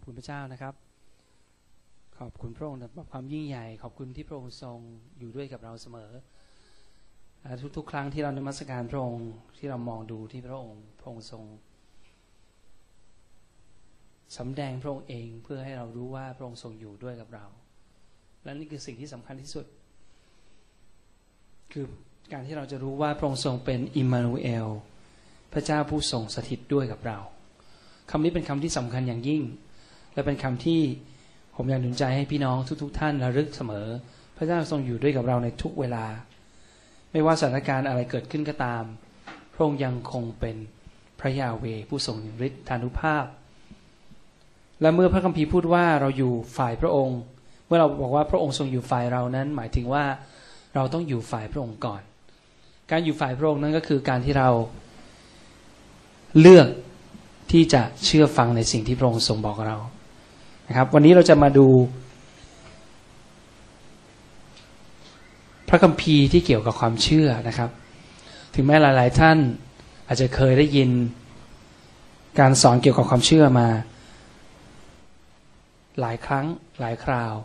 คุณพระเจ้านะครับขอบคุณพระองค์สำหรับความยิ่งใหญ่ขอบคุณที่พระองค์ทรงอยู่ด้วยกับเราเสมอทุกๆครั้งที่เรานมัสการพระองค์ที่เรามองดูที่พระองค์ทรงสำแดงพระองค์เองเพื่อให้เรารู้ว่าพระองค์ทรงอยู่ด้วยกับเราและนี่คือสิ่งที่สำคัญที่สุดคือการที่เราจะรู้ว่าพระองค์ทรงเป็นอิมมานูเอลพระเจ้าผู้ทรงสถิตด้วยกับเราคำนี้เป็นคำที่สำคัญอย่างยิ่งและเป็นคำที่ผมอยากหนุนใจให้พี่น้องทุกๆท่านระลึกเสมอพระเจ้าทรงอยู่ด้วยกับเราในทุกเวลาไม่ว่าสถานการณ์อะไรเกิดขึ้นก็ตามพระองค์ยังคงเป็นพระยาเวห์ผู้ทรงฤทธานุภาพและเมื่อพระคัมภีร์พูดว่าเราอยู่ฝ่ายพระองค์เมื่อเราบอกว่าพระองค์ทรงอยู่ฝ่ายเรานั้นหมายถึงว่าเราต้องอยู่ฝ่ายพระองค์ก่อนการอยู่ฝ่ายพระองค์นั้นก็คือการที่เราเลือกที่จะเชื่อฟังในสิ่งที่พระองค์ทรงบอกเรานะครับวันนี้เราจะมาดูพระคัมภีร์ที่เกี่ยวกับความเชื่อนะครับถึงแม้หลายๆท่านอาจจะเคยได้ยินการสอนเกี่ยวกับความเชื่อมาหลายครั้งหลายคราว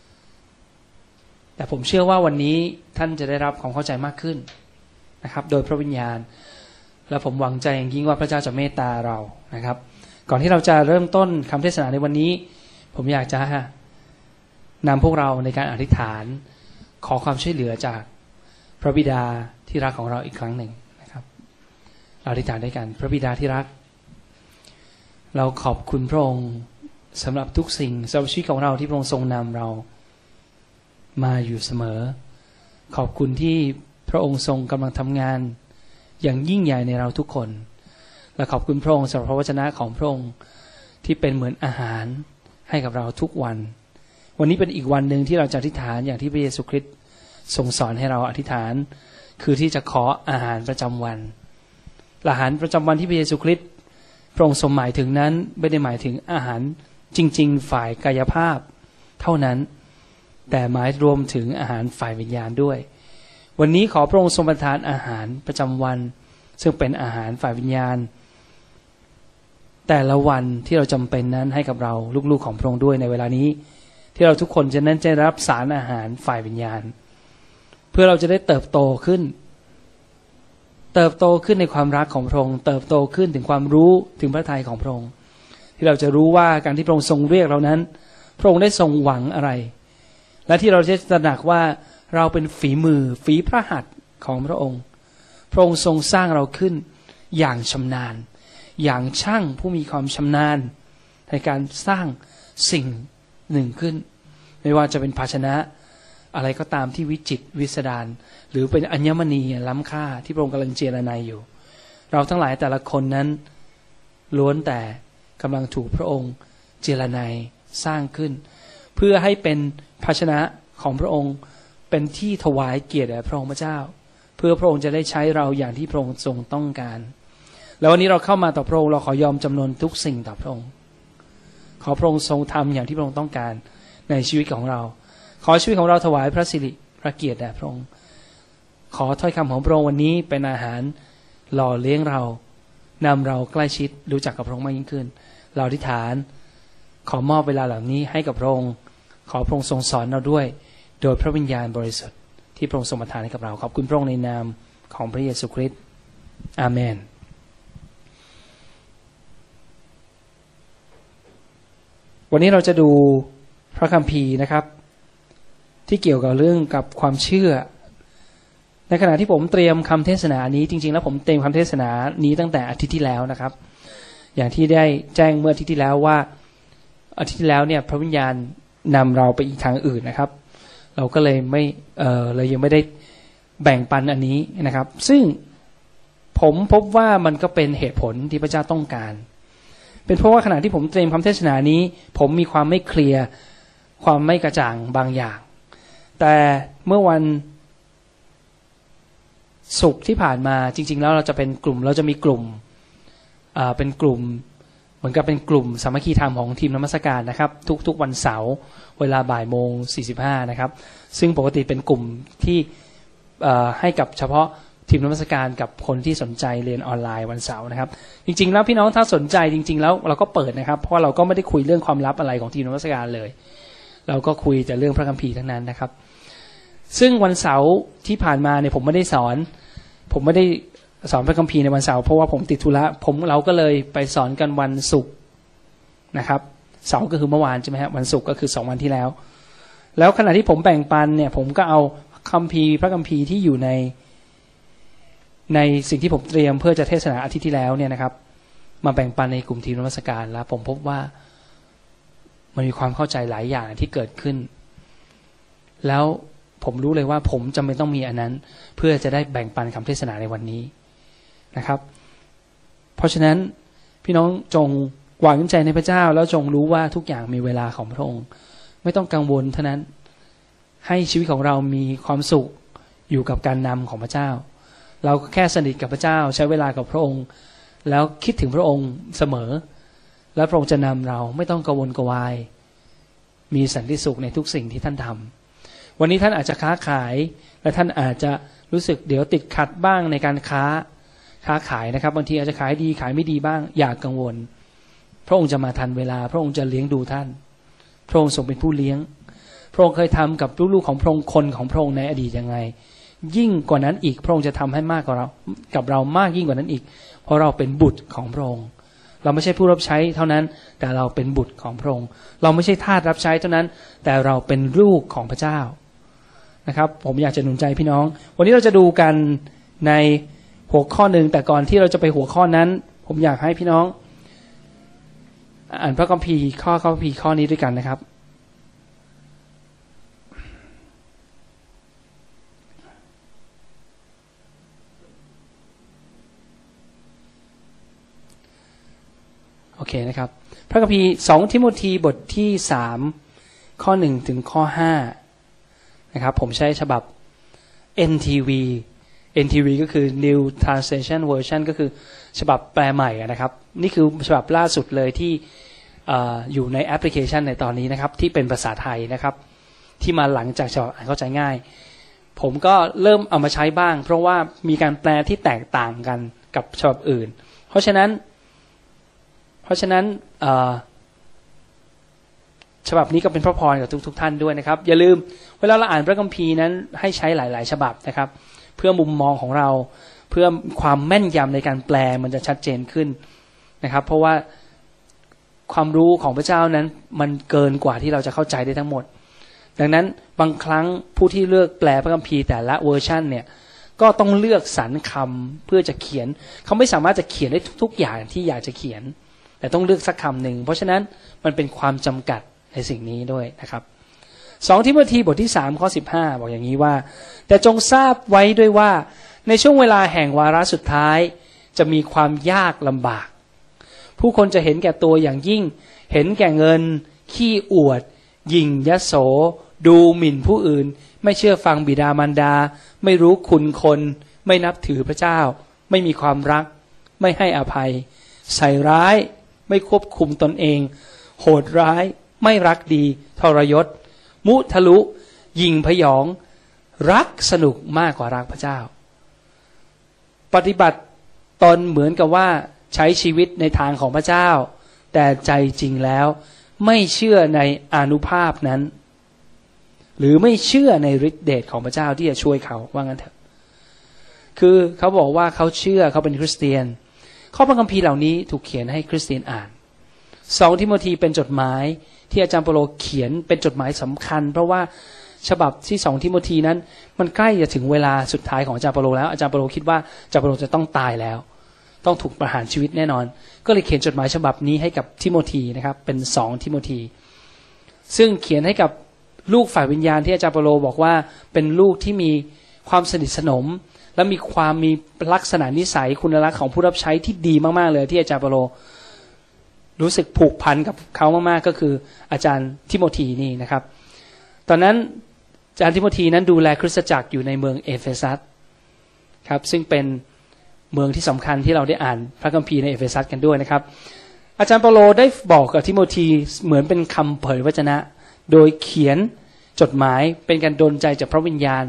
แต่ผมเชื่อว่าวันนี้ท่านจะได้รับความเข้าใจมากขึ้นนะครับโดยพระวิญญาณและผมหวังใจอย่างยิ่งว่าพระเจ้าจะเมตตาเรานะครับก่อนที่เราจะเริ่มต้นคำเทศนาในวันนี้ผมอยากจะนำพวกเราในการอธิษฐานขอความช่วยเหลือจากพระบิดาที่รักของเราอีกครั้งหนึ่งนะครับเราอธิษฐานด้วยกันพระบิดาที่รักเราขอบคุณพระองค์สำหรับทุกสิ่งสำหรับชีวิตของเราที่พระองค์ทรงนำเรามาอยู่เสมอขอบคุณที่พระองค์ทรงกำลังทำงานอย่างยิ่งใหญ่ในเราทุกคนและขอบคุณพระองค์สำหรับพระวจนะของพระองค์ที่เป็นเหมือนอาหารให้กับเราทุกวันวันนี้เป็นอีกวันหนึ่งที่เราจะอธิษฐานอย่างที่พระเยซูคริสต์ทรงสอนให้เราอธิษฐานคือที่จะขออาหารประจำวันอาหารประจำวันที่พระเยซูคริสต์พระองค์ทรงหมายถึงนั้นไม่ได้หมายถึงอาหารจริงๆฝ่ายกายภาพเท่านั้นแต่หมายรวมถึงอาหารฝ่ายวิญญาณด้วยวันนี้ขอพระองค์ทรงประทานอาหารประจำวันซึ่งเป็นอาหารฝ่ายวิญญาณแต่ละวันที่เราจำเป็นนั้นให้กับเราลูกๆของพระองค์ด้วยในเวลานี้ที่เราทุกคนจะนั้นจะรับสารอาหารฝ่ายวิญญาณเพื่อเราจะได้เติบโตขึ้นในความรักของพระองค์เติบโตขึ้นถึงความรู้ถึงพระทัยของพระองค์ที่เราจะรู้ว่าการที่พระองค์ทรงเรียกเรานั้นพระองค์ได้ทรงหวังอะไรและที่เราจะตระหนักว่าเราเป็นฝีมือฝีพระหัตถ์ของพระองค์พระองค์ทรงสร้างเราขึ้นอย่างชำนาญอย่างช่างผู้มีความชำนาญในการสร้างสิ่งหนึ่งขึ้นไม่ว่าจะเป็นภาชนะอะไรก็ตามที่วิจิตรวิสดารหรือเป็นอัญมณีล้ำค่าที่พระองค์กำลังเจรไนอยู่เราทั้งหลายแต่ละคนนั้นล้วนแต่กำลังถูกพระองค์เจรไนสร้างขึ้นเพื่อให้เป็นภาชนะของพระองค์เป็นที่ถวายเกียรติแด่พระองค์พระเจ้าเพื่อพระองค์จะได้ใช้เราอย่างที่พระองค์ทรงต้องการแล้ววันนี้เราเข้ามาต่อพระองค์เราขอยอมจำนนทุกสิ่งต่อพระองค์ขอพระองค์ทรงทำอย่างที่พระองค์ต้องการในชีวิตของเราขอชีวิตของเราถวายพระสิริพระเกียรติแด่พระองค์ขอถ้อยคำของพระองค์วันนี้เป็นอาหารหล่อเลี้ยงเรานำเราใกล้ชิดรู้จักกับพระองค์มากยิ่งขึ้นเราอธิษฐานขอมอบเวลาเหล่านี้ให้กับพระองค์ขอพระองค์ทรงสอนเราด้วยโดยพระวิญญาณบริสุทธิ์ที่พระองค์ทรงประทานให้กับเราขอบคุณพระองค์ในนามของพระเยซูคริสต์อาเมนวันนี้เราจะดูพระคัมภีร์นะครับที่เกี่ยวกับเรื่องกับความเชื่อในขณะที่ผมเตรียมคำเทศนานี้จริงๆแล้วผมเตรียมคำเทศนานี้ตั้งแต่อาทิตย์ที่แล้วนะครับอย่างที่ได้แจ้งเมื่ออาทิตย์ที่แล้วว่าอาทิตย์ที่แล้วเนี่ยพระวิญญาณนำเราไปอีกทางอื่นนะครับเราก็เลยเลยยังไม่ได้แบ่งปันอันนี้นะครับซึ่งผมพบว่ามันก็เป็นเหตุผลที่พระเจ้าต้องการเป็นเพราะว่าขณะที่ผมเตรียมคำเทศนานี้ผมมีความไม่เคลียร์ความไม่กระจ่างบางอย่างแต่เมื่อวันศุกร์ที่ผ่านมาจริงๆแล้วเราจะเป็นกลุ่มเราจะมีกลุ่มเป็นกลุ่มเหมือนกับเป็นกลุ่มสามัคคีธรรมของทีมนมัสการนะครับทุกๆวันเสาร์เวลาบ่าย 1:45 นะครับซึ่งปกติเป็นกลุ่มที่ให้กับเฉพาะทีมนมัสการกับคนที่สนใจเรียนออนไลน์วันเสาร์นะครับจริงๆแล้วพี่น้องถ้าสนใจจริงๆแล้วเราก็เปิดนะครับเพราะเราก็ไม่ได้คุยเรื่องความลับอะไรของทีมนมัสการเลยเราก็คุยแต่เรื่องพระคัมภีร์ทั้งนั้นนะครับซึ่งวันเสาร์ที่ผ่านมาเนี่ยผมไม่ได้สอนพระคัมภีร์ในวันเสาร์เพราะว่าผมติดธุระเราก็เลยไปสอนกันวันศุกร์นะครับเสาร์ก็คือเมื่อวานใช่ไหมฮะวันศุกร์ก็คือ2 วันที่แล้วขณะที่ผมแบ่งปันเนี่ยผมก็เอาพระคัมภีร์ที่อยู่ในสิ่งที่ผมเตรียมเพื่อจะเทศนาอาทิตย์ที่แล้วเนี่ยนะครับมาแบ่งปันในกลุ่มทีมนมัสการแล้วผมพบว่ามันมีความเข้าใจหลายอย่างที่เกิดขึ้นแล้วผมรู้เลยว่าผมจำเป็นต้องมีอันนั้นเพื่อจะได้แบ่งปันคำเทศนาในวันนี้นะครับเพราะฉะนั้นพี่น้องจงวางใจในพระเจ้าแล้วจงรู้ว่าทุกอย่างมีเวลาของพระองค์ไม่ต้องกังวลเท่านั้นให้ชีวิตของเรามีความสุขอยู่กับการนำของพระเจ้าเราแค่สนิทกับพระเจ้าใช้เวลากับพระองค์แล้วคิดถึงพระองค์เสมอและพระองค์จะนำเราไม่ต้องกังวลกวายมีสันติสุขในทุกสิ่งที่ท่านทำวันนี้ท่านอาจจะค้าขายและท่านอาจจะรู้สึกเดี๋ยวติดขัดบ้างในการค้าขายนะครับบางทีอาจจะขายดีขายไม่ดีบ้างอย่ากังวลพระองค์จะมาทันเวลาพระองค์จะเลี้ยงดูท่านพระองค์ทรงเป็นผู้เลี้ยงพระองค์เคยทำกับลูกๆของพระองค์คนของพระองค์ในอดีตยังไงยิ่งกว่านั้นอีกพระองค์จะทำให้มากกว่าเรากับเรามากยิ่งกว่านั้นอีกเพราะเราเป็นบุตรของพระองค์เราไม่ใช่ผู้รับใช้เท่านั้นแต่เราเป็นบุตรของพระองค์เราไม่ใช่ทาสรับใช้เท่านั้นแต่เราเป็นลูกของพระเจ้านะครับผมอยากจะหนุนใจพี่น้องวันนี้เราจะดูกันในหัวข้อหนึ่งแต่ก่อนที่เราจะไปหัวข้อนั้นผมอยากให้พี่น้องอ่านพระคัมภีร์ข้อนี้ด้วยกันนะครับโอเคนะครับพระคัมภีร์2 ทิโมธีบทที่3ข้อ1ถึงข้อ5นะครับผมใช้ฉบับ NTV ก็คือ New Translation Version ก็คือฉบับแปลใหม่นะครับนี่คือฉบับล่าสุดเลยที่อยู่ในแอปพลิเคชันในตอนนี้นะครับที่เป็นภาษาไทยนะครับที่มาหลังจากฉบับอ่านเข้าใจง่ายผมก็เริ่มเอามาใช้บ้างเพราะว่ามีการแปลที่แตกต่างกันกับฉบับอื่นเพราะฉะนั้นฉบับนี้ก็เป็นพระพรกับทุกท่านด้วยนะครับอย่าลืมเวลาเราอ่านพระคัมภีร์นั้นให้ใช้หลายๆฉบับนะครับเพื่อมุมมองของเราเพื่อความแม่นยำในการแปลมันจะชัดเจนขึ้นนะครับเพราะว่าความรู้ของพระเจ้านั้นมันเกินกว่าที่เราจะเข้าใจได้ทั้งหมดดังนั้นบางครั้งผู้ที่เลือกแปลพระคัมภีร์แต่ละเวอร์ชันเนี่ยก็ต้องเลือกสรรคำเพื่อจะเขียนเขาไม่สามารถจะเขียนได้ทุกอย่างที่อยากจะเขียนแต่ต้องเลือกสักคำหนึ่งเพราะฉะนั้นมันเป็นความจำกัดในสิ่งนี้ด้วยนะครับ2 ทิโมธีบทที่3ข้อ15บอกอย่างนี้ว่าแต่จงทราบไว้ด้วยว่าในช่วงเวลาแห่งวาระสุดท้ายจะมีความยากลำบากผู้คนจะเห็นแก่ตัวอย่างยิ่งเห็นแก่เงินขี้อวดหยิ่งยโสดูหมิ่นผู้อื่นไม่เชื่อฟังบิดามารดาไม่รู้คุณคนไม่นับถือพระเจ้าไม่มีความรักไม่ให้อภัยใส่ร้ายไม่ควบคุมตนเองโหดร้ายไม่รักดีทรยศมุทะลุยิงพยองรักสนุกมากกว่ารักพระเจ้าปฏิบัติตนเหมือนกับว่าใช้ชีวิตในทางของพระเจ้าแต่ใจจริงแล้วไม่เชื่อในอานุภาพนั้นหรือไม่เชื่อในฤทธิเดชของพระเจ้าที่จะช่วยเขาว่างั้นเถอะคือเขาบอกว่าเขาเชื่อเขาเป็นคริสเตียนข้อพระคัมภีร์เหล่านี้ถูกเขียนให้คริสเตียนอ่าน2 ทิโมธีเป็นจดหมายที่อาจารย์เปโลเขียนเป็นจดหมายสำคัญเพราะว่าฉบับที่2 ทิโมธีนั้นมันใกล้จะถึงเวลาสุดท้ายของอาจารย์เปโลแล้วอาจารย์เปโลคิดว่าอาจารย์เปโลจะต้องตายแล้วต้องถูกประหารชีวิตแน่นอนก็เลยเขียนจดหมายฉบับนี้ให้กับทิโมธีนะครับเป็น2 ทิโมธีซึ่งเขียนให้กับลูกฝ่ายวิญญาณที่อาจารย์เปโลบอกว่าเป็นลูกที่มีความสนิทสนมและมีลักษณะนิสัยคุณลักษณ์ของผู้รับใช้ที่ดีมากๆเลยที่อาจารย์เปโลรู้สึกผูกพันกับเขามากๆก็คืออาจารย์ทิโมธีนี่นะครับตอนนั้นอาจารย์ทิโมธีนั้นดูแลคริสตจักรอยู่ในเมืองเอเฟซัสครับซึ่งเป็นเมืองที่สำคัญที่เราได้อ่านพระคัมภีร์ในเอเฟซัสกันด้วยนะครับอาจารย์เปโลได้บอกกับทิโมธีเหมือนเป็นคำเผยวจนะโดยเขียนจดหมายเป็นการดลใจจากพระวิญญาณ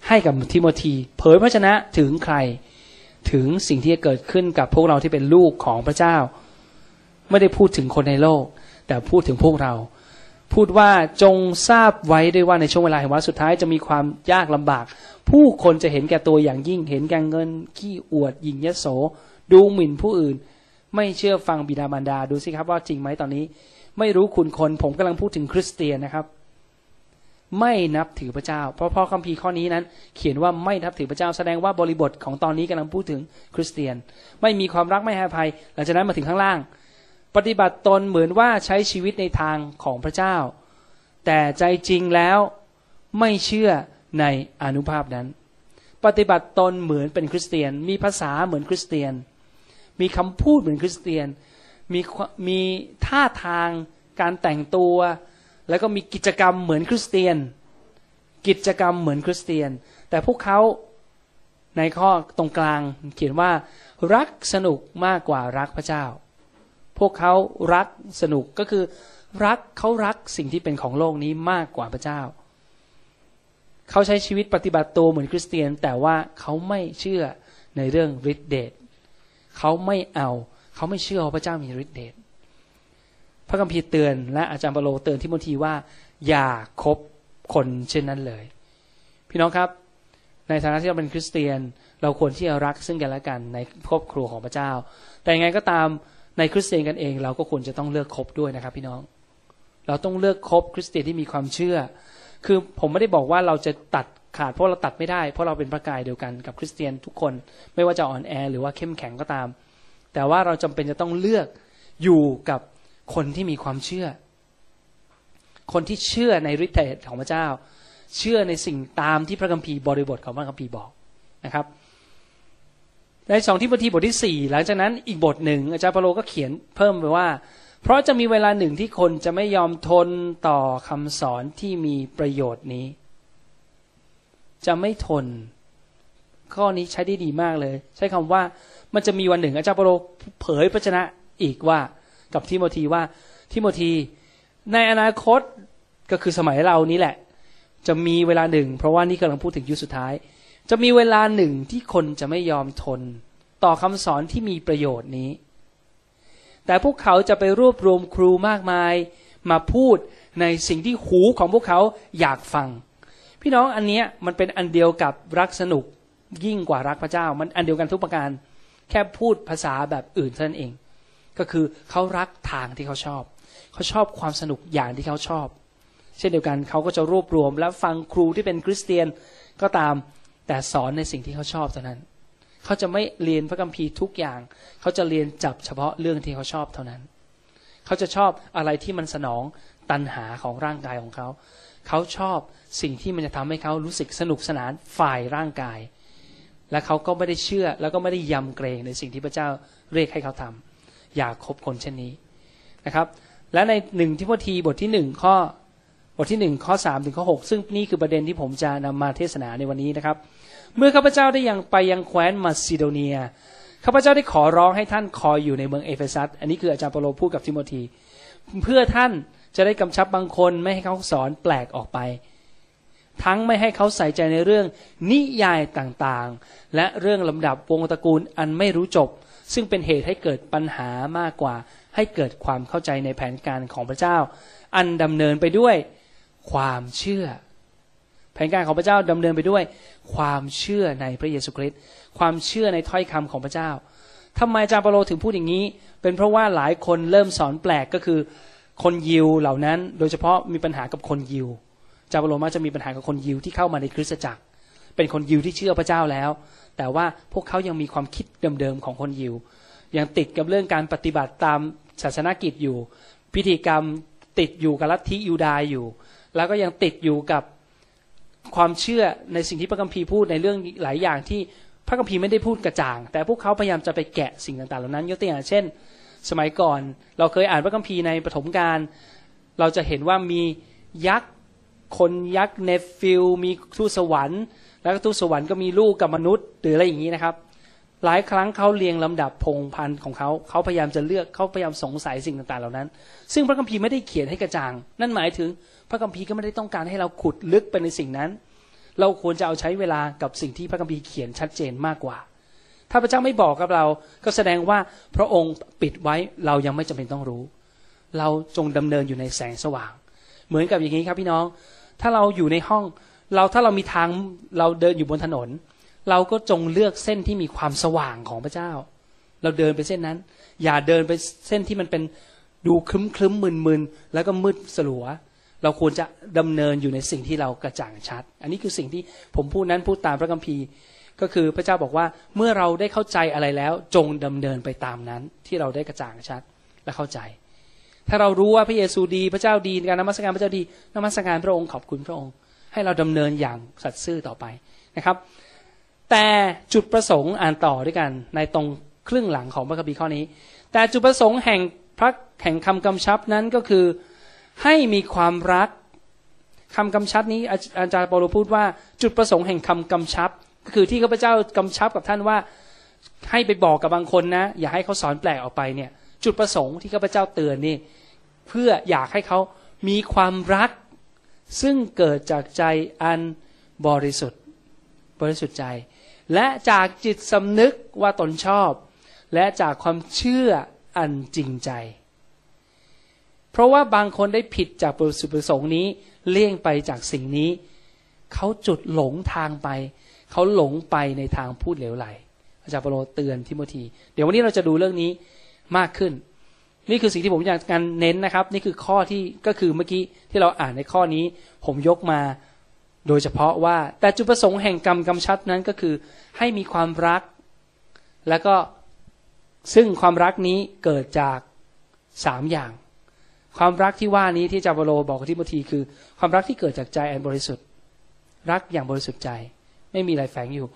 ให้กับทิโมธีเผยพระชนะถึงใครถึงสิ่งที่จะเกิดขึ้นกับพวกเราที่เป็นลูกของพระเจ้าไม่ได้พูดถึงคนในโลกแต่พูดถึงพวกเราพูดว่าจงทราบไว้ด้วยว่าในช่วงเวลาแห่งวาระสุดท้ายจะมีความยากลำบากผู้คนจะเห็นแก่ตัวอย่างยิ่งเห็นแก่เงินขี้อวดหยิ่งยโสดูหมิ่นผู้อื่นไม่เชื่อฟังบิดามารดาดูสิครับว่าจริงไหมตอนนี้ไม่รู้คุณคนผมกำลังพูดถึงคริสเตียนนะครับไม่นับถือพระเจ้าเพราะคัมภีร์ข้อนี้นั้นเขียนว่าไม่นับถือพระเจ้าแสดงว่าบริบทของตอนนี้กำลังพูดถึงคริสเตียนไม่มีความรักไม่ให้อภัยหลังจากนั้นมาถึงข้างล่างปฏิบัติตนเหมือนว่าใช้ชีวิตในทางของพระเจ้าแต่ใจจริงแล้วไม่เชื่อในอานุภาพนั้นปฏิบัติตนเหมือนเป็นคริสเตียนมีภาษาเหมือนคริสเตียนมีคำพูดเหมือนคริสเตียนมีท่าทางการแต่งตัวแล้วก็มีกิจกรรมเหมือนคริสเตียนกิจกรรมเหมือนคริสเตียนแต่พวกเขาในข้อตรงกลางเขียนว่ารักสนุกมากกว่ารักพระเจ้าพวกเขารักสนุกก็คือเขารักสิ่งที่เป็นของโลกนี้มากกว่าพระเจ้าเขาใช้ชีวิตปฏิบัติตัวเหมือนคริสเตียนแต่ว่าเขาไม่เชื่อในเรื่องฤทธิเดชเขาไม่เชื่อว่าพระเจ้ามีฤทธิเดชพระคัมภีร์เตือนและอาจารย์เปาโลเตือนทิโมธีว่าอย่าคบคนเช่นนั้นเลยพี่น้องครับในฐานะที่เราเป็นคริสเตียนเราควรที่จะรักซึ่งกันและกันในครอบครัวของพระเจ้าแต่ยังไงก็ตามในคริสเตียนกันเองเราก็ควรจะต้องเลือกคบด้วยนะครับพี่น้องเราต้องเลือกคบคริสเตียนที่มีความเชื่อคือผมไม่ได้บอกว่าเราจะตัดขาดเพราะเราตัดไม่ได้เพราะเราเป็นพระกายเดียวกันกับคริสเตียนทุกคนไม่ว่าจะอ่อนแอหรือว่าเข้มแข็งก็ตามแต่ว่าเราจำเป็นจะต้องเลือกอยู่กับคนที่มีความเชื่อคนที่เชื่อในฤทธิ์เดชของพระเจ้าเชื่อในสิ่งตามที่พระคัมภีร์บริบทของพระคัมภีร์บอกนะครับใน2ทิโมธีบทที่4หลังจากนั้นอีกบทหนึ่งอาจารย์เปาโลก็เขียนเพิ่มไปว่าเพราะจะมีเวลาหนึ่งที่คนจะไม่ยอมทนต่อคำสอนที่มีประโยชน์นี้จะไม่ทนข้อนี้ใช้ได้ดีมากเลยใช้คำว่ามันจะมีวันหนึ่งอาจารย์เปาโลเผยพระชนะอีกว่ากับทิโมธีว่าทิโมธีในอนาคตก็คือสมัยเรานี้แหละจะมีเวลาหนึ่งเพราะว่านี่กำลังพูดถึงยุคสุดท้ายจะมีเวลาหนึ่งที่คนจะไม่ยอมทนต่อคำสอนที่มีประโยชน์นี้แต่พวกเขาจะไปรวบรวมครูมากมายมาพูดในสิ่งที่หูของพวกเขาอยากฟังพี่น้องอันนี้มันเป็นอันเดียวกับรักสนุกยิ่งกว่ารักพระเจ้ามันอันเดียวกันทุกประการแค่พูดภาษาแบบอื่นเท่านั้นเองก็คือเขารักทางที่เขาชอบความสนุกอย่างที่เขาชอบเช่นเดียวกันเขาก็จะรวบรวมและฟังครูที่เป็นคริสเตียนก็ตามแต่สอนในสิ่งที่เขาชอบเท่านั้นเขาจะไม่เรียนพระคัมภีร์ทุกอย่างเขาจะเรียนจับเฉพาะเรื่องที่เขาชอบเท่านั้นเขาจะชอบอะไรที่มันสนองตัณหาของร่างกายของเขาเขาชอบสิ่งที่มันจะทำให้เขารู้สึกสนุกสนานฝ่ายร่างกายและเขาก็ไม่ได้เชื่อแล้วก็ไม่ได้ยำเกรงในสิ่งที่พระเจ้าเรียกให้เขาทำอย่าคบคนเช่นนี้นะครับและใน1ทิโมธีบทที่1ข้อ3ถึงข้อ6ซึ่งนี่คือประเด็นที่ผมจะนำมาเทศนาในวันนี้นะครับเมื่อข้าพเจ้าได้ไปยังแคว้นมาซิโดเนียข้าพเจ้าได้ขอร้องให้ท่านคอยอยู่ในเมืองเอเฟซัสอันนี้คืออาจารย์เปาโลพูดกับทิโมธีเพื่อท่านจะได้กำชับบางคนไม่ให้เขาสอนแปลกออกไปทั้งไม่ให้เขาใส่ใจในเรื่องนิยายต่างๆและเรื่องลำดับวงตระกูลอันไม่รู้จบซึ่งเป็นเหตุให้เกิดปัญหามากกว่าให้เกิดความเข้าใจในแผนการของพระเจ้าอันดำเนินไปด้วยความเชื่อแผนการของพระเจ้าดำเนินไปด้วยความเชื่อในพระเยซูคริสต์ความเชื่อในถ้อยคำของพระเจ้าทำไมอาจารย์เปาโลถึงพูดอย่างนี้เป็นเพราะว่าหลายคนเริ่มสอนแปลกก็คือคนยิวเหล่านั้นโดยเฉพาะมีปัญหากับคนยิวอาจารย์เปาโลมักจะมีปัญหากับคนยิวที่เข้ามาในคริสตจักรเป็นคนยิวที่เชื่อพระเจ้าแล้วแต่ว่าพวกเขายังมีความคิดเดิมๆของคนยิวยังติดกับเรื่องการปฏิบัติตามศาสนกิจอยู่พิธีกรรมติดอยู่กับลัทธิยูดาห์อยู่แล้วก็ยังติดอยู่กับความเชื่อในสิ่งที่พระคัมภีร์พูดในเรื่องหลายอย่างที่พระคัมภีร์ไม่ได้พูดกระจ่างแต่พวกเขาพยายามจะไปแกะสิ่งต่างๆเหล่านั้นยกตัวอย่างเช่นสมัยก่อนเราเคยอ่านพระคัมภีร์ในปฐมกาลเราจะเห็นว่ามียักษ์คนยักษ์เนฟิลมีทูตสวรรค์แล้วก็ทูตสวรรค์ก็มีลูกกับมนุษย์หรืออะไรอย่างนี้นะครับหลายครั้งเขาเรียงลำดับพงพันธุ์ของเขาพยายามจะเลือกเขาพยายามสงสัยสิ่งต่างๆเหล่านั้นซึ่งพระคัมภีร์ไม่ได้เขียนให้กระจ่างนั่นหมายถึงพระคัมภีร์ก็ไม่ได้ต้องการให้เราขุดลึกไปในสิ่งนั้นเราควรจะเอาใช้เวลากับสิ่งที่พระคัมภีร์เขียนชัดเจนมากกว่าถ้าพระเจ้าไม่บอกกับเราก็แสดงว่าพระองค์ปิดไว้เรายังไม่จำเป็นต้องรู้เราจงดำเนินอยู่ในแสงสว่างเหมือนกับอย่างนี้ครับพี่น้องถ้าเราอยู่ในห้องถ้าเรามีทางเราเดินอยู่บนถนนเราก็จงเลือกเส้นที่มีความสว่างของพระเจ้าเราเดินไปเส้นนั้นอย่าเดินไปเส้นที่มันเป็นดูคลึ้มมึนแล้วก็มืดสลัวเราควรจะดำเนินอยู่ในสิ่งที่เรากระจ่างชัดอันนี้คือสิ่งที่ผมพูดตามพระคัมภีร์ก็คือพระเจ้าบอกว่าเมื่อเราได้เข้าใจอะไรแล้วจงดำเนินไปตามนั้นที่เราได้กระจ่างชัดและเข้าใจถ้าเรารู้ว่าพระเยซูดีพระเจ้าดีการนมัสการพระเจ้าดีนมัสการพระองค์ขอบคุณพระองค์ให้เราดำเนินอย่างสัตย์ซื่อต่อไปนะครับแต่จุดประสงค์อ่านต่อด้วยกันในตรงครึ่งหลังของพระคัมภีร์ข้อนี้แต่จุดประสงค์แห่งคำกำชับนั้นก็คือให้มีความรักคำกำชับนี้อาจารย์เปาโลพูดว่าจุดประสงค์แห่งคำกำชับก็คือที่ข้าพเจ้ากำชับกับท่านว่าให้ไปบอกกับบางคนนะอย่าให้เขาสอนแปลกออกไปเนี่ยจุดประสงค์ที่ข้าพเจ้าเตือนนี่เพื่ออยากให้เขามีความรักซึ่งเกิดจากใจอันบริสุทธิ์ใจและจากจิตสำนึกว่าตนชอบและจากความเชื่ออันจริงใจเพราะว่าบางคนได้ผิดจากจุดประสงค์นี้เลี่ยงไปจากสิ่งนี้เขาจุดหลงทางไปเขาหลงไปในทางพูดเหลวไหลอาจารย์เปาโลเตือนทิโมธีเดี๋ยววันนี้เราจะดูเรื่องนี้มากขึ้นนี่คือสิ่งที่ผมอยากการเน้นนะครับนี่คือข้อที่ก็คือเมื่อกี้ที่เราอ่านในข้อนี้ผมยกมาโดยเฉพาะว่าแต่จุดประสงค์แห่งกำชับนั้นก็คือให้มีความรักแล้วก็ซึ่งความรักนี้เกิดจาก3อย่างความรักที่ว่านี้ที่อาจารย์เปาโลบอกกับทิโมธีคือความรักที่เกิดจากใจอันบริสุทธิ์รักอย่างบริสุทธิ์ใจไม่มีอะไรแฝงอยู่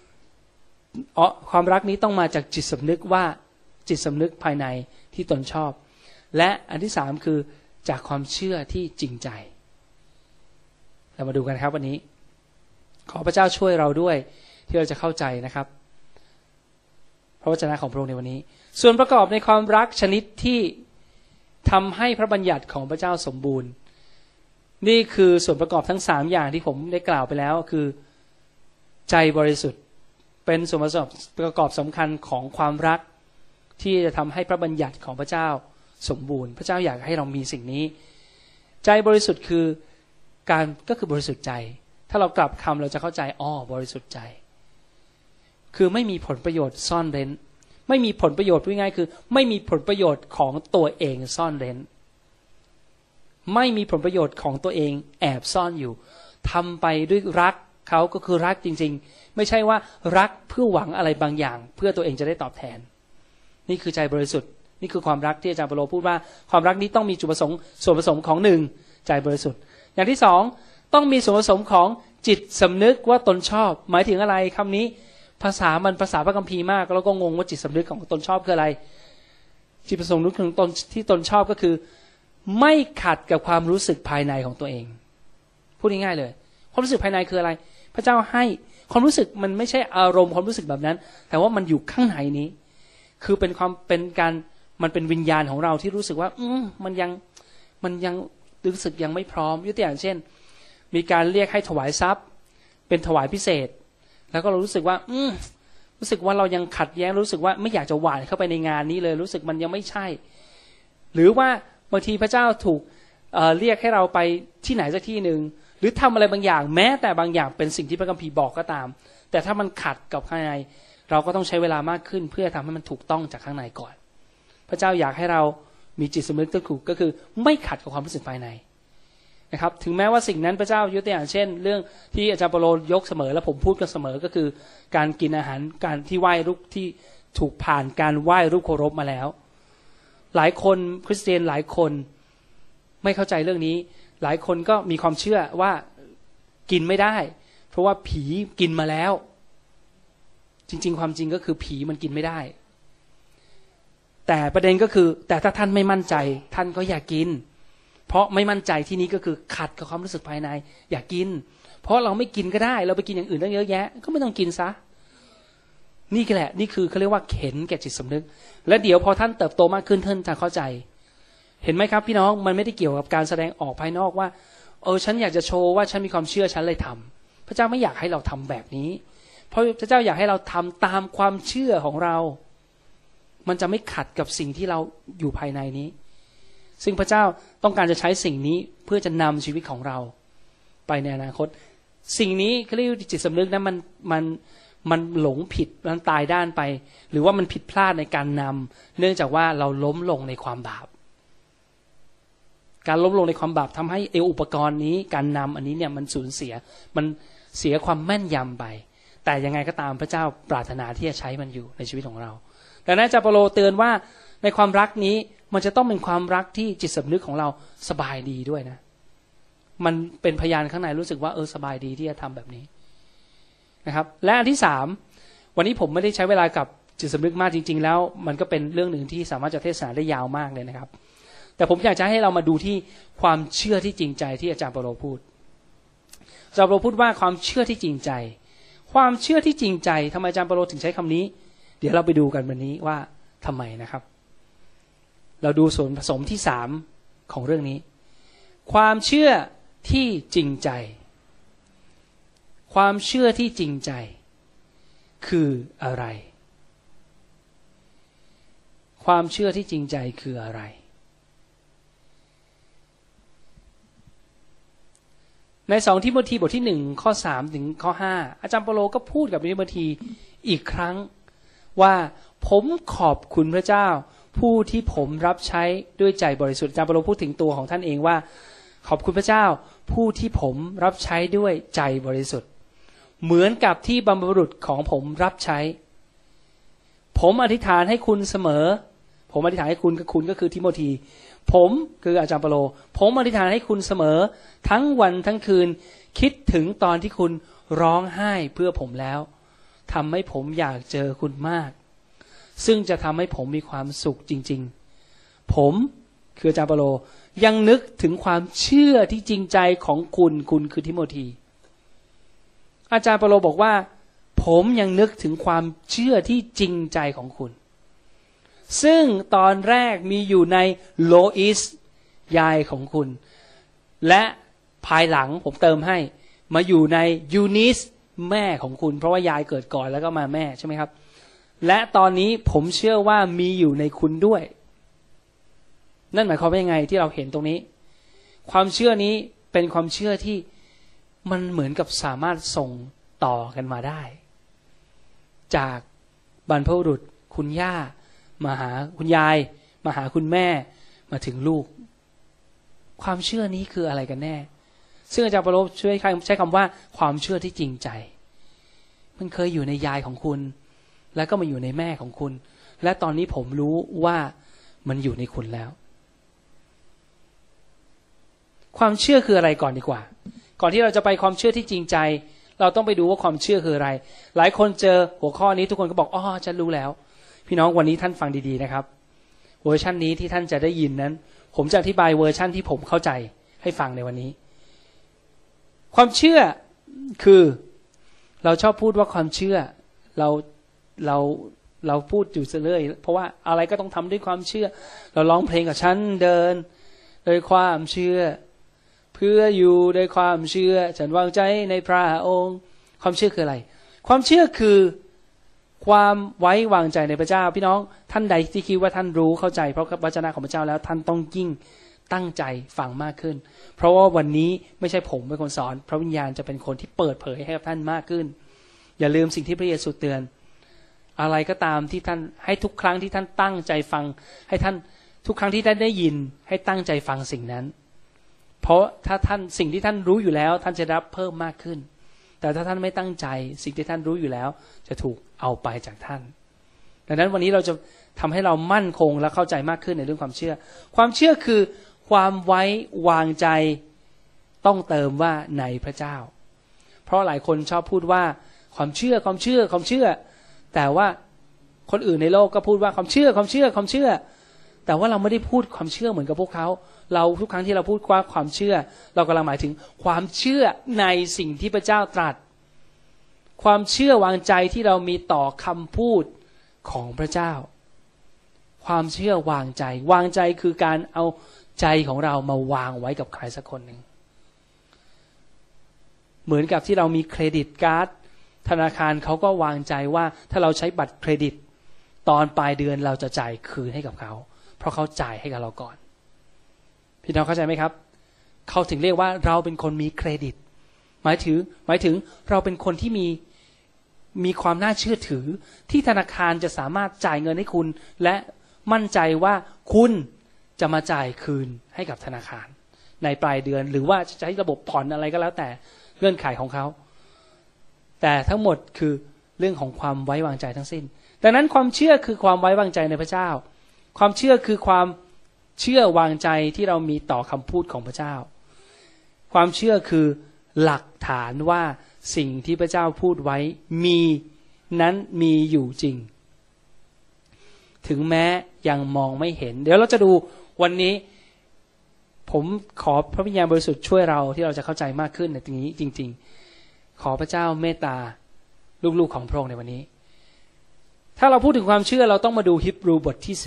ความรักนี้ต้องมาจากจิตสำนึกว่าจิตสำนึกภายในที่ตนชอบและอันที่3คือจากความเชื่อที่จริงใจเรามาดูกันครับวันนี้ขอพระเจ้าช่วยเราด้วยที่เราจะเข้าใจนะครับพระวจนะของพระองค์ในวันนี้ส่วนประกอบในความรักชนิดที่ทำให้พระบัญญัติของพระเจ้าสมบูรณ์นี่คือส่วนประกอบทั้ง3อย่างที่ผมได้กล่าวไปแล้วคือใจบริสุทธิ์เป็นส่วนประกอบสำคัญของความรักที่จะทำให้พระบัญญัติของพระเจ้าสมบูรณ์พระเจ้าอยากให้เรามีสิ่งนี้ใจบริสุทธิ์คือก็คือบริสุทธิ์ใจถ้าเรากลับคำเราจะเข้าใจบริสุทธิ์ใจคือไม่มีผลประโยชน์ซ่อนเร้นไม่มีผลประโยชน์พูดง่ายคือไม่มีผลประโยชน์ของตัวเองซ่อนเร้นไม่มีผลประโยชน์ของตัวเองแอบซ่อนอยู่ทำไปด้วยรักเขาก็คือรักจริงๆไม่ใช่ว่ารักเพื่อหวังอะไรบางอย่างเพื่อตัวเองจะได้ตอบแทนนี่คือใจบริสุทธิ์นี่คือความรักที่อาจารย์เปาโลพูดว่าความรักนี้ต้องมีจุดประสงค์ส่วนผสมของ1ใจบริสุทธิ์อย่างที่2ต้องมีส่วนผสมของจิตสำนึกว่าตนชอบหมายถึงอะไรคำนี้ภาษาพระคัมภีร์มากแล้วก็งงว่าจิตสำนึกของตนชอบคืออะไรจิตประสงค์ของตนที่ตนชอบก็คือไม่ขัดกับความรู้สึกภายในของตัวเองพูดง่ายๆเลยความรู้สึกภายในคืออะไรพระเจ้าให้ความรู้สึกมันไม่ใช่อารมณ์ความรู้สึกแบบนั้นแต่ว่ามันอยู่ข้างในนี้คือมันเป็นวิญญาณของเราที่รู้สึกว่ามันยังรู้สึกยังไม่พร้อมยกตัวอย่างเช่นมีการเรียกให้ถวายทรัพย์เป็นถวายพิเศษแล้วก็เรารู้สึกว่ารู้สึกว่าเรายังขัดแย้งรู้สึกว่าไม่อยากจะหวานเข้าไปในงานนี้เลยรู้สึกมันยังไม่ใช่หรือว่าบางทีพระเจ้าถูกเรียกให้เราไปที่ไหนสักที่นึงหรือทำอะไรบางอย่างแม้แต่บางอย่างเป็นสิ่งที่พระคัมภีร์บอกก็ตามแต่ถ้ามันขัดกับข้างในเราก็ต้องใช้เวลามากขึ้นเพื่อทำให้มันถูกต้องจากข้างในก่อนพระเจ้าอยากให้เรามีจิตสำนึกก็คือไม่ขัดกับความรู้สึกภายในนะครับถึงแม้ว่าสิ่งนั้นพระเจ้ายกตัวอย่างเช่นเรื่องที่อาจารย์เปาโลยกเสมอและผมพูดกันเสมอก็คือการกินอาหารการที่ไหว้รูปที่ถูกผ่านการไหว้รูปเคารพมาแล้วหลายคนคริสเตียนหลายคนไม่เข้าใจเรื่องนี้หลายคนก็มีความเชื่อว่ากินไม่ได้เพราะว่าผีกินมาแล้วจริงๆความจริงก็คือผีมันกินไม่ได้แต่ประเด็นก็คือแต่ถ้าท่านไม่มั่นใจท่านก็อย่ากินเพราะไม่มั่นใจที่นี้ก็คือขัดกับความรู้สึกภายในอย่ากินเพราะเราไม่กินก็ได้เราไปกินอย่างอื่นตั้งเยอะแยะก็ไม่ต้องกินซะนี่แหละนี่คือเขาเรียกว่าเข็นแก่จิตสำนึกและเดี๋ยวพอท่านเติบโตมากขึ้นท่านจะเข้าใจเห็นไหมครับพี่น้องมันไม่ได้เกี่ยวกับการแสดงออกภายนอกว่าฉันอยากจะโชว์ว่าฉันมีความเชื่อฉันเลยทพระเจ้าไม่อยากให้เราทำแบบนี้เพราะพระเจ้าอยากให้เราทำตามความเชื่อของเรามันจะไม่ขัดกับสิ่งที่เราอยู่ภายในนี้ซึ่งพระเจ้าต้องการจะใช้สิ่งนี้เพื่อจะนำชีวิตของเราไปในอนาคตสิ่งนี้เขาเรียกจิตสำนึกนะมันหลงผิดมันตายด้านไปหรือว่ามันผิดพลาดในการนำเนื่องจากว่าเราล้มลงในความบาปการล้มลงในความบาปทำให้อุปกรณ์นี้การนำอันนี้เนี่ยมันสูญเสียมันเสียความแม่นยำไปแต่ยังไงก็ตามพระเจ้าปรารถนาที่จะใช้มันอยู่ในชีวิตของเราดังนั้นอาจารย์เปาโลเตือนว่าในความรักนี้มันจะต้องเป็นความรักที่จิตสำนึกของเราสบายดีด้วยนะมันเป็นพยานข้างในรู้สึกว่าสบายดีที่จะทำแบบนี้นะครับและอันที่สามวันนี้ผมไม่ได้ใช้เวลากับจิตสำนึกมากจริงๆแล้วมันก็เป็นเรื่องหนึ่งที่สามารถจะเทศนาได้ยาวมากเลยนะครับแต่ผมอยากจะให้เรามาดูที่ความเชื่อที่จริงใจที่อาจารย์เปาโลพูดอาจารย์เปาโลพูดว่าความเชื่อที่จริงใจความเชื่อที่จริงใจทำไมอาจารย์เปาโลถึงใช้คำนี้เดี๋ยวเราไปดูกันวันนี้ว่าทำไมนะครับเราดูส่วนผสมที่สามของเรื่องนี้ความเชื่อที่จริงใจความเชื่อที่จริงใจคืออะไรความเชื่อที่จริงใจคืออะไรใน2ทิโมธีบทที่1ข้อ3ถึงข้อ5อาจารย์เปาโลก็พูดกับทิโมธีอีกครั้งว่าผมขอบคุณพระเจ้าผู้ที่ผมรับใช้ด้วยใจบริสุทธิ์อาจารย์เปาโลพูดถึงตัวของท่านเองว่าขอบคุณพระเจ้าผู้ที่ผมรับใช้ด้วยใจบริสุทธิ์เหมือนกับที่บรรพบุรุษของผมรับใช้ผมอธิษฐานให้คุณเสมอผมอธิษฐานให้คุณก็คือทิโมธีผมคืออาจารย์เปาโลผมอธิษฐานให้คุณเสมอทั้งวันทั้งคืนคิดถึงตอนที่คุณร้องไห้เพื่อผมแล้วทำให้ผมอยากเจอคุณมากซึ่งจะทำให้ผมมีความสุขจริงๆผมคืออาจารย์เปาโลยังนึกถึงความเชื่อที่จริงใจของคุณคือทิโมธีอาจารย์เปาโลบอกว่าผมยังนึกถึงความเชื่อที่จริงใจของคุณซึ่งตอนแรกมีอยู่ในโลอิสยายของคุณและภายหลังผมเติมให้มาอยู่ในยูนิสแม่ของคุณเพราะว่ายายเกิดก่อนแล้วก็มาแม่ใช่ไหมครับและตอนนี้ผมเชื่อว่ามีอยู่ในคุณด้วยนั่นหมายความว่ายังไงที่เราเห็นตรงนี้ความเชื่อนี้เป็นความเชื่อที่มันเหมือนกับสามารถส่งต่อกันมาได้จากบรรพบุรุษคุณย่ามาหาคุณยายมาหาคุณแม่มาถึงลูกความเชื่อนี้คืออะไรกันแน่ซึ่งอาจารย์เปาโลช่วยใช้คำว่าความเชื่อที่จริงใจมันเคยอยู่ในยายของคุณแล้วก็มาอยู่ในแม่ของคุณและตอนนี้ผมรู้ว่ามันอยู่ในคุณแล้วความเชื่อคืออะไรก่อนดีกว่าก่อนที่เราจะไปความเชื่อที่จริงใจเราต้องไปดูว่าความเชื่อคืออะไรหลายคนเจอหัวข้อนี้ทุกคนก็บอกอ๋อฉันรู้แล้วพี่น้องวันนี้ท่านฟังดีๆนะครับเวอร์ชันนี้ที่ท่านจะได้ยินนั้นผมจะอธิบายเวอร์ชันที่ผมเข้าใจให้ฟังในวันนี้ความเชื่อคือเราชอบพูดว่าความเชื่อเราพูดอยู่เรื่อยเพราะว่าอะไรก็ต้องทำด้วยความเชื่อเราร้องเพลงกับฉันเดินโดยความเชื่อเพื่ออยู่ด้วยความเชื่อฉันวางใจในพระองค์ความเชื่อคืออะไรความเชื่อคือความไว้วางใจในพระเจ้าพี่น้องท่านใดที่คิดว่าท่านรู้เข้าใจเพราะวจนะของพระเจ้าแล้วท่านต้องยิ่งตั้งใจฟังมากขึ้นเพราะว่าวันนี้ไม่ใช่ผมเป็นคนสอนพระวิญญาณจะเป็นคนที่เปิดเผยให้กับท่านมากขึ้นอย่าลืมสิ่งที่พระเยซูเตือนอะไรก็ตามที่ท่านให้ทุกครั้งที่ท่านตั้งใจฟังให้ท่านทุกครั้งที่ท่านได้ยินให้ตั้งใจฟังสิ่งนั้นเพราะถ้าท่านสิ่งที่ท่านรู้อยู่แล้วท่านจะรับเพิ่มมากขึ้นแต่ถ้าท่านไม่ตั้งใจสิ่งที่ท่านรู้อยู่แล้วจะถูกเอาไปจากท่านดังนั้นวันนี้เราจะทำให้เรามั่นคงและเข้าใจมากขึ้นในเรื่องความเชื่อความเชื่อคือความไว้วางใจต้องเติมว่าในพระเจ้าเพราะหลายคนชอบพูดว่าความเชื่อแต่ว่าคนอื่นในโลกก็พูดว่าความเชื่อแต่ว่าเราไม่ได้พูดความเชื่อเหมือนกับพวกเขาเราทุกครั้งที่เราพูดว่าความเชื่อเรากำลังหมายถึงความเชื่อในสิ่งที่พระเจ้าตรัสความเชื่อวางใจที่เรามีต่อคำพูดของพระเจ้าความเชื่อวางใจคือการเอาใจของเรามาวางไว้กับใครสักคนหนึ่งเหมือนกับที่เรามีเครดิตการ์ดธนาคารเขาก็วางใจว่าถ้าเราใช้บัตรเครดิตตอนปลายเดือนเราจะจ่ายคืนให้กับเขาเพราะเขาจ่ายให้กับเราก่อนพี่น้องเข้าใจไหมครับเขาถึงเรียกว่าเราเป็นคนมีเครดิตหมายถึงเราเป็นคนที่มีความน่าเชื่อถือที่ธนาคารจะสามารถจ่ายเงินให้คุณและมั่นใจว่าคุณจะมาจ่ายคืนให้กับธนาคารในปลายเดือนหรือว่าจะใช้ระบบผ่อนอะไรก็แล้วแต่เงื่อนไขของเขาแต่ทั้งหมดคือเรื่องของความไว้วางใจทั้งสิ้นดังนั้นความเชื่อคือความไว้วางใจในพระเจ้าความเชื่อคือความเชื่อวางใจที่เรามีต่อคำพูดของพระเจ้าความเชื่อคือหลักฐานว่าสิ่งที่พระเจ้าพูดไว้มีอยู่จริงถึงแม้ยังมองไม่เห็นเดี๋ยวเราจะดูวันนี้ผมขอพระวิญญาณบริสุทธิ์ช่วยเราที่เราจะเข้าใจมากขึ้นในตรงนี้จริงๆขอพระเจ้าเมตตาลูกๆของพระองค์ในวันนี้ถ้าเราพูดถึงความเชื่อเราต้องมาดูฮีบรูบทที่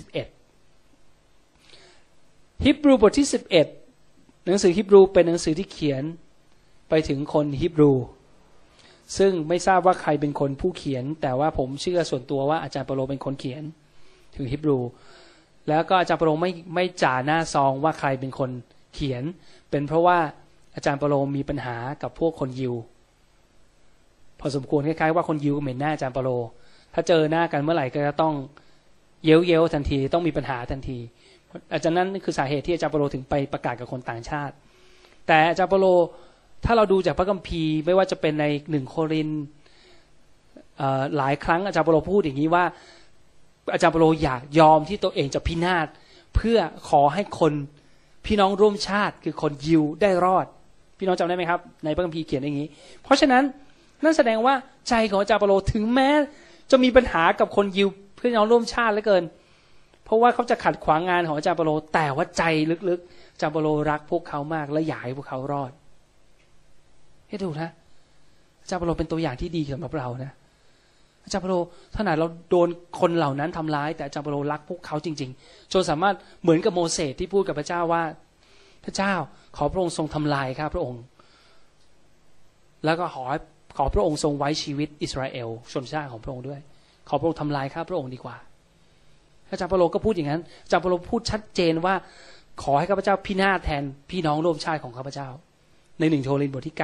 11ฮีบรูบทที่11หนังสือฮีบรูเป็นหนังสือที่เขียนไปถึงคนฮีบรูซึ่งไม่ทราบว่าใครเป็นคนผู้เขียนแต่ว่าผมเชื่อส่วนตัวว่าอาจารย์เปโลเป็นคนเขียนถึงฮีบรูแล้วก็อาจารย์เปโลไม่จ่าหน้าซองว่าใครเป็นคนเขียนเป็นเพราะว่าอาจารย์เปโลมีปัญหากับพวกคนยิวพอสมควรคล้ายๆว่าคนยิวเหม็นหน้าอาจารย์เปโลถ้าเจอหน้ากันเมื่อไหร่ก็จะต้องเย้ยวทันทีต้องมีปัญหาทันทีอาจารย์นั้นคือสาเหตุที่อาจารย์เปโลถึงไปประกาศกับคนต่างชาติแต่อาจารย์เปโลถ้าเราดูจากพระคัมภีร์ไม่ว่าจะเป็นใน1 โครินธ์หลายครั้งอาจารย์เปโลพูดอย่างนี้ว่าอาจารย์เปโลอยากยอมที่ตัวเองจะพินาศเพื่อขอให้คนพี่น้องร่วมชาติคือคนยิวได้รอดพี่น้องจำได้ไหมครับในพระคัมภีร์เขียนอย่างนี้เพราะฉะนั้นนั่นแสดงว่าใจของอาจารย์เปโลถึงแม้จะมีปัญหากับคนยิวพี่น้องร่วมชาติเหลือเกินเพราะว่าเขาจะขัดขวางงานของอาจารย์เปโลแต่ว่าใจลึกๆอาจารย์เปโลรักพวกเขามากและอยากให้พวกเขารอดให้ดูนะอาจารย์เปโลเป็นตัวอย่างที่ดีสำหรับเรานะอาจารย์เปโลขนาดเราโดนคนเหล่านั้นทำร้ายแต่อาจารย์เปโลรักพวกเขาจริงๆจนสามารถเหมือนกับโมเสสที่พูดกับพระเจ้าว่าพระเจ้าขอพระองค์ทรงทำลายข้าพระองค์แล้วก็ขอพระองค์ทรงไว้ชีวิตอิสราเอลชนชาติของพระองค์ด้วยขอพระองค์ทำลายข้าพระองค์ดีกว่าอาจารย์เปโลก็พูดอย่างนั้นอาจารย์เปโลพูดชัดเจนว่าขอให้ข้าพเจ้าพินาศแทนพี่น้องร่วมชาติของข้าพเจ้าใน1 โครินธ์บทที่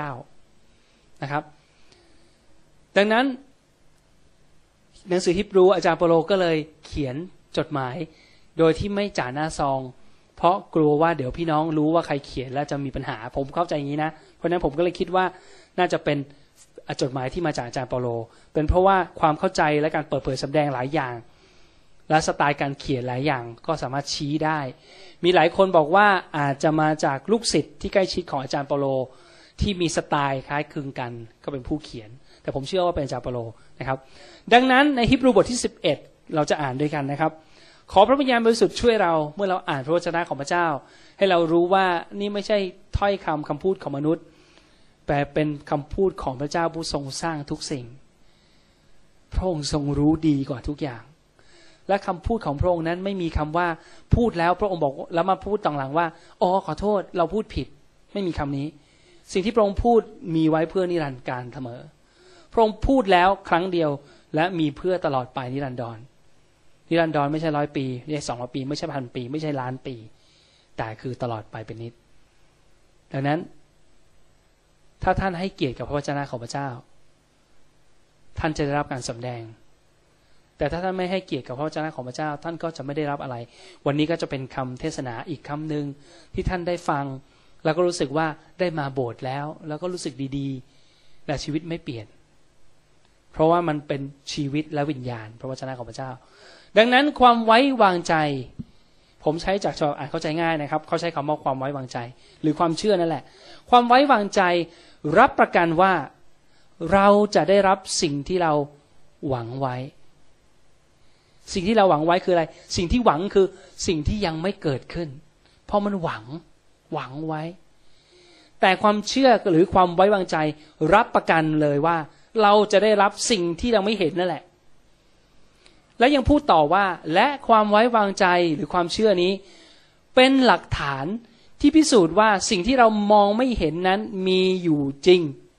9นะครับดังนั้นหนังสือฮีบรูอาจารย์เปโลก็เลยเขียนจดหมายโดยที่ไม่จ่าหน้าซองเพราะกลัวว่าเดี๋ยวพี่น้องรู้ว่าใครเขียนแล้วจะมีปัญหาผมเข้าใจอย่างนี้นะเพราะฉะนั้นผมก็เลยคิดว่าน่าจะเป็นจดหมายที่มาจากอาจารย์เปโลเป็นเพราะว่าความเข้าใจและการเปิดเผยแสดงหลายอย่างและสไตล์การเขียนหลายอย่างก็สามารถชี้ได้มีหลายคนบอกว่าอาจจะมาจากลูกศิษย์ที่ใกล้ชิดของอาจารย์เปโลที่มีสไตล์คล้ายคลึงกันก็เป็นผู้เขียนแต่ผมเชื่อว่าเป็นอาจารย์เปโลนะครับดังนั้นในฮีบรูบทที่11เราจะอ่านด้วยกันนะครับขอพระวิญญาณบริสุทธิ์ช่วยเราเมื่อเราอ่านพระวจนะของพระเจ้าให้เรารู้ว่านี่ไม่ใช่ถ้อยคำพูดของมนุษย์แต่เป็นคำพูดของพระเจ้าผู้ทรงสร้างทุกสิ่งพระองค์ทรงรู้ดีกว่าทุกอย่างและคำพูดของพระองค์นั้นไม่มีคำว่าพูดแล้วพระองค์บอกแล้วมาพูดต่างหลังว่าอ๋อขอโทษเราพูดผิดไม่มีคำนี้สิ่งที่พระองค์พูดมีไว้เพื่อนิรันดร์การเสมอพระองค์พูดแล้วครั้งเดียวและมีเพื่อตลอดไปนิรันดรนิรันดรไม่ใช่100 ปีไม่ใช่200 ปีไม่ใช่1,000 ปีไม่ใช่ล้านปีแต่คือตลอดไปเป็นนิจดังนั้นถ้าท่านให้เกียรติกับพระวจนะของพระเจ้าท่านจะได้รับการสำแดงแต่ถ้าท่านไม่ให้เกียรติกับพระวจนะของพระเจ้าท่านก็จะไม่ได้รับอะไรวันนี้ก็จะเป็นคำเทศนาอีกคำหนึ่งที่ท่านได้ฟังแล้วก็รู้สึกว่าได้มาโบสถ์แล้วก็รู้สึกดีๆแต่ชีวิตไม่เปลี่ยนเพราะว่ามันเป็นชีวิตและวิญญาณพระวจนะของพระเจ้าดังนั้นความไว้วางใจผมใช้จากชาวอ่านเข้าใจง่ายนะครับเขาใช้คำว่าความไว้วางใจหรือความเชื่อนั่นแหละความไว้วางใจรับประกันว่าเราจะได้รับสิ่งที่เราหวังไว้สิ่งที่เราหวังไว้คืออะไรสิ่งที่หวังคือสิ่งที่ยังไม่เกิดขึ้นเพราะมันหวังไว้แต่ความเชื่อหรือความไว้วางใจรับประกันเลยว่าเราจะได้รับสิ่งที่เราไม่เห็นนั่นแหละและยังพูดต่อว่าและความไว้วางใจหรือความเชื่อนี้เป็นหลักฐานที่พิสูจน์ว่าสิ่งที่เรามองไม่เห็นนั้นมีอยู่จริง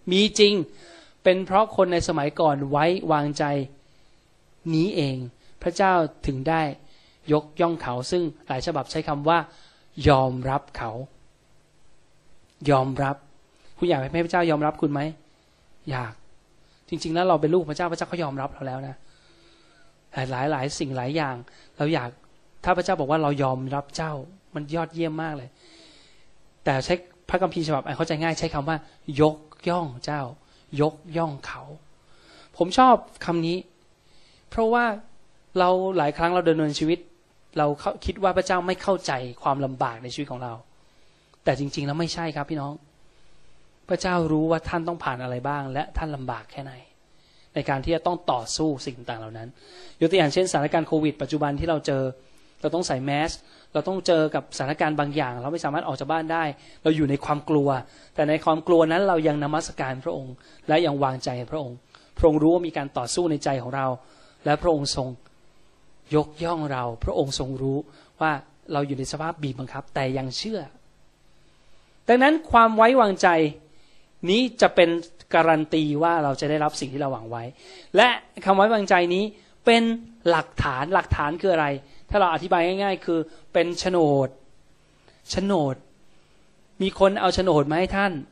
มีจริงเป็นเพราะคนในสมัยก่อนไว้วางใจนี้เองพระเจ้าถึงได้ยกย่องเขาซึ่งหลายฉบับใช้คำว่ายอมรับเขายอมรับคุณอยากให้พระเจ้ายอมรับคุณไหมอยากจริงๆแล้วเราเป็นลูกพระเจ้าพระเจ้าเขายอมรับเราแล้วนะหลายสิ่งหลายอย่างเราอยากถ้าพระเจ้าบอกว่าเรายอมรับเจ้ามันยอดเยี่ยมมากเลยแต่ใช้พระคัมภีร์ฉบับเข้าใจง่ายใช้คำว่ายกย่องเจ้ายกย่องเขาผมชอบคำนี้เพราะว่าเราหลายครั้งเราเดินชีวิตเราคิดว่าพระเจ้าไม่เข้าใจความลำบากในชีวิตของเราแต่จริงๆแล้วไม่ใช่ครับพี่น้องพระเจ้ารู้ว่าท่านต้องผ่านอะไรบ้างและท่านลำบากแค่ไหนในการที่จะต้องต่อสู้สิ่งต่างเหล่านั้นยกตัวอย่างเช่นสถานการณ์โควิดปัจจุบันที่เราเจอเราต้องใส่แมสเราต้องเจอกับสถานการณ์บางอย่างเราไม่สามารถออกจากบ้านได้เราอยู่ในความกลัวแต่ในความกลัวนั้นเรายังนมัสการพระองค์และยังวางใจพระองค์พระองค์รู้ว่ามีการต่อสู้ในใจของเราและพระองค์ทรงยกย่องเราพระองค์ทรงรู้ว่าเราอยู่ในสภาพบีบบังคับแต่ยังเชื่อดังนั้นความไว้วางใจนี้จะเป็นการันตีว่าเราจะได้รับสิ่งที่เราหวังไว้และคำไว้วางใจนี้เป็นหลักฐานคืออะไรถ้าเราอธิบายง่ายๆคือเป็นโฉนดมีคนเอาโฉนดมาให้ท่าน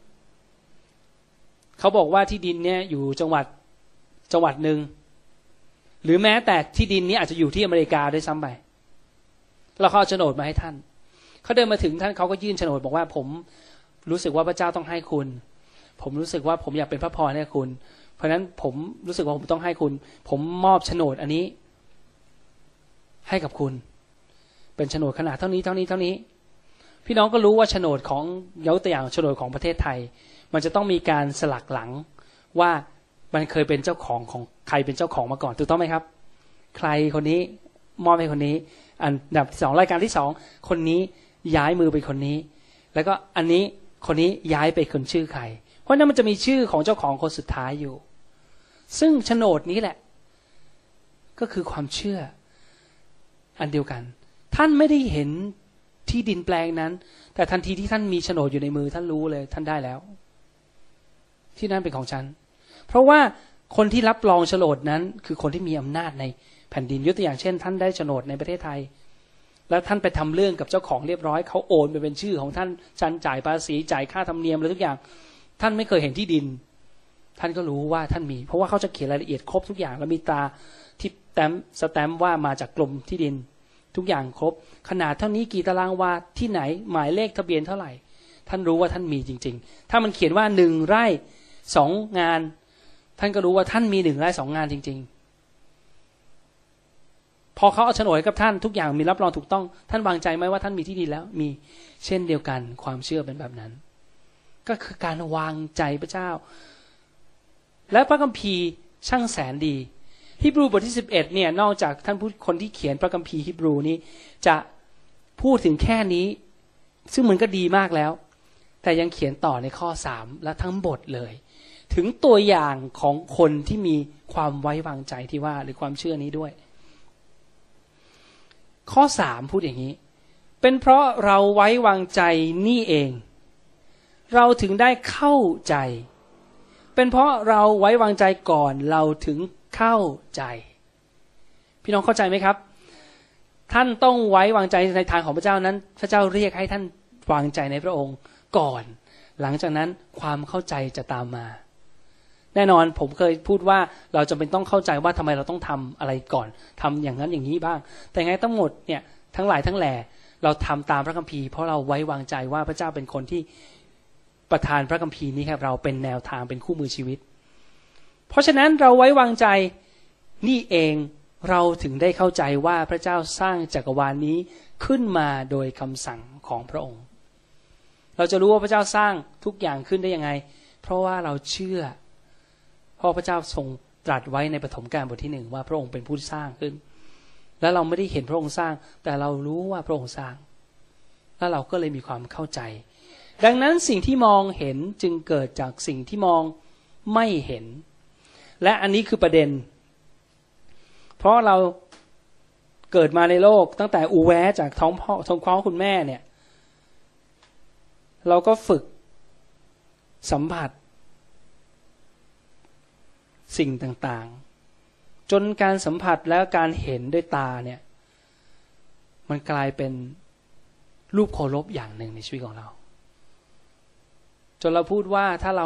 เขาบอกว่าที่ดินเนี่ยอยู่จังหวัดหนึ่งหรือแม้แต่ที่ดินนี้อาจจะอยู่ที่อเมริกาด้วยซ้ำไปแล้วเขาเอาโฉนดมาให้ท่านเขาเดินมาถึงท่านเขาก็ยื่นโฉนดบอกว่าผมรู้สึกว่าพระเจ้าต้องให้คุณผมรู้สึกว่าผมอยากเป็นพระพรให้คุณเพราะฉะนั้นผมรู้สึกว่าผมต้องให้คุณผมมอบโฉนดอันนี้ให้กับคุณเป็นโฉนดขนาดเท่านี้พี่น้องก็รู้ว่าโฉนดของยกตัวอย่างโฉนดของประเทศไทยมันจะต้องมีการสลักหลังว่ามันเคยเป็นเจ้าของใครเป็นเจ้าของมาก่อนถูกต้องไหมครับใครคนนี้มอบให้คนนี้อันดับที่2รายการที่2คนนี้ย้ายมือไปคนนี้แล้วก็อันนี้คนนี้ย้ายไปคนชื่อใครเพราะนั้นมันจะมีชื่อของเจ้าของคนสุดท้ายอยู่ซึ่งโฉนดนี้แหละก็คือความเชื่ออันเดียวกันท่านไม่ได้เห็นที่ดินแปลงนั้นแต่ทันทีที่ท่านมีโฉนดอยู่ในมือท่านรู้เลยท่านได้แล้วที่นั่นเป็นของฉันเพราะว่าคนที่รับรองโฉนดนั้นคือคนที่มีอำนาจในแผ่นดินยกตัวอย่างเช่นท่านได้โฉนดในประเทศไทยแล้วท่านไปทำเรื่องกับเจ้าของเรียบร้อยเขาโอนไปเป็นชื่อของท่านจันจ่ายภาษีจ่ายค่าธรรมเนียมอะไรทุกอย่างท่านไม่เคยเห็นที่ดินท่านก็รู้ว่าท่านมีเพราะว่าเขาจะเขียนรายละเอียดครบทุกอย่างแล้วมีตราที่สแตมป์ว่ามาจากกรมที่ดินทุกอย่างครบขนาดเท่านี้กี่ตารางวาที่ไหนหมายเลขทะเบียนเท่าไหร่ท่านรู้ว่าท่านมีจริงๆถ้ามันเขียนว่า1 ไร่ 2 งานท่านก็รู้ว่าท่านมี1 ไร่ 2 งานจริงๆพอเขาเอาโฉนดให้กับท่านทุกอย่างมีรับรองถูกต้องท่านวางใจไหมว่าท่านมีที่ดินแล้วมีเช่นเดียวกันความเชื่อเป็นแบบนั้นก็คือการวางใจพระเจ้าและพระคัมภีร์ช่างแสนดีฮีบรูบทที่11เนี่ยนอกจากท่านคนที่เขียนพระคัมภีร์ฮีบรูนี้จะพูดถึงแค่นี้ซึ่งมันก็ดีมากแล้วแต่ยังเขียนต่อในข้อ3และทั้งบทเลยถึงตัวอย่างของคนที่มีความไว้วางใจที่ว่าหรือความเชื่อนี้ด้วยข้อ3พูดอย่างนี้เป็นเพราะเราไว้วางใจนี่เองเราถึงได้เข้าใจเป็นเพราะเราไว้วางใจก่อนเราถึงเข้าใจพี่น้องเข้าใจไหมครับท่านต้องไว้วางใจในทางของพระเจ้านั้นพระเจ้าเรียกให้ท่านวางใจในพระองค์ก่อนหลังจากนั้นความเข้าใจจะตามมาแน่นอนผมเคยพูดว่าเราจำเป็นต้องเข้าใจว่าทำไมเราต้องทำอะไรก่อนทำอย่างนั้นอย่างนี้บ้างแต่ไงทั้งหมดเนี่ยทั้งหลายทั้งแหล่เราทำตามพระคัมภีร์เพราะเราไว้วางใจว่าพระเจ้าเป็นคนที่ประทานพระคัมภีร์นี้ครับเราเป็นแนวทางเป็นคู่มือชีวิตเพราะฉะนั้นเราไว้วางใจนี่เองเราถึงได้เข้าใจว่าพระเจ้าสร้างจักรวาลนี้ขึ้นมาโดยคำสั่งของพระองค์เราจะรู้ว่าพระเจ้าสร้างทุกอย่างขึ้นได้ยังไงเพราะว่าเราเชื่อเพราะพระเจ้าทรงตรัสไว้ในปฐมกาลบทที่1ว่าพระองค์เป็นผู้สร้างขึ้นและเราไม่ได้เห็นพระองค์สร้างแต่เรารู้ว่าพระองค์สร้างแล้วเราก็เลยมีความเข้าใจดังนั้นสิ่งที่มองเห็นจึงเกิดจากสิ่งที่มองไม่เห็นและอันนี้คือประเด็นเพราะเราเกิดมาในโลกตั้งแต่อูแวะจากท้องพ่อคุณแม่เนี่ยเราก็ฝึกสัมผัสสิ่งต่างๆจนการสัมผัสและการเห็นด้วยตาเนี่ยมันกลายเป็นรูปเคารพอย่างหนึ่งในชีวิตของเราจนเราพูดว่าถ้าเรา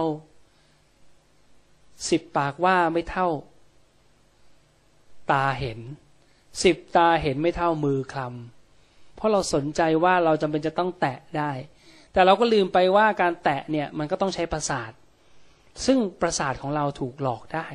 10 ปากว่าไม่เท่าตาเห็น10 ตาเห็นไม่เท่ามือคลำเพราะเราสนใจว่าเราจำเป็นจะต้องแตะได้แต่เราก็ลืมไปว่าการแตะเนี่ยมันก็ต้องใช้ประสาทซึ่งประสาทของเราถูกหลอกได้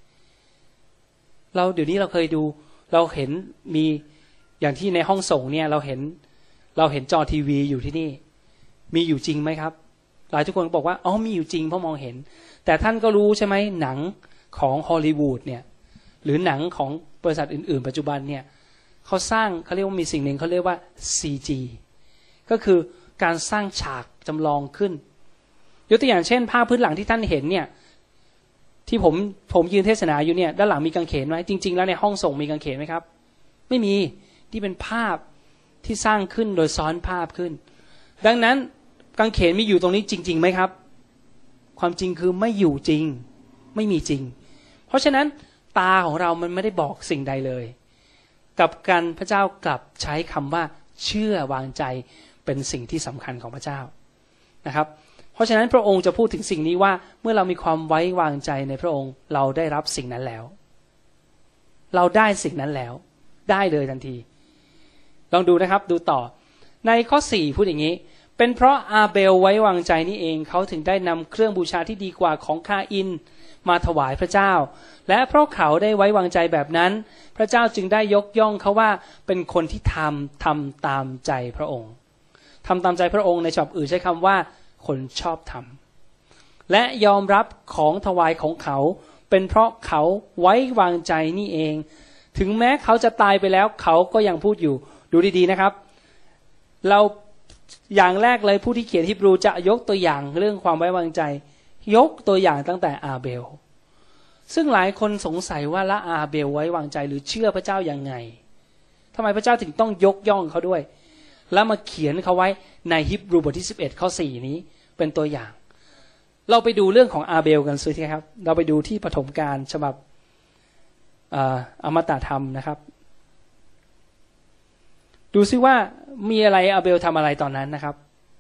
เดี๋ยวนี้เราเคยดูเราเห็นมีอย่างที่ในห้องส่งเนี่ยเราเห็นจอทีวีอยู่ที่นี่มีอยู่จริงไหมครับหลายทุกคนบอกว่าอ๋อมีอยู่จริงเพราะมองเห็นแต่ท่านก็รู้ใช่ไหมหนังของฮอลลีวูดเนี่ยหรือหนังของบริษัทอื่นๆปัจจุบันเนี่ยเขาสร้างเขาเรียกว่ามีสิ่งหนึ่งเขาเรียกว่า CG ก็คือการสร้างฉากจำลองขึ้นยกตัวอย่างเช่นภาพพื้นหลังที่ท่านเห็นเนี่ยที่ผมยืนเทศนาอยู่เนี่ยด้านหลังมีกางเขนไหมจริงๆแล้วในห้องส่งมีกางเขนไหมครับไม่มีที่เป็นภาพที่สร้างขึ้นโดยซ้อนภาพขึ้นดังนั้นกางเขนมีอยู่ตรงนี้จริงๆไหมครับความจริงคือไม่อยู่จริงไม่มีจริงเพราะฉะนั้นตาของเรามันไม่ได้บอกสิ่งใดเลยกับการพระเจ้ากลับใช้คำว่าเชื่อวางใจเป็นสิ่งที่สำคัญของพระเจ้านะครับเพราะฉะนั้นพระองค์จะพูดถึงสิ่งนี้ว่าเมื่อเรามีความไว้วางใจในพระองค์เราได้รับสิ่งนั้นแล้วเราได้สิ่งนั้นแล้วได้เลยทันทีลองดูนะครับดูต่อในข้อ4พูดอย่างนี้เป็นเพราะอาเบลไว้วางใจนี่เองเขาถึงได้นำเครื่องบูชาที่ดีกว่าของคาอินมาถวายพระเจ้าและเพราะเขาได้ไว้วางใจแบบนั้นพระเจ้าจึงได้ยกย่องเขาว่าเป็นคนที่ทำตามใจพระองค์ทำตามใจพระองค์ในฉบับอื่นใช้คำว่าคนชอบธรรมและยอมรับของถวายของเขาเป็นเพราะเขาไว้วางใจนี่เองถึงแม้เขาจะตายไปแล้วเขาก็ยังพูดอยู่ดูดีๆนะครับเราอย่างแรกเลยผู้ที่เขียนฮีบรูจะยกตัวอย่างเรื่องความไว้วางใจยกตัวอย่างตั้งแต่อาเบลซึ่งหลายคนสงสัยว่าละอาเบลไว้วางใจหรือเชื่อพระเจ้ายังไงทำไมพระเจ้าถึงต้องยกย่องเขาด้วยแล้วมาเขียนเขาไว้ในฮีบรูบทที่11ข้อ4นี้เป็นตัวอย่างเราไปดูเรื่องของอาเบลกันสิครับเราไปดูที่ปฐมกาลฉบับอมตะธรรมนะครับดูซิว่ามีอะไรอาเบลทำอะไรตอนนั้นนะครับ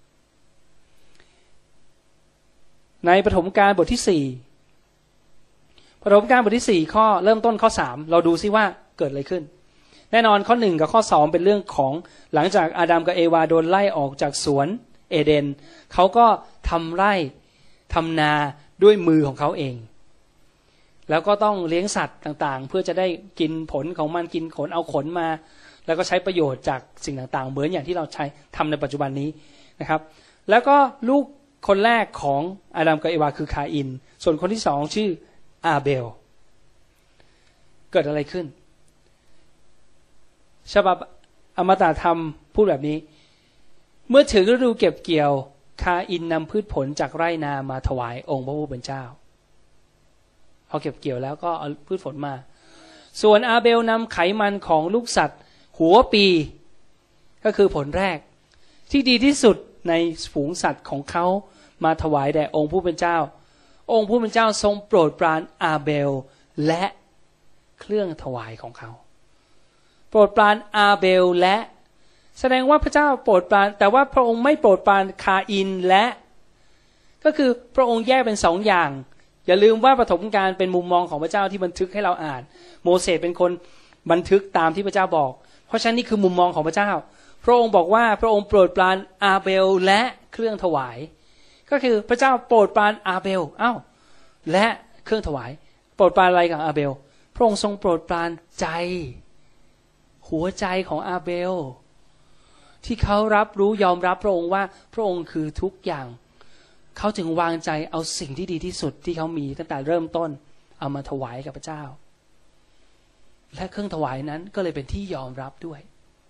ในปฐมกาลบทที่4ปฐมกาลบทที่4ข้อเริ่มต้นข้อ3เราดูซิว่าเกิดอะไรขึ้นแน่นอนข้อ1กับข้อ2เป็นเรื่องของหลังจากอาดัมกับเอวาโดนไล่ออกจากสวนเอเดนเขาก็ทำไร่ทำนาด้วยมือของเขาเองแล้วก็ต้องเลี้ยงสัตว์ต่างๆเพื่อจะได้กินผลของมันกินขนเอาขนมาแล้วก็ใช้ประโยชน์จากสิ่งต่างๆเหมือนอย่างที่เราใช้ทำในปัจจุบันนี้นะครับแล้วก็ลูกคนแรกของอาดัมกับเอวาคือคาอินส่วนคนที่2ชื่ออาเบลเกิดอะไรขึ้นฉบับอมตะธรรมพูดแบบนี้เมื่อถึงฤดูเก็บเกี่ยวคาอินนำพืชผลจากไร่นามาถวายองค์พระผู้เป็นเจ้าพอเก็บเกี่ยวแล้วก็เอาพืชผลมาส่วนอาเบลนำไขมันของลูกสัตว์หัวปีก็คือผลแรกที่ดีที่สุดในฝูงสัตว์ของเขามาถวายแด่องค์ผู้เป็นเจ้าองค์ผู้เป็นเจ้าทรงโปรดปรานอาเบลและเครื่องถวายของเขาโปรดปรานอาเบลและแสดงว่าพระเจ้าโปรดปรานแต่ว่าพระองค์ไม่โปรดปรานคาอินและก็คือพระองค์แยกเป็น2 อย่างอย่าลืมว่าปฐมกาลเป็นมุมมองของพระเจ้าที่บันทึกให้เราอ่านโมเสสเป็นคนบันทึกตามที่พระเจ้าบอกเพราะฉะนั้นนี่คือมุมมองของพระเจ้าพระองค์บอกว่าพระองค์โปรดปรานอาเบลและเครื่องถวายก็คือพระเจ้าโปรดปรานอาเบลและเครื่องถวายโปรดปรานอะไรกับอาเบลพระองค์ทรงโปรดปรานใจหัวใจของอาเบลที่เขารับรู้ยอมรับพระองค์ว่าพระองค์คือทุกอย่างเขาถึงวางใจเอาสิ่งที่ดีที่สุดที่เขามีตั้งแต่เริ่มต้นเอามาถวายกับพระเจ้าและเครื่องถวายนั้นก็เลยเป็นที่ยอมรับด้วย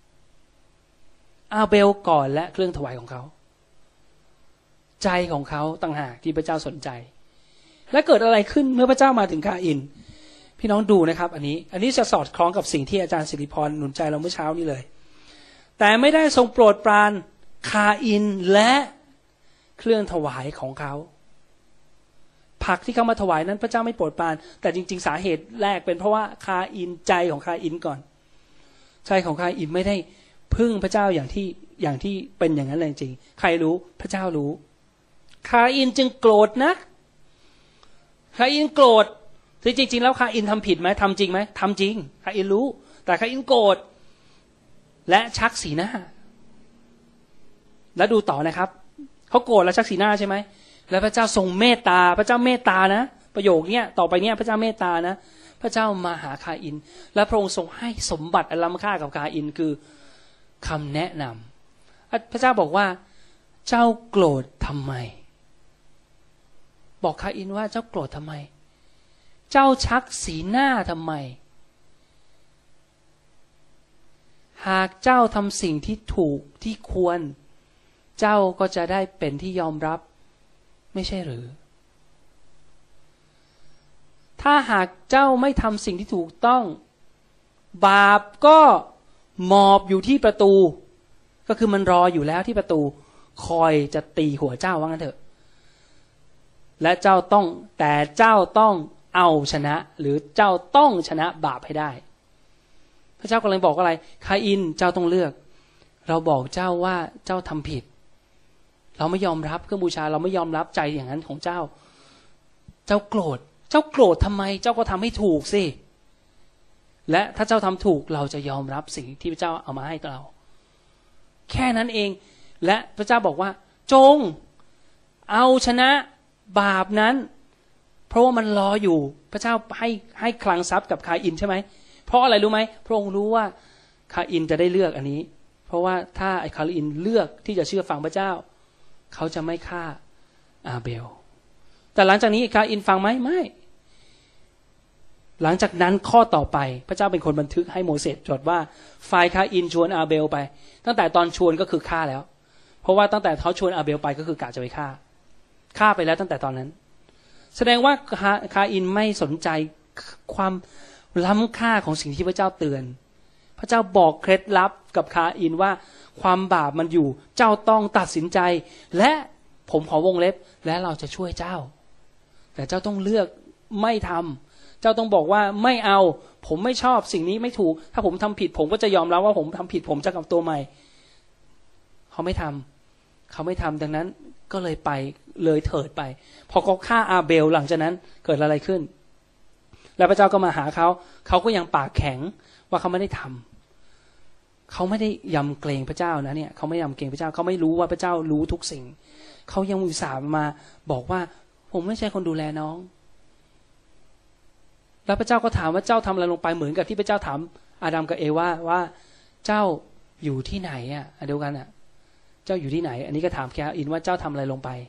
อาเบลก่อนและเครื่องถวายของเขาใจของเขาต่างหากที่พระเจ้าสนใจและเกิดอะไรขึ้นเมื่อพระเจ้ามาถึงคาอินพี่น้องดูนะครับอันนี้จะสอดคล้องกับสิ่งที่อาจารย์สิริพรหนุนใจเราเมื่อเช้านี้เลยแต่ไม่ได้ทรงโปรดปรานคาอินและเครื่องถวายของเขาผักที่เขามาถวายนั้นพระเจ้าไม่โปรดปรานแต่จริงๆสาเหตุแรกเป็นเพราะว่าคาอินใจของคาอินก่อนใจของคาอินไม่ได้พึ่งพระเจ้าอย่างที่เป็นอย่างนั้นเลยจริงใครรู้พระเจ้ารู้คาอินจึงโกรธนะคาอินโกรธจริงๆแล้วคาอินทำผิดไหมทำจริงไหมทำจริงคาอินรู้แต่คาอินโกรธและชักสีหน้าแล้วดูต่อนะครับเขาโกรธและชักสีหน้าใช่ไหมแล้วพระเจ้าทรงเมตตาพระเจ้าเมตตานะประโยคเนี้ยต่อไปเนี้ยพระเจ้าเมตตานะพระเจ้ามาหาคาอินและพระองค์ทรงให้สมบัติอันล้ำค่ากับคาอินคือคำแนะนำพระเจ้าบอกว่าเจ้าโกรธทำไมบอกคาอินว่าเจ้าโกรธทำไมเจ้าชักสีหน้าทำไมหากเจ้าทำสิ่งที่ถูกที่ควรเจ้าก็จะได้เป็นที่ยอมรับไม่ใช่หรือถ้าหากเจ้าไม่ทำสิ่งที่ถูกต้องบาปก็หมอบอยู่ที่ประตูก็คือมันรออยู่แล้วที่ประตูคอยจะตีหัวเจ้าว่างั้นเถอะและเจ้าต้องแต่เจ้าต้องเอาชนะหรือเจ้าต้องชนะบาปให้ได้พระเจ้ากำลังบอกอะไรคาอินเจ้าต้องเลือกเราบอกเจ้าว่าเจ้าทำผิดเราไม่ยอมรับเครื่องบูชาเราไม่ยอมรับใจอย่างนั้นของเจ้าเจ้าโกรธทำไมเจ้าก็ทำให้ถูกสิและถ้าเจ้าทำถูกเราจะยอมรับสิ่งที่พระเจ้าเอามาให้เราแค่นั้นเองและพระเจ้าบอกว่าจงเอาชนะบาปนั้นเพราะว่ามันรออยู่พระเจ้าให้คลังทรัพย์กับคาอินใช่ไหมเพราะอะไรรู้ไหมพระองค์รู้ว่าคาอินจะได้เลือกอันนี้เพราะว่าถ้าไอ้คาอินเลือกที่จะเชื่อฟังพระเจ้าเขาจะไม่ฆ่าอาเบลแต่หลังจากนี้คาอินฟังไหมไม่หลังจากนั้นข้อต่อไปพระเจ้าเป็นคนบันทึกให้โมเสสจดว่าฝ่ายคาอินชวนอาเบลไปตั้งแต่ตอนชวนก็คือฆ่าแล้วเพราะว่าตั้งแต่เขาชวนอาเบลไปก็คือกะจะไปฆ่าไปแล้วตั้งแต่ตอนนั้นแสดงว่าคาอินไม่สนใจความล้ำค่าของสิ่งที่พระเจ้าเตือนพระเจ้าบอกเคล็ดลับกับคาอินว่าความบาปมันอยู่เจ้าต้องตัดสินใจและผมขอวงเล็บและเราจะช่วยเจ้าแต่เจ้าต้องเลือกไม่ทำเจ้าต้องบอกว่าไม่เอาผมไม่ชอบสิ่งนี้ไม่ถูกถ้าผมทำผิดผมก็จะยอมรับว่าผมทำผิดผมจะกลับตัวใหม่เขาไม่ทำดังนั้นก็เลยไปเลยเถิดไปพอเขาฆ่าอาเบลหลังจากนั้นเกิดอะไรขึ้นแล้วพระเจ้าก็มาหาเขาก็ยังปากแข็งว่าเขาไม่ได้ทำเขาไม่ได้ยำเกรงพระเจ้านะเนี่ยเขาไม่ยำเกรงพระเจ้าเขาไม่รู้ว่าพระเจ้ารู้ทุกสิ่งเขายังอุตส่าห์มาบอกว่าผมไม่ใช่คนดูแลน้องแล้วพระเจ้าก็ถามว่าเจ้าทำอะไรลงไปเหมือนกับที่พระเจ้าถามอาดัมกับเอวาว่าเจ้าอยู่ที่ไหนอ่ะเดียวกันอ่ะเจ้าอยู่ที่ไหนอันนี้ก็ถามแคอินว่าเจ้าทำอะไรลงไป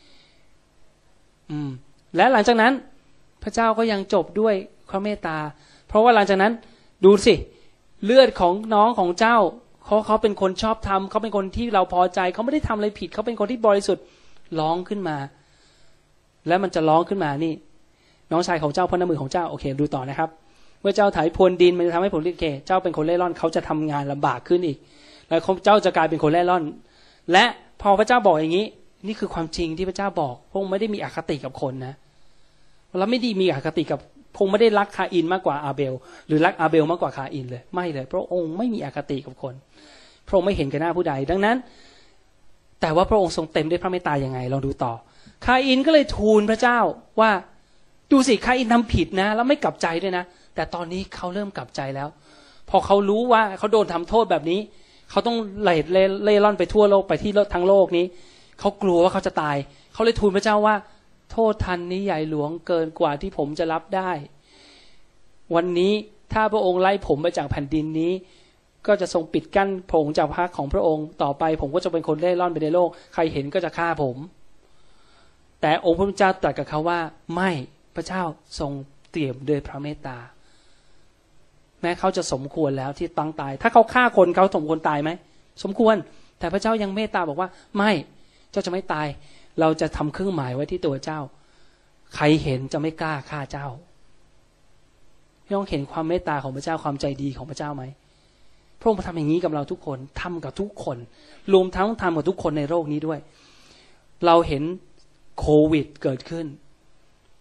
และหลังจากนั้นพระเจ้าก็ยังจบด้วยความเมตตาเพราะว่าหลังจากนั้นดูสิเลือดของน้องของเจ้าเขาเป็นคนชอบธรรมเขาเป็นคนที่เราพอใจเขาไม่ได้ทำอะไรผิดเขาเป็นคนที่บริสุทธิ์ร้องขึ้นมาแล้วมันจะร้องขึ้นมานี่น้องชายของเจ้าพระน้ำมือของเจ้าโอเคดูต่อนะครับเมื่อเจ้าไถพรวนดินมันจะทำให้ผลผลิตเจ้าเป็นคนเล่ร่อนเขาจะทำงานลำบากขึ้นอีกแล้วเจ้าจะกลายเป็นคนเล่ร่อนและพอพระเจ้าบอกอย่างนี้นี่คือความจริงที่พระเจ้าบอกพระองค์ไม่ได้มีอคติกับคนนะเราไม่ได้มีอคติกับพระองค์ไม่ได้รักคาอินมากกว่าอาเบลหรือรักอาเบลมากกว่าคาอินเลยไม่เลยพระองค์ไม่มีอคติกับคนพระองค์ไม่เห็นแก่หน้าผู้ใดดังนั้นแต่ว่าพระองค์ทรงเต็มด้วยพระเมตตายังไงลองดูต่อคาอินก็เลยทูลพระเจ้าว่าดูสิคาอินทำผิดนะแล้วไม่กลับใจด้วยนะแต่ตอนนี้เขาเริ่มกลับใจแล้วพอเขารู้ว่าเขาโดนทำโทษแบบนี้เขาต้องเล่ร่อนไปทั่วโลกไปที่ทั้งโลกนี้เขากลัวว่าเขาจะตายเขาเลยทูลพระเจ้าว่าโทษทันนี้ใหญ่หลวงเกินกว่าที่ผมจะรับได้วันนี้ถ้าพระองค์ไล่ผมไปจากแผ่นดินนี้ก็จะทรงปิดกั้นพระองค์จากพระของพระองค์ต่อไปผมก็จะเป็นคนเล่ร่อนไปในโลกใครเห็นก็จะฆ่าผมแต่องค์พระเจ้าตรัสกับเขาว่าไม่พระเจ้าทรงเตรียมด้วยพระเมตตาแม้เขาจะสมควรแล้วที่ต้องตายถ้าเขาฆ่าคนเขาสมควรตายไหมสมควรแต่พระเจ้ายังเมตตาบอกว่าไม่เจ้าจะไม่ตายเราจะทำเครื่องหมายไว้ที่ตัวเจ้าใครเห็นจะไม่กล้าฆ่าเจ้าพี่น้องเห็นความเมตตาของพระเจ้าความใจดีของพระเจ้าไหมพระองค์ทำอย่างนี้กับเราทุกคนทำกับทุกคนรวมทั้งทำกับทุกคนในโลกนี้ด้วยเราเห็นโควิดเกิดขึ้น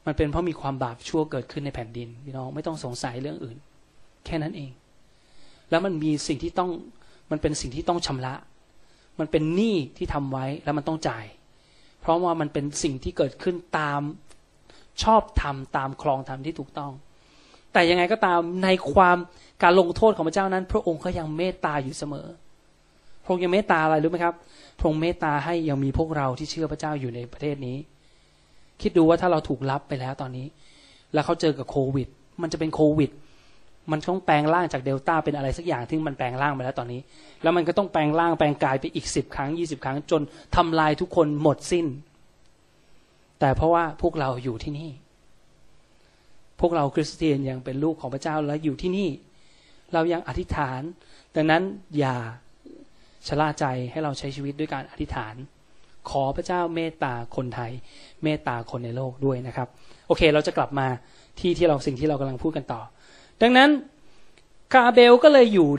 มันเป็นเพราะมีความบาปชั่วเกิดขึ้นในแผ่นดินพี่น้องไม่ต้องสงสัยเรื่องอื่นแค่นั้นเองแล้วมันมีสิ่งที่ต้องมันเป็นสิ่งที่ต้องชำระมันเป็นหนี้ที่ทำไว้แล้วมันต้องจ่ายเพราะว่ามันเป็นสิ่งที่เกิดขึ้นตามชอบธรรมตามครองธรรมที่ถูกต้องแต่ยังไงก็ตามในความการลงโทษของพระเจ้านั้นพระองค์ก็ยังเมตตาอยู่เสมอพระองค์ยังเมตตาอะไรรู้ไหมครับพระองค์เมตตาให้ยังมีพวกเราที่เชื่อพระเจ้าอยู่ในประเทศนี้คิดดูว่าถ้าเราถูกลับไปแล้วตอนนี้แล้วเขาเจอกับโควิดมันจะเป็นโควิดมันต้องแปลงร่างจากเดลต้าเป็นอะไรสักอย่างที่มันแปลงร่างไปแล้วตอนนี้แล้วมันก็ต้องแปลงร่างแปลงกายไปอีก10 ครั้ง20 ครั้งจนทำลายทุกคนหมดสิ้นแต่เพราะว่าพวกเราอยู่ที่นี่พวกเราคริสเตียนยังเป็นลูกของพระเจ้าและอยู่ที่นี่เรายังอธิษฐานดังนั้นอย่าชะล่าใจให้เราใช้ชีวิตด้วยการอธิษฐานขอพระเจ้าเมตตาคนไทยเมตตาคนในโลกด้วยนะครับโอเคเราจะกลับมาที่เราสิ่งที่เรากำลังพูดกันต่อดังนั้นกาเบลก็เลยอยู่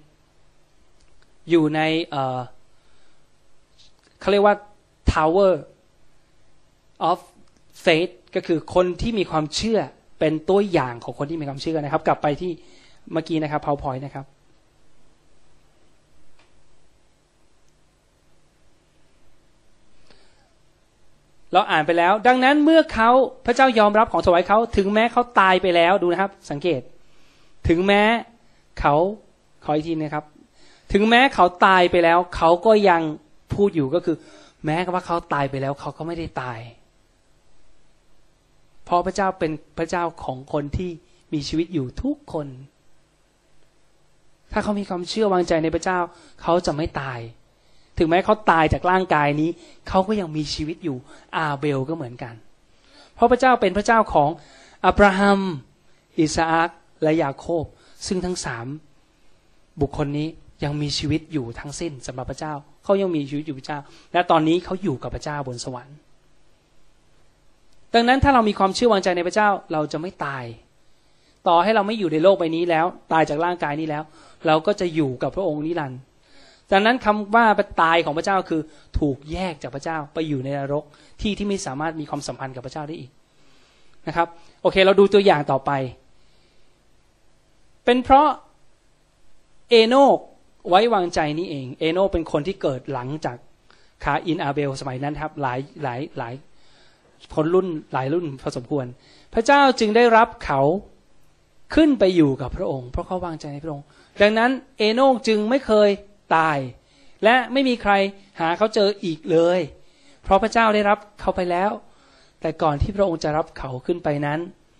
ในเขาเรียกว่า Tower of Faith ก็คือคนที่มีความเชื่อเป็นตัวอย่างของคนที่มีความเชื่อนะครับกลับไปที่เมื่อกี้นะครับ PowerPoint นะครับเราอ่านไปแล้วดังนั้นเมื่อเขาพระเจ้ายอมรับของถวายเขาถึงแม้เขาตายไปแล้วดูนะครับสังเกตถึงแม้เขาขออีกทีนะครับถึงแม้เขาตายไปแล้วเขาก็ยังพูดอยู่ก็คือแม้ว่าเขาตายไปแล้วเขาก็ไม่ได้ตายเพราะพระเจ้าเป็นพระเจ้าของคนที่มีชีวิตอยู่ทุกคนถ้าเขามีความเชื่อวางใจในพระเจ้าเขาจะไม่ตายถึงแม้เขาตายจากร่างกายนี้เขาก็ยังมีชีวิตอยู่อาเบลก็เหมือนกันเพราะพระเจ้าเป็นพระเจ้าของอับราฮัมอิสอัคและยาโคบซึ่งทั้ง3บุคคลนี้ยังมีชีวิตอยู่ทั้งสิ้นสำหรับพระเจ้าเขายังมีชีวิตอยู่พระเจ้าและตอนนี้เขาอยู่กับพระเจ้าบนสวรรค์ดังนั้นถ้าเรามีความเชื่อวางใจในพระเจ้าเราจะไม่ตายต่อให้เราไม่อยู่ในโลกใบนี้แล้วตายจากร่างกายนี้แล้วเราก็จะอยู่กับพระองค์นิรันดร์ดังนั้นคำว่าตายของพระเจ้าคือถูกแยกจากพระเจ้าไปอยู่ในนรกที่ไม่สามารถมีความสัมพันธ์กับพระเจ้าได้อีกนะครับโอเคเราดูตัวอย่างต่อไปเป็นเพราะเอโนกไว้วางใจนี้เองเอโนกเป็นคนที่เกิดหลังจากคาอินอาเบลสมัยนั้นครับหลายคนรุ่นหลายรุ่นพอสมควรพระเจ้าจึงได้รับเขาขึ้นไปอยู่กับพระองค์เพราะเขาวางใจในพระองค์ดังนั้นเอโนกจึงไม่เคยตายและไม่มีใครหาเขาเจออีกเลยเพราะพระเจ้าได้รับเขาไปแล้วแต่ก่อนที่พระองค์จะรับเขาขึ้นไปนั้น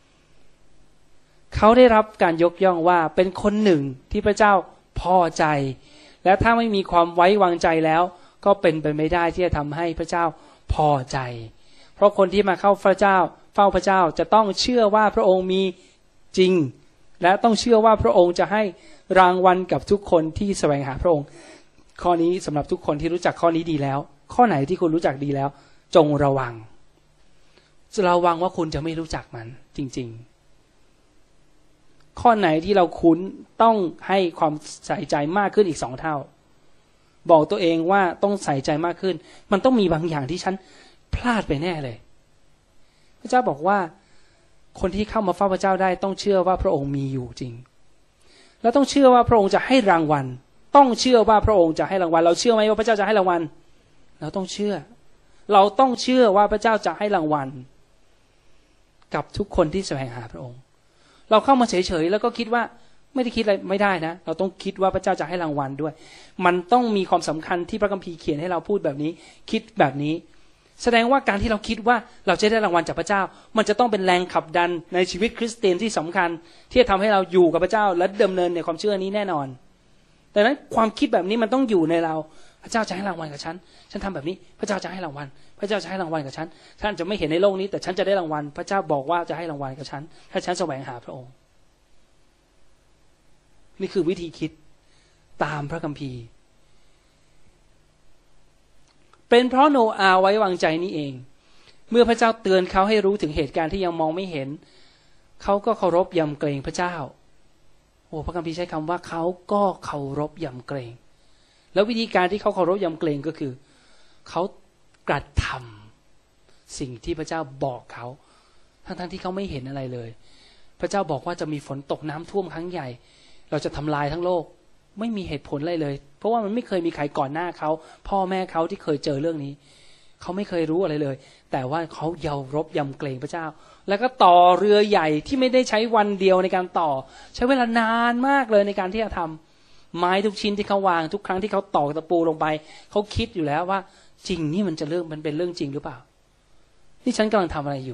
เขาได้รับการยกย่องว่าเป็นคนหนึ่งที่พระเจ้าพอใจและถ้าไม่มีความไว้วางใจแล้วก็เป็นไปไม่ได้ที่จะทำให้พระเจ้าพอใจเพราะคนที่มาเข้าพระเจ้าเฝ้าพระเจ้าจะต้องเชื่อว่าพระองค์มีจริงและต้องเชื่อว่าพระองค์จะให้รางวัลกับทุกคนที่แสวงหาพระองค์ข้อนี้สำหรับทุกคนที่รู้จักข้อนี้ดีแล้วข้อไหนที่คุณรู้จักดีแล้วจงระวังว่าคุณจะไม่รู้จักมันจริงๆข้อไหนที่เราคุ้นต้องให้ความใส่ใจมากขึ้นอีก2 เท่าบอกตัวเองว่าต้องใส่ใจมากขึ้นมันต้องมีบางอย่างที่ฉันพลาดไปแน่เลยพระเจ้าบอกว่าคนที่เข้ามาเฝ้าพระเจ้าได้ต้องเชื่อว่าพระองค์มีอยู่จริงและต้องเชื่อว่าพระองค์จะให้รางวัลต้องเชื่อว่าพระองค์จะให้รางวัลเราเชื่อไหมว่าพระเจ้าจะให้รางวัลเราต้องเชื่อว่าพระเจ้าจะให้รางวัลกับทุกคนที่แสวงหาพระองค์เราเข้ามาเฉยๆแล้วก็คิดว่าไม่ได้คิดอะไรไม่ได้นะเราต้องคิดว่าพระเจ้าจะให้รางวัลด้วยมันต้องมีความสำคัญที่พระคัมภีร์เขียนให้เราพูดแบบนี้คิดแบบนี้แสดงว่าการที่เราคิดว่าเราจะได้รางวัลจากพระเจ้ามันจะต้องเป็นแรงขับดันในชีวิตคริสเตียนที่สำคัญที่จะทำให้เราอยู่กับพระเจ้าและดำเนินในความเชื่อนี้แน่นอนดังนั้นความคิดแบบนี้มันต้องอยู่ในเราพระเจ้าจะให้รางวัลกับฉันทำแบบนี้พระเจ้าจะให้รางวัลพระเจ้าจะให้รางวัลกับฉันท่านจะไม่เห็นในโลกนี้แต่ฉันจะได้รางวัลพระเจ้าบอกว่าจะให้รางวัลกับฉันถ้าฉันแสวงหาพระองค์นี่คือวิธีคิดตามพระคัมภีร์เป็นเพราะโนอาห์ไว้วางใจนี่เองเมื่อพระเจ้าเตือนเขาให้รู้ถึงเหตุการณ์ที่ยังมองไม่เห็นเขาก็เคารพยำเกรงพระเจ้าพระคัมภีร์ใช้คำว่าเขาก็เคารพยำเกรงแล้ววิธีการที่เขาเคารพยำเกรงก็คือเขากระทำสิ่งที่พระเจ้าบอกเขาทั้งที่เขาไม่เห็นอะไรเลยพระเจ้าบอกว่าจะมีฝนตกน้ำท่วมครั้งใหญ่เราจะทำลายทั้งโลกไม่มีเหตุผลอะไรเลยเพราะว่ามันไม่เคยมีใครก่อนหน้าเขาพ่อแม่เขาที่เคยเจอเรื่องนี้เขาไม่เคยรู้อะไรเลยแต่ว่าเขาเยารบยำเกรงพระเจ้าแล้วก็ต่อเรือใหญ่ที่ไม่ได้ใช้วันเดียวในการต่อใช้เวลานานมากเลยในการที่จะทำไม้ทุกชิ้นที่เขาวางทุกครั้งที่เขาตอกตะปูลงไปเขาคิดอยู่แล้วว่าจริงนี่มันเป็นเรื่องจริงหรือเปล่านี่ฉันกำลังทำอะไรอยู่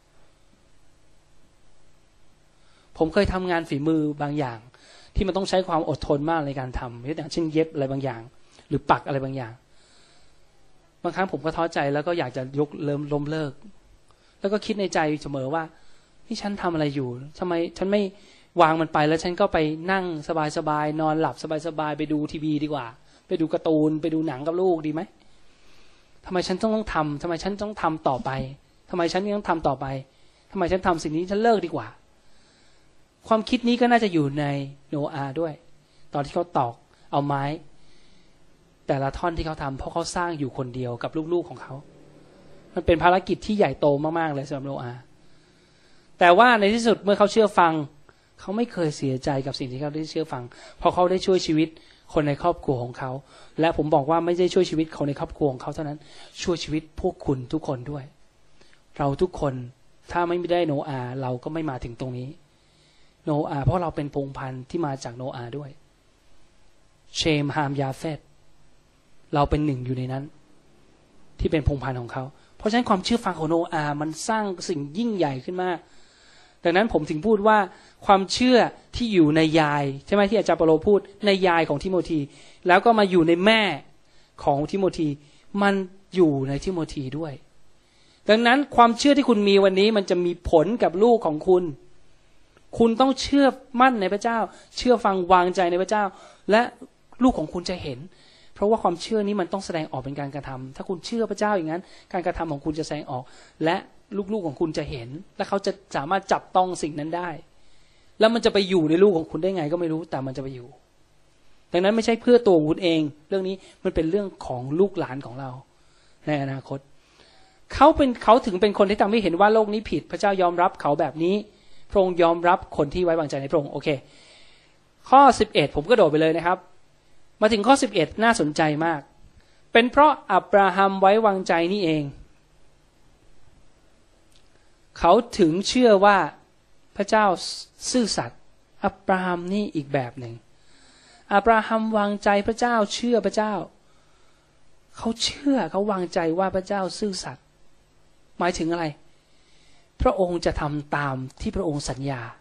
ผมเคยทำงานฝีมือบางอย่างที่มันต้องใช้ความอดทนมากในการทำอย่างเช่นเย็บอะไรบางอย่างหรือปักอะไรบางอย่างบางครั้งผมก็ท้อใจแล้วก็อยากจะล้มเลิกแล้วก็คิดในใจเสมอว่านี่ฉันทำอะไรอยู่ทำไมฉันไม่วางมันไปแล้วฉันก็ไปนั่งสบายๆนอนหลับสบายๆไปดูทีวีดีกว่าไปดูการ์ตูนไปดูหนังกับลูกดีไหมทำไมฉันต้องทำทำไมฉันต้องทำต่อไปทำไมฉันต้องทำต่อไปทำไมฉันทำสิ่งนี้ฉันเลิกดีกว่าความคิดนี้ก็น่าจะอยู่ในโนอาห์ด้วยตอนที่เขาตอกเอาไม้แต่ละท่อนที่เขาทำเพราะเขาสร้างอยู่คนเดียวกับลูกๆของเขามันเป็นภารกิจที่ใหญ่โตมากๆเลยสำหรับโนอาห์แต่ว่าในที่สุดเมื่อเขาเชื่อฟังเขาไม่เคยเสียใจกับสิ่งที่เขาได้เชื่อฟังเพราะเขาได้ช่วยชีวิตคนในครอบครัวของเขาและผมบอกว่าไม่ได้ช่วยชีวิตคนในครอบครัวของเขาเท่านั้นช่วยชีวิตพวกคุณทุกคนด้วยเราทุกคนถ้าไม่ได้โนอาห์เราก็ไม่มาถึงตรงนี้โนอาห์เพราะเราเป็นพงศ์พันธุ์ที่มาจากโนอาห์ด้วยเชมฮามยาเฟตเราเป็นหนึ่งอยู่ในนั้นที่เป็นพงศ์พันธุ์ของเขาเพราะฉะนั้นความเชื่อฟังของโนอาห์มันสร้างสิ่งยิ่งใหญ่ขึ้นมากดังนั้นผมถึงพูดว่าความเชื่อที่อยู่ในยายใช่ไหมที่อาจารย์เปโลพูดในยายของทิโมธีแล้วก็มาอยู่ในแม่ของทิโมธีมันอยู่ในทิโมธีด้วยดังนั้นความเชื่อที่คุณมีวันนี้มันจะมีผลกับลูกของคุณคุณต้องเชื่อมั่นในพระเจ้าเชื่อฟังวางใจในพระเจ้าและลูกของคุณจะเห็นเพราะว่าความเชื่อนี้มันต้องแสดงออกเป็นการกระทำถ้าคุณเชื่อพระเจ้าอย่างนั้นการกระทำของคุณจะแสดงออกและลูกๆของคุณจะเห็นและเขาจะสามารถจับต้องสิ่งนั้นได้แล้วมันจะไปอยู่ในลูกของคุณได้ไงก็ไม่รู้แต่มันจะไปอยู่ดังนั้นไม่ใช่เพื่อตัวคุณเองเรื่องนี้มันเป็นเรื่องของลูกหลานของเราในอนาคตเขาถึงเป็นคนที่ทำให้เห็นว่าโลกนี้ผิดพระเจ้ายอมรับเขาแบบนี้พระองค์ยอมรับคนที่ไว้วางใจในพระองค์โอเคข้อ11ผมก็โดดไปเลยนะครับมาถึงข้อ11น่าสนใจมากเป็นเพราะอับราฮัมไว้วางใจนี่เองเขาถึงเชื่อว่าพระเจ้าซื่อสัตย์อับราฮัมนี่อีกแบบหนึ่งอับราฮัมวางใจพระเจ้าเชื่อพระเจ้าเขาวางใจว่าพระเจ้าซื่อสัตย์หมายถึงอะไรพระองค์จะทำตามที่พระองค์สัญญา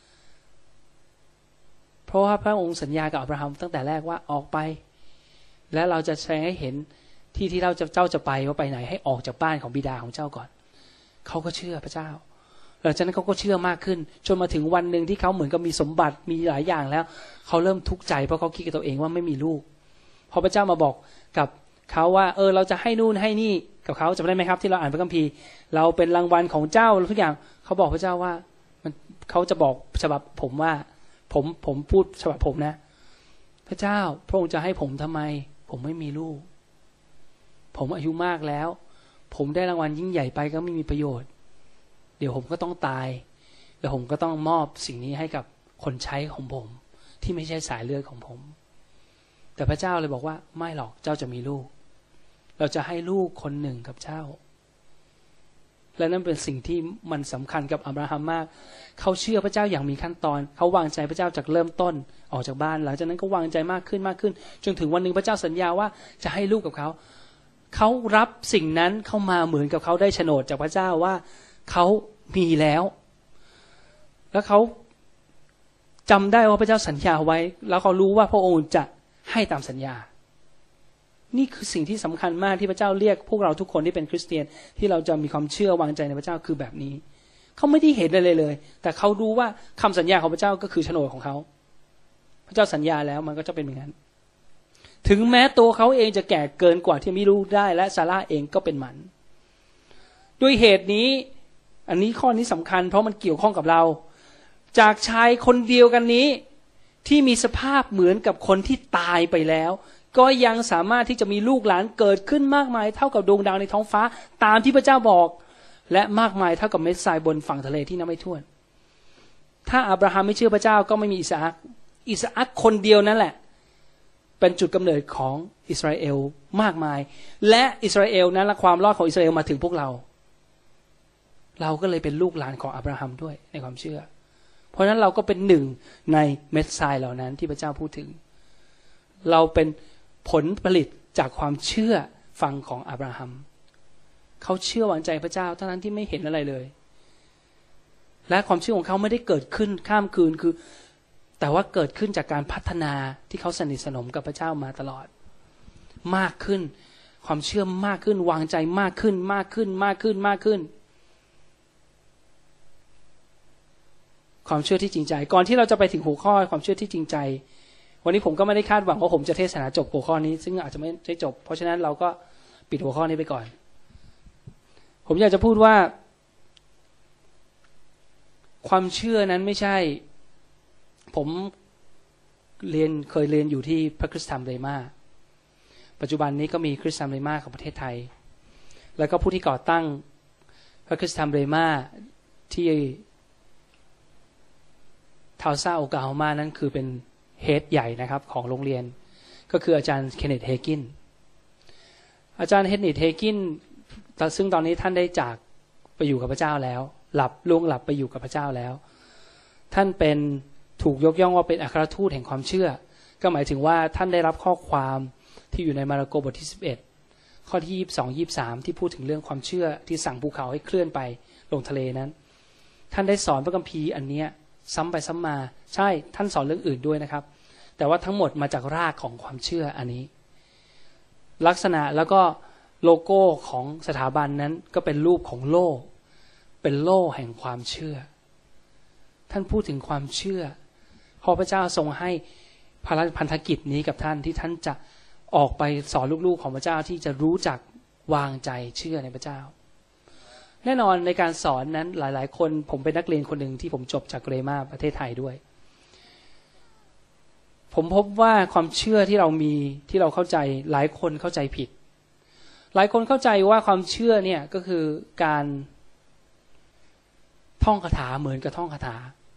เพราะว่าพระองค์สัญญากับอับราฮัมตั้งแต่แรกว่าออกไปและเราจะแสดงให้เห็นที่เจ้าจะไปว่าไปไหนให้ออกจากบ้านของบิดาของเจ้าก่อนเขาก็เชื่อพระเจ้าหลังจากนั้นเขาก็เชื่อมากขึ้นจนมาถึงวันหนึ่งที่เขาเหมือนกับมีสมบัติมีหลายอย่างแล้วเขาเริ่มทุกข์ใจเพราะเขาคิดกับตัวเองว่าไม่มีลูกพอพระเจ้ามาบอกกับเขาว่าเราจะให้นู่นให้นี่กับเขาจำได้ไหมครับที่เราอ่านพระคัมภีร์เราเป็นรางวัลของเจ้าทุกอย่างเขาบอกพระเจ้าว่าเขาจะบอกฉบับผมว่าผมพูดฉบับผมนะพระเจ้าพระองค์จะให้ผมทำไมผมไม่มีลูกผมอายุมากแล้วผมได้รางวัลยิ่งใหญ่ไปก็ไม่มีประโยชน์เดี๋ยวผมก็ต้องตายแล้วผมก็ต้องมอบสิ่งนี้ให้กับคนใช้ของผมที่ไม่ใช่สายเลือดของผมแต่พระเจ้าเลยบอกว่าไม่หรอกเจ้าจะมีลูกเราจะให้ลูกคนหนึ่งกับเจ้าและนั่นเป็นสิ่งที่มันสำคัญกับอับราฮัมมากเขาเชื่อพระเจ้าอย่างมีขั้นตอนเขาวางใจพระเจ้าจากเริ่มต้นออกจากบ้านหลังจากนั้นก็วางใจมากขึ้นจนถึงวันหนึ่งพระเจ้าสัญญาว่าจะให้ลูกกับเขารับสิ่งนั้นเข้ามาเหมือนกับเขาได้โฉนดจากพระเจ้าว่าเขามีแล้วแล้วเขาจำได้ว่าพระเจ้าสัญญาไว้แล้วเขารู้ว่าพระองค์จะให้ตามสัญญานี่คือสิ่งที่สำคัญมากที่พระเจ้าเรียกพวกเราทุกคนที่เป็นคริสเตียนที่เราจะมีความเชื่อวางใจในพระเจ้าคือแบบนี้เขาไม่ได้เห็นอะไรเลยแต่เขารู้ว่าคำสัญญาของพระเจ้าก็คือโฉนดของเขาพระเจ้าสัญญาแล้วมันก็จะเป็นอย่างนั้นถึงแม้ตัวเขาเองจะแก่เกินกว่าที่มีลูกได้และซาร่าเองก็เป็นหมันด้วยเหตุนี้อันนี้ข้อนี้สำคัญเพราะมันเกี่ยวข้องกับเราจากชายคนเดียวกันนี้ที่มีสภาพเหมือนกับคนที่ตายไปแล้วก็ยังสามารถที่จะมีลูกหลานเกิดขึ้นมากมายเท่ากับดวงดาวในท้องฟ้าตามที่พระเจ้าบอกและมากมายเท่ากับเม็ดทรายบนฝั่งทะเลที่นับไม่ถ้วนถ้าอับราฮัมไม่เชื่อพระเจ้าก็ไม่มีอิสอัคคนเดียวนั่นแหละเป็นจุดกำเนิดของอิสราเอลมากมายและอิสราเอลนั้นและความรอดของอิสราเอลมาถึงพวกเราก็เลยเป็นลูกหลานของอับราฮัมด้วยในความเชื่อเพราะฉะนั้นเราก็เป็นหนึ่งในเม็ดทรายเหล่านั้นที่พระเจ้าพูดถึงเราเป็นผลผลิตจากความเชื่อฟังของอับราฮัมเขาเชื่อวางใจพระเจ้าเท่านั้นที่ไม่เห็นอะไรเลยและความเชื่อของเขาไม่ได้เกิดขึ้นข้ามคืนแต่ว่าเกิดขึ้นจากการพัฒนาที่เขาสนิทสนมกับพระเจ้ามาตลอดมากขึ้นความเชื่อมากขึ้นวางใจมากขึ้นความเชื่อที่จริงใจก่อนที่เราจะไปถึงหัวข้อความเชื่อที่จริงใจวันนี้ผมก็ไม่ได้คาดหวังว่าผมจะเทศนาจบหัวข้อนี้ซึ่งอาจจะไม่ได้จบเพราะฉะนั้นเราก็ปิดหัวข้อนี้ไปก่อนผมอยากจะพูดว่าความเชื่อนั้นไม่ใช่ผมเคยเรียนอยู่ที่พระคริสตธรรมเรมาปัจจุบันนี้ก็มีคริสตธรรมเรมาของประเทศไทยแล้วก็ผู้ที่ก่อตั้งพระคริสตธรรมเรมาที่ทาวซาโอกลาโฮมานั้นคือเป็นเฮดใหญ่นะครับของโรงเรียนก็คืออาจารย์เคนเนธเฮกินอาจารย์เคนเนธเฮกินซึ่งตอนนี้ท่านได้จากไปอยู่กับพระเจ้าแล้วล่วงหลับไปอยู่กับพระเจ้าแล้วท่านเป็นถูกยกย่องว่าเป็นอัครทูตแห่งความเชื่อก็หมายถึงว่าท่านได้รับข้อความที่อยู่ในมาระโกบทที่11ข้อที่22 23ที่พูดถึงเรื่องความเชื่อที่สั่งภูเขาให้เคลื่อนไปลงทะเลนั้นท่านได้สอนพระคัมภีร์อันเนี้ยซ้ำไปซ้ำมาใช่ท่านสอนเรื่องอื่นด้วยนะครับแต่ว่าทั้งหมดมาจากรากของความเชื่ออันนี้ลักษณะแล้วก็โลโก้ของสถาบันนั้นก็เป็นรูปของโล่เป็นโล่แห่งความเชื่อท่านพูดถึงความเชื่อพอพระเจ้าทรงให้พันธกิจนี้กับท่านที่ท่านจะออกไปสอนลูกๆของพระเจ้าที่จะรู้จักวางใจเชื่อในพระเจ้าแน่นอนในการสอนนั้นหลายๆคนผมเป็นนักเรียนคนหนึ่งที่ผมจบจากเรมาประเทศไทยด้วยผมพบว่าความเชื่อที่เรามีที่เราเข้าใจหลายคนเข้าใจผิดหลายคนเข้าใจว่าความเชื่อเนี่ยก็คือการท่องคาถาเหมือนกับท่องคาถา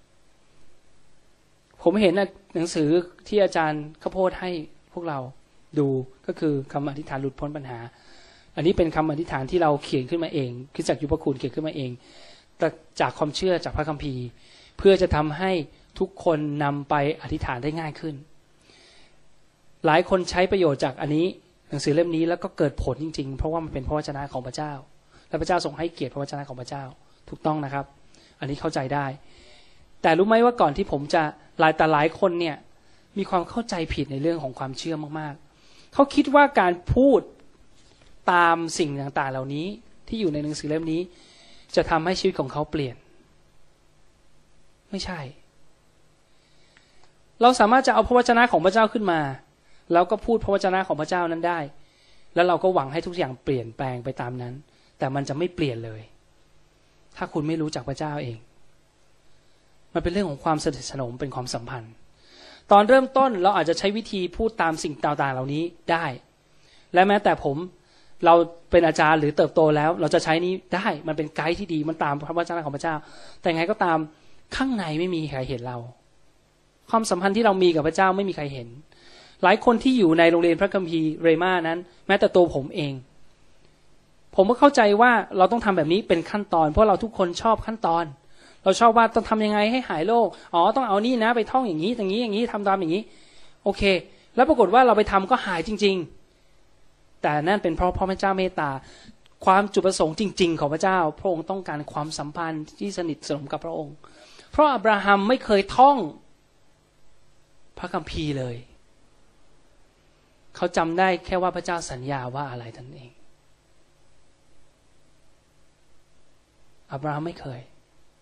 ผมเห็นหนังสือที่อาจารย์ข้าโพดให้พวกเราดูก็คือคำอธิษฐานหลุดพ้นปัญหาอันนี้เป็นคำอธิษฐานที่เราเขียนขึ้นมาเองคริสตจักรยุพคุณเขียนขึ้นมาเองแต่จากความเชื่อจากพระคัมภีร์เพื่อจะทำให้ทุกคนนำไปอธิษฐานได้ง่ายขึ้นหลายคนใช้ประโยชน์จากอันนี้หนังสือเล่มนี้แล้วก็เกิดผลจริงๆเพราะว่ามันเป็นพระวจนะของพระเจ้าและพระเจ้าทรงให้เกียรติพระวจนะของพระเจ้าถูกต้องนะครับอันนี้เข้าใจได้แต่รู้ไหมว่าก่อนที่ผมจะหลายคนเนี่ยมีความเข้าใจผิดในเรื่องของความเชื่อมากๆเขาคิดว่าการพูดตามสิ่งต่างๆเหล่านี้ที่อยู่ในหนังสือเล่มนี้จะทำให้ชีวิตของเขาเปลี่ยนไม่ใช่เราสามารถจะเอาพระวจนะของพระเจ้าขึ้นมาแล้วก็พูดพระวจนะของพระเจ้านั้นได้แล้วเราก็หวังให้ทุกอย่างเปลี่ยนแปลงไปตามนั้นแต่มันจะไม่เปลี่ยนเลยถ้าคุณไม่รู้จักพระเจ้าเองมันเป็นเรื่องของความสนิทสนมเป็นความสัมพันธ์ตอนเริ่มต้นเราอาจจะใช้วิธีพูดตามสิ่งต่างๆเหล่านี้ได้และแม้แต่เราเป็นอาจารย์หรือเติบโตแล้วเราจะใช้นี้ได้มันเป็นไกด์ที่ดีมันตามพระวจนะของพระเจ้าแต่ไงก็ตามข้างในไม่มีใครเห็นเราความสัมพันธ์ที่เรามีกับพระเจ้าไม่มีใครเห็นหลายคนที่อยู่ในโรงเรียนพระคัมภีร์เรมานั้นแม้แต่ตัวผมเองผมก็เข้าใจว่าเราต้องทำแบบนี้เป็นขั้นตอนเพราะเราทุกคนชอบขั้นตอนเราชอบว่าต้องทำยังไงให้หายโรคต้องเอานี่นะไปท่องอย่างนี้อย่างนี้ทำตามอย่างนี้โอเคแล้วปรากฏว่าเราไปทำก็หายจริงๆแต่นั่นเป็นเพราะพระเจ้าเมตตาความจุดประสงค์จริงๆของพระเจ้าพระองค์ต้องการความสัมพันธ์ที่สนิทสนมกับพระองค์เพราะอับราฮัมไม่เคยท่องพระคัมภีร์เลยเขาจำได้แค่ว่าพระเจ้าสัญญาว่าอะไรนั่นเองอับราฮัมไม่เคย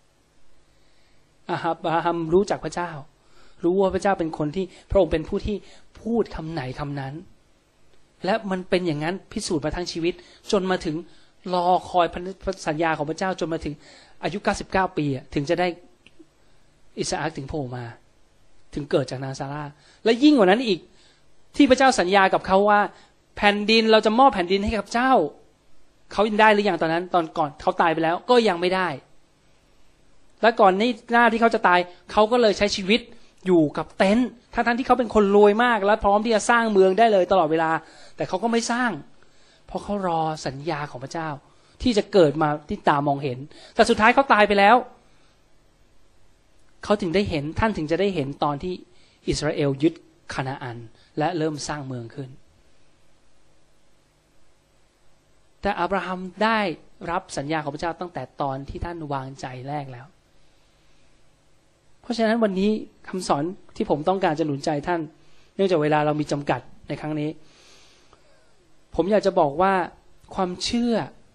อับราฮัมรู้จักพระเจ้ารู้ว่าพระเจ้าเป็นคนที่พระองค์เป็นผู้ที่พูดคำไหนคำนั้นและมันเป็นอย่างนั้นพิสูจน์มาทั้งชีวิตจนมาถึงรอคอยสัญญาของพระเจ้าจนมาถึงอายุ99ปีถึงจะได้อิสอัคถึงโผล่มาถึงเกิดจากนางซาร่าและยิ่งกว่านั้นอีกที่พระเจ้าสัญญากับเขาว่าแผ่นดินเราจะมอบแผ่นดินให้กับเจ้าเขาได้หรือยังตอนนั้นตอนก่อนเขาตายไปแล้วก็ยังไม่ได้และก่อนนี้หน้าที่เขาจะตายเขาก็เลยใช้ชีวิตอยู่กับเต็นท์ทั้งที่เขาเป็นคนรวยมากและพร้อมที่จะสร้างเมืองได้เลยตลอดเวลาแต่เขาก็ไม่สร้างเพราะเขารอสัญญาของพระเจ้าที่จะเกิดมาที่ตามองเห็นแต่สุดท้ายเขาตายไปแล้วเขาถึงได้เห็นท่านถึงจะได้เห็นตอนที่อิสราเอลยึดคานาอันและเริ่มสร้างเมืองขึ้นแต่อับราฮัมได้รับสัญญาของพระเจ้าตั้งแต่ตอนที่ท่านวางใจแรกแล้วเพราะฉะนั้นวันนี้คำสอนที่ผมต้องการจะหนุนใจท่านเนื่องจากเวลาเรามีจำกัดในครั้งนี้ผมอยากจะบอกว่าความเชื่อ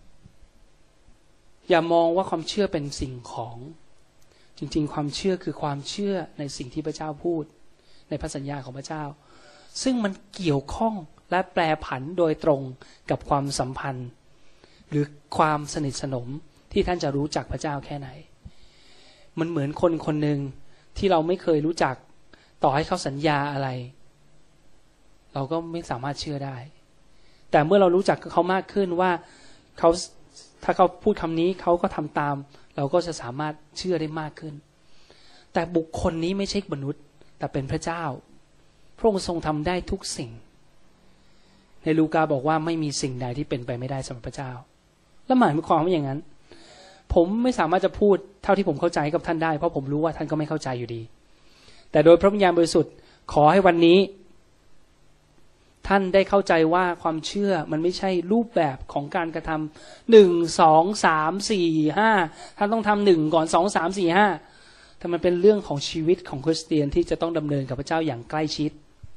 อย่ามองว่าความเชื่อเป็นสิ่งของจริงๆความเชื่อคือความเชื่อในสิ่งที่พระเจ้าพูดในพระสัญญาของพระเจ้าซึ่งมันเกี่ยวข้องและแปรผันโดยตรงกับความสัมพันธ์หรือความสนิทสนมที่ท่านจะรู้จักพระเจ้าแค่ไหนมันเหมือนคนคนหนึ่งที่เราไม่เคยรู้จักต่อให้เขาสัญญาอะไรเราก็ไม่สามารถเชื่อได้แต่เมื่อเรารู้จักเขามากขึ้นว่าเขาถ้าเขาพูดคำนี้เขาก็ทำตามเราก็จะสามารถเชื่อได้มากขึ้นแต่บุคคลนี้ไม่ใช่มนุษย์แต่เป็นพระเจ้าพระองค์ทรงทำได้ทุกสิ่งในลูกาบอกว่าไม่มีสิ่งใดที่เป็นไปไม่ได้สำหรับพระเจ้าและหมายความว่าอย่างนั้นผมไม่สามารถจะพูดเท่าที่ผมเข้าใจกับท่านได้เพราะผมรู้ว่าท่านก็ไม่เข้าใจอยู่ดีแต่โดยพระวิญญาณบริสุทธิ์ขอให้วันนี้ท่านได้เข้าใจว่าความเชื่อมันไม่ใช่รูปแบบของการกระทำ1 2 3 4 5ท่านต้องทำ1ก่อน2 3 4 5แต่มันเป็นเรื่องของชีวิตของคริสเตียนที่จะต้องดำเนินกับพระเจ้าอย่างใกล้ชิด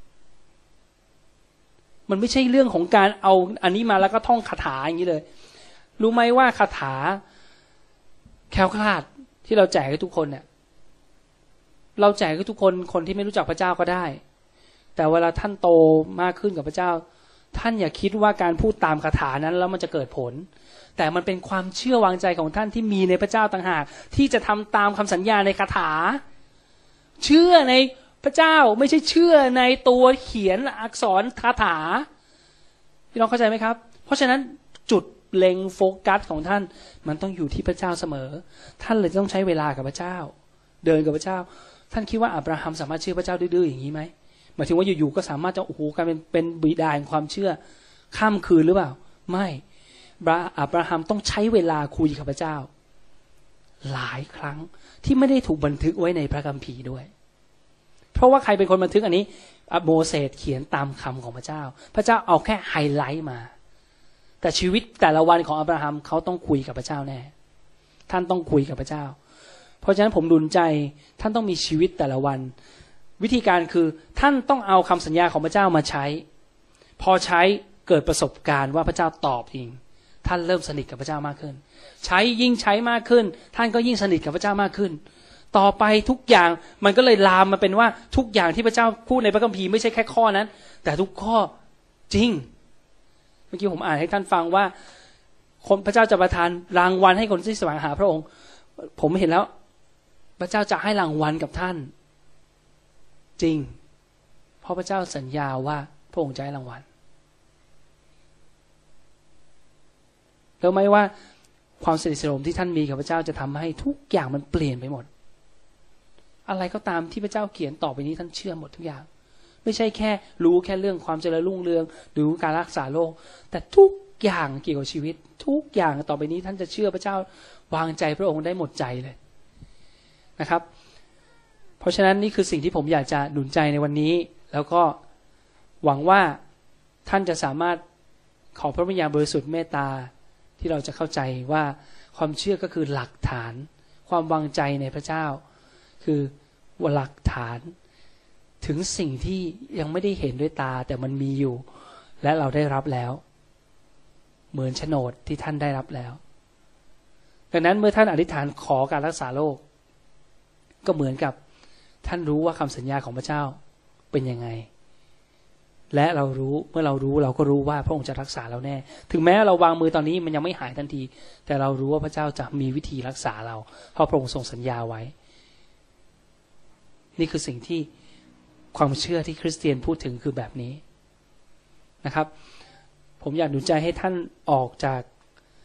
มันไม่ใช่เรื่องของการเอาอันนี้มาแล้วก็ท่องคาถาอย่างนี้เลยรู้ไหมว่าคาถาแคล้วคลาดที่เราแจกให้ทุกคนเนี่ยเราแจกให้ทุกคนคนที่ไม่รู้จักพระเจ้าก็ได้แต่เวลาท่านโตมากขึ้นกับพระเจ้าท่านอย่าคิดว่าการพูดตามคาถานั้นแล้วมันจะเกิดผลแต่มันเป็นความเชื่อวางใจของท่านที่มีในพระเจ้าต่างหากที่จะทำตามคำสัญญาในคาถาเชื่อในพระเจ้าไม่ใช่เชื่อในตัวเขียนอักษรคาถาพี่น้องเข้าใจไหมครับเพราะฉะนั้นจุดเล็งโฟกัสของท่านมันต้องอยู่ที่พระเจ้าเสมอท่านเลยต้องใช้เวลากับพระเจ้าเดินกับพระเจ้าท่านคิดว่าอับราฮัมสามารถเชื่อพระเจ้าดื้อๆอย่างนี้ไหมหมายถึงว่าอยู่ๆก็สามารถจะโอ้โหกลายเป็นบิดาแห่งความเชื่อข้ามคืนหรือเปล่าไม่อับราฮัมต้องใช้เวลาคุยกับพระเจ้าหลายครั้งที่ไม่ได้ถูกบันทึกไว้ในพระคัมภีร์ด้วยเพราะว่าใครเป็นคนบันทึกอันนี้โมเสสเขียนตามคำของพระเจ้าพระเจ้าเอาแค่ไฮไลท์มาแต่ชีวิตแต่ละวันของอับราฮัมเขาต้องคุยกับพระเจ้าแน่ท่านต้องคุยกับพระเจ้าเพราะฉะนั้นผมดุลใจท่านต้องมีชีวิตแต่ละวันวิธีการคือท่านต้องเอาคำสัญญาของพระเจ้ามาใช้พอใช้เกิดประสบการณ์ว่าพระเจ้าตอบจริงท่านเริ่มสนิทกับพระเจ้ามากขึ้นใช้ยิ่งใช้มากขึ้นท่านก็ยิ่งสนิทกับพระเจ้ามากขึ้นต่อไปทุกอย่างมันก็เลยลามมาเป็นว่าทุกอย่างที่พระเจ้าพูดในพระคัมภีร์ไม่ใช่แค่ข้อนั้นแต่ทุกข้อจริงเมื่อกี้ผมอ่านให้ท่านฟังว่าคนพระเจ้าจะประทานรางวัลให้คนที่แสวงหาพระองค์ผมเห็นแล้วพระเจ้าจะให้รางวัลกับท่านจริงเพราะพระเจ้าสัญญาว่าพระองค์จะให้รางวัลแล้วไม่ว่าความสนิทสนมที่ท่านมีกับพระเจ้าจะทำให้ทุกอย่างมันเปลี่ยนไปหมดอะไรก็ตามที่พระเจ้าเขียนต่อไปนี้ท่านเชื่อหมดทุกอย่างไม่ใช่แค่รู้แค่เรื่องความเจริญรุ่งเรืองหรือการรักษาโรคแต่ทุกอย่างเกี่ยวกับชีวิตทุกอย่างต่อไปนี้ท่านจะเชื่อพระเจ้าวางใจพระองค์ได้หมดใจเลยนะครับเพราะฉะนั้นนี่คือสิ่งที่ผมอยากจะหนุนใจในวันนี้แล้วก็หวังว่าท่านจะสามารถขอพระวิญญาณบริสุทธิ์เมตตาที่เราจะเข้าใจว่าความเชื่อก็คือหลักฐานความวางใจในพระเจ้าคือหลักฐานถึงสิ่งที่ยังไม่ได้เห็นด้วยตาแต่มันมีอยู่และเราได้รับแล้วเหมือนโฉนดที่ท่านได้รับแล้วดังนั้นเมื่อท่านอธิษฐานขอการรักษาโรคก็เหมือนกับท่านรู้ว่าคำสัญญาของพระเจ้าเป็นยังไงและเรารู้เมื่อเรารู้เราก็รู้ว่าพระองค์จะรักษาเราแน่ถึงแม้เราวางมือตอนนี้มันยังไม่หายทันทีแต่เรารู้ว่าพระเจ้าจะมีวิธีรักษาเราเพราะพระองค์ทรงสัญญาไว้นี่คือสิ่งที่ความเชื่อที่คริสเตียนพูดถึงคือแบบนี้นะครับผมอยากหนุนใจให้ท่านออกจาก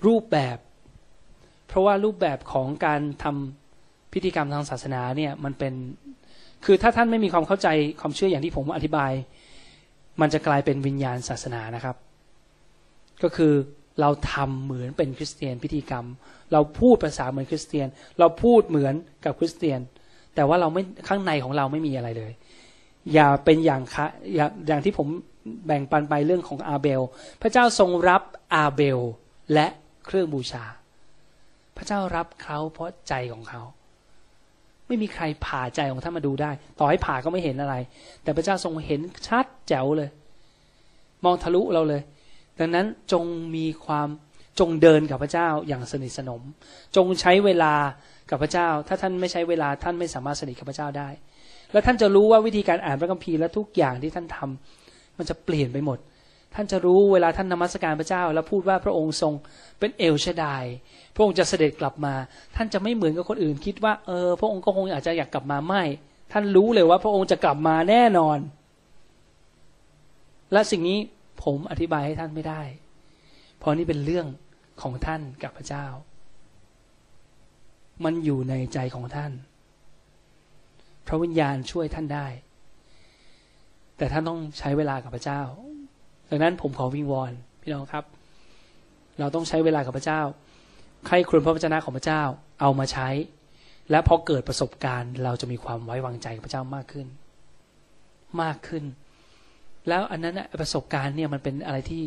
รูปแบบ เพราะว่ารูปแบบของการทำพิธีกรรมทางศาสนาเนี่ยมันเป็นคือถ้าท่านไม่มีความเข้าใจความเชื่ออย่างที่ผมอธิบายมันจะกลายเป็นวิญญาณศาสนานะครับก็คือเราทำเหมือนเป็นคริสเตียนพิธีกรรมเราพูดภาษาเหมือนคริสเตียนเราพูดเหมือนกับคริสเตียนแต่ว่าเราไม่ข้างในของเราไม่มีอะไรเลยอย่าเป็นอย่างที่ผมแบ่งปันไปเรื่องของอาเบลพระเจ้าทรงรับอาเบลและเครื่องบูชาพระเจ้ารับเขาเพราะใจของเขาไม่มีใครผ่าใจของท่านมาดูได้ต่อให้ผ่าก็ไม่เห็นอะไรแต่พระเจ้าทรงเห็นชัดแจ๋วเลยมองทะลุเราเลยดังนั้นจงเดินกับพระเจ้าอย่างสนิทสนมจงใช้เวลากับพระเจ้าถ้าท่านไม่ใช้เวลาท่านไม่สามารถสนิทกับพระเจ้าได้แล้วท่านจะรู้ว่าวิธีการอ่านพระคัมภีร์และทุกอย่างที่ท่านทำมันจะเปลี่ยนไปหมดท่านจะรู้เวลาท่านนมัสการพระเจ้าแล้วพูดว่าพระองค์ทรงเป็นเอลชาดายพระองค์จะเสด็จกลับมาท่านจะไม่เหมือนกับคนอื่นคิดว่าพระองค์ก็คงอาจจะอยากกลับมาไม่ท่านรู้เลยว่าพระองค์จะกลับมาแน่นอนและสิ่งนี้ผมอธิบายให้ท่านไม่ได้เพราะนี่เป็นเรื่องของท่านกับพระเจ้ามันอยู่ในใจของท่านพระวิญญาณช่วยท่านได้แต่ท่านต้องใช้เวลากับพระเจ้าดังนั้นผมขอวิงวอนพี่น้องครับเราต้องใช้เวลากับพระเจ้าใครครวญพระวจนะของพระเจ้าเอามาใช้และพอเกิดประสบการณ์เราจะมีความไว้วางใจกับพระเจ้ามากขึ้นแล้วอันนั้นประสบการณ์เนี่ยมันเป็นอะไรที่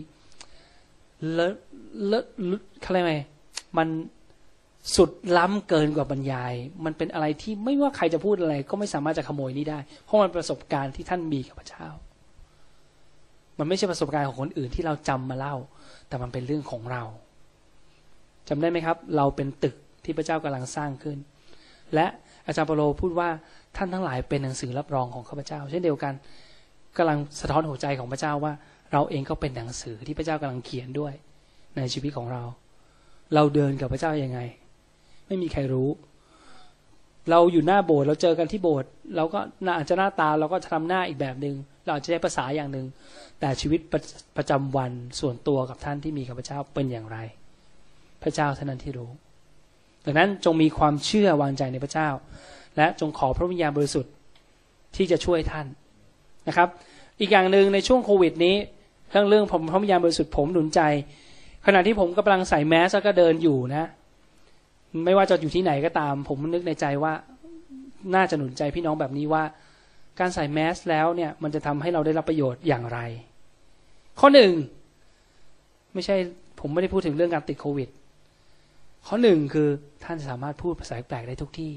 เขาเรียกไงมันสุดล้ำเกินกว่าบรรยายมันเป็นอะไรที่ไม่ว่าใครจะพูดอะไรก็ไม่สามารถจะขโมยนี้ได้เพราะมันประสบการณ์ที่ท่านมีกับพระเจ้ามันไม่ใช่ประสบการณ์ของคนอื่นที่เราจำมาเล่าแต่มันเป็นเรื่องของเราจำได้ไหมครับเราเป็นตึกที่พระเจ้ากำลังสร้างขึ้นและอาจารย์เปโลพูดว่าท่านทั้งหลายเป็นหนังสือรับรองของข้าพเจ้าเช่นเดียวกันกำลังสะท้อนหัวใจของพระเจ้าว่าเราเองก็เป็นหนังสือที่พระเจ้ากำลังเขียนด้วยในชีวิตของเราเดินกับพระเจ้ายังไงไม่มีใครรู้เราอยู่หน้าโบสถ์เราเจอกันที่โบสถ์เราก็อาจจะหน้าตาเราก็ทำหน้าอีกแบบนึงเราอาจจะใช้ภาษาอย่างนึงแต่ชีวิตประจำวันส่วนตัวกับท่านที่มีกับพระเจ้าเป็นอย่างไรพระเจ้าเท่านั้นที่รู้ดังนั้นจงมีความเชื่อวางใจในพระเจ้าและจงขอพระวิญญาณบริสุทธิ์ที่จะช่วยท่านนะครับอีกอย่างนึงในช่วงโควิดนี้เรื่องผมพระวิญญาณบริสุทธิ์ผมหนุนใจขณะที่ผมกำลังใส่แมสแล้วก็เดินอยู่นะไม่ว่าจะอยู่ที่ไหนก็ตามผมนึกในใจว่าน่าจะหนุนใจพี่น้องแบบนี้ว่าการใส่แมสแล้วเนี่ยมันจะทำให้เราได้รับประโยชน์อย่างไรข้อหนึ่งไม่ใช่ผมไม่ได้พูดถึงเรื่องการติดโควิดข้อหนึ่งคือท่านสามารถพูดภาษาแปลกได้ทุกที่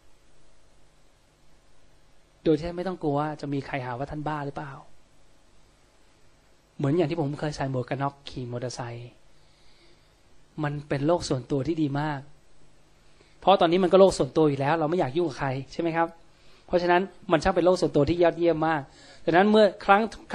โดยที่ท่านไม่ต้องกลัวว่าจะมีใครหาว่าท่านบ้าหรือเปล่าเหมือนอย่างที่ผมเคยใส่หมวกกันน็อกขี่มอเตอร์ไซค์มันเป็นโลกส่วนตัวที่ดีมากเพราะตอนนี้มันก็โลกส่วนตัวอยู่แล้วเราไม่อยากยุ่งกับใครใช่ไหมครับเพราะฉะนั้นมันช่างเป็นโลกส่วนตัวที่ยอดเยี่ยมมากดังนั้นเมื่อทุกค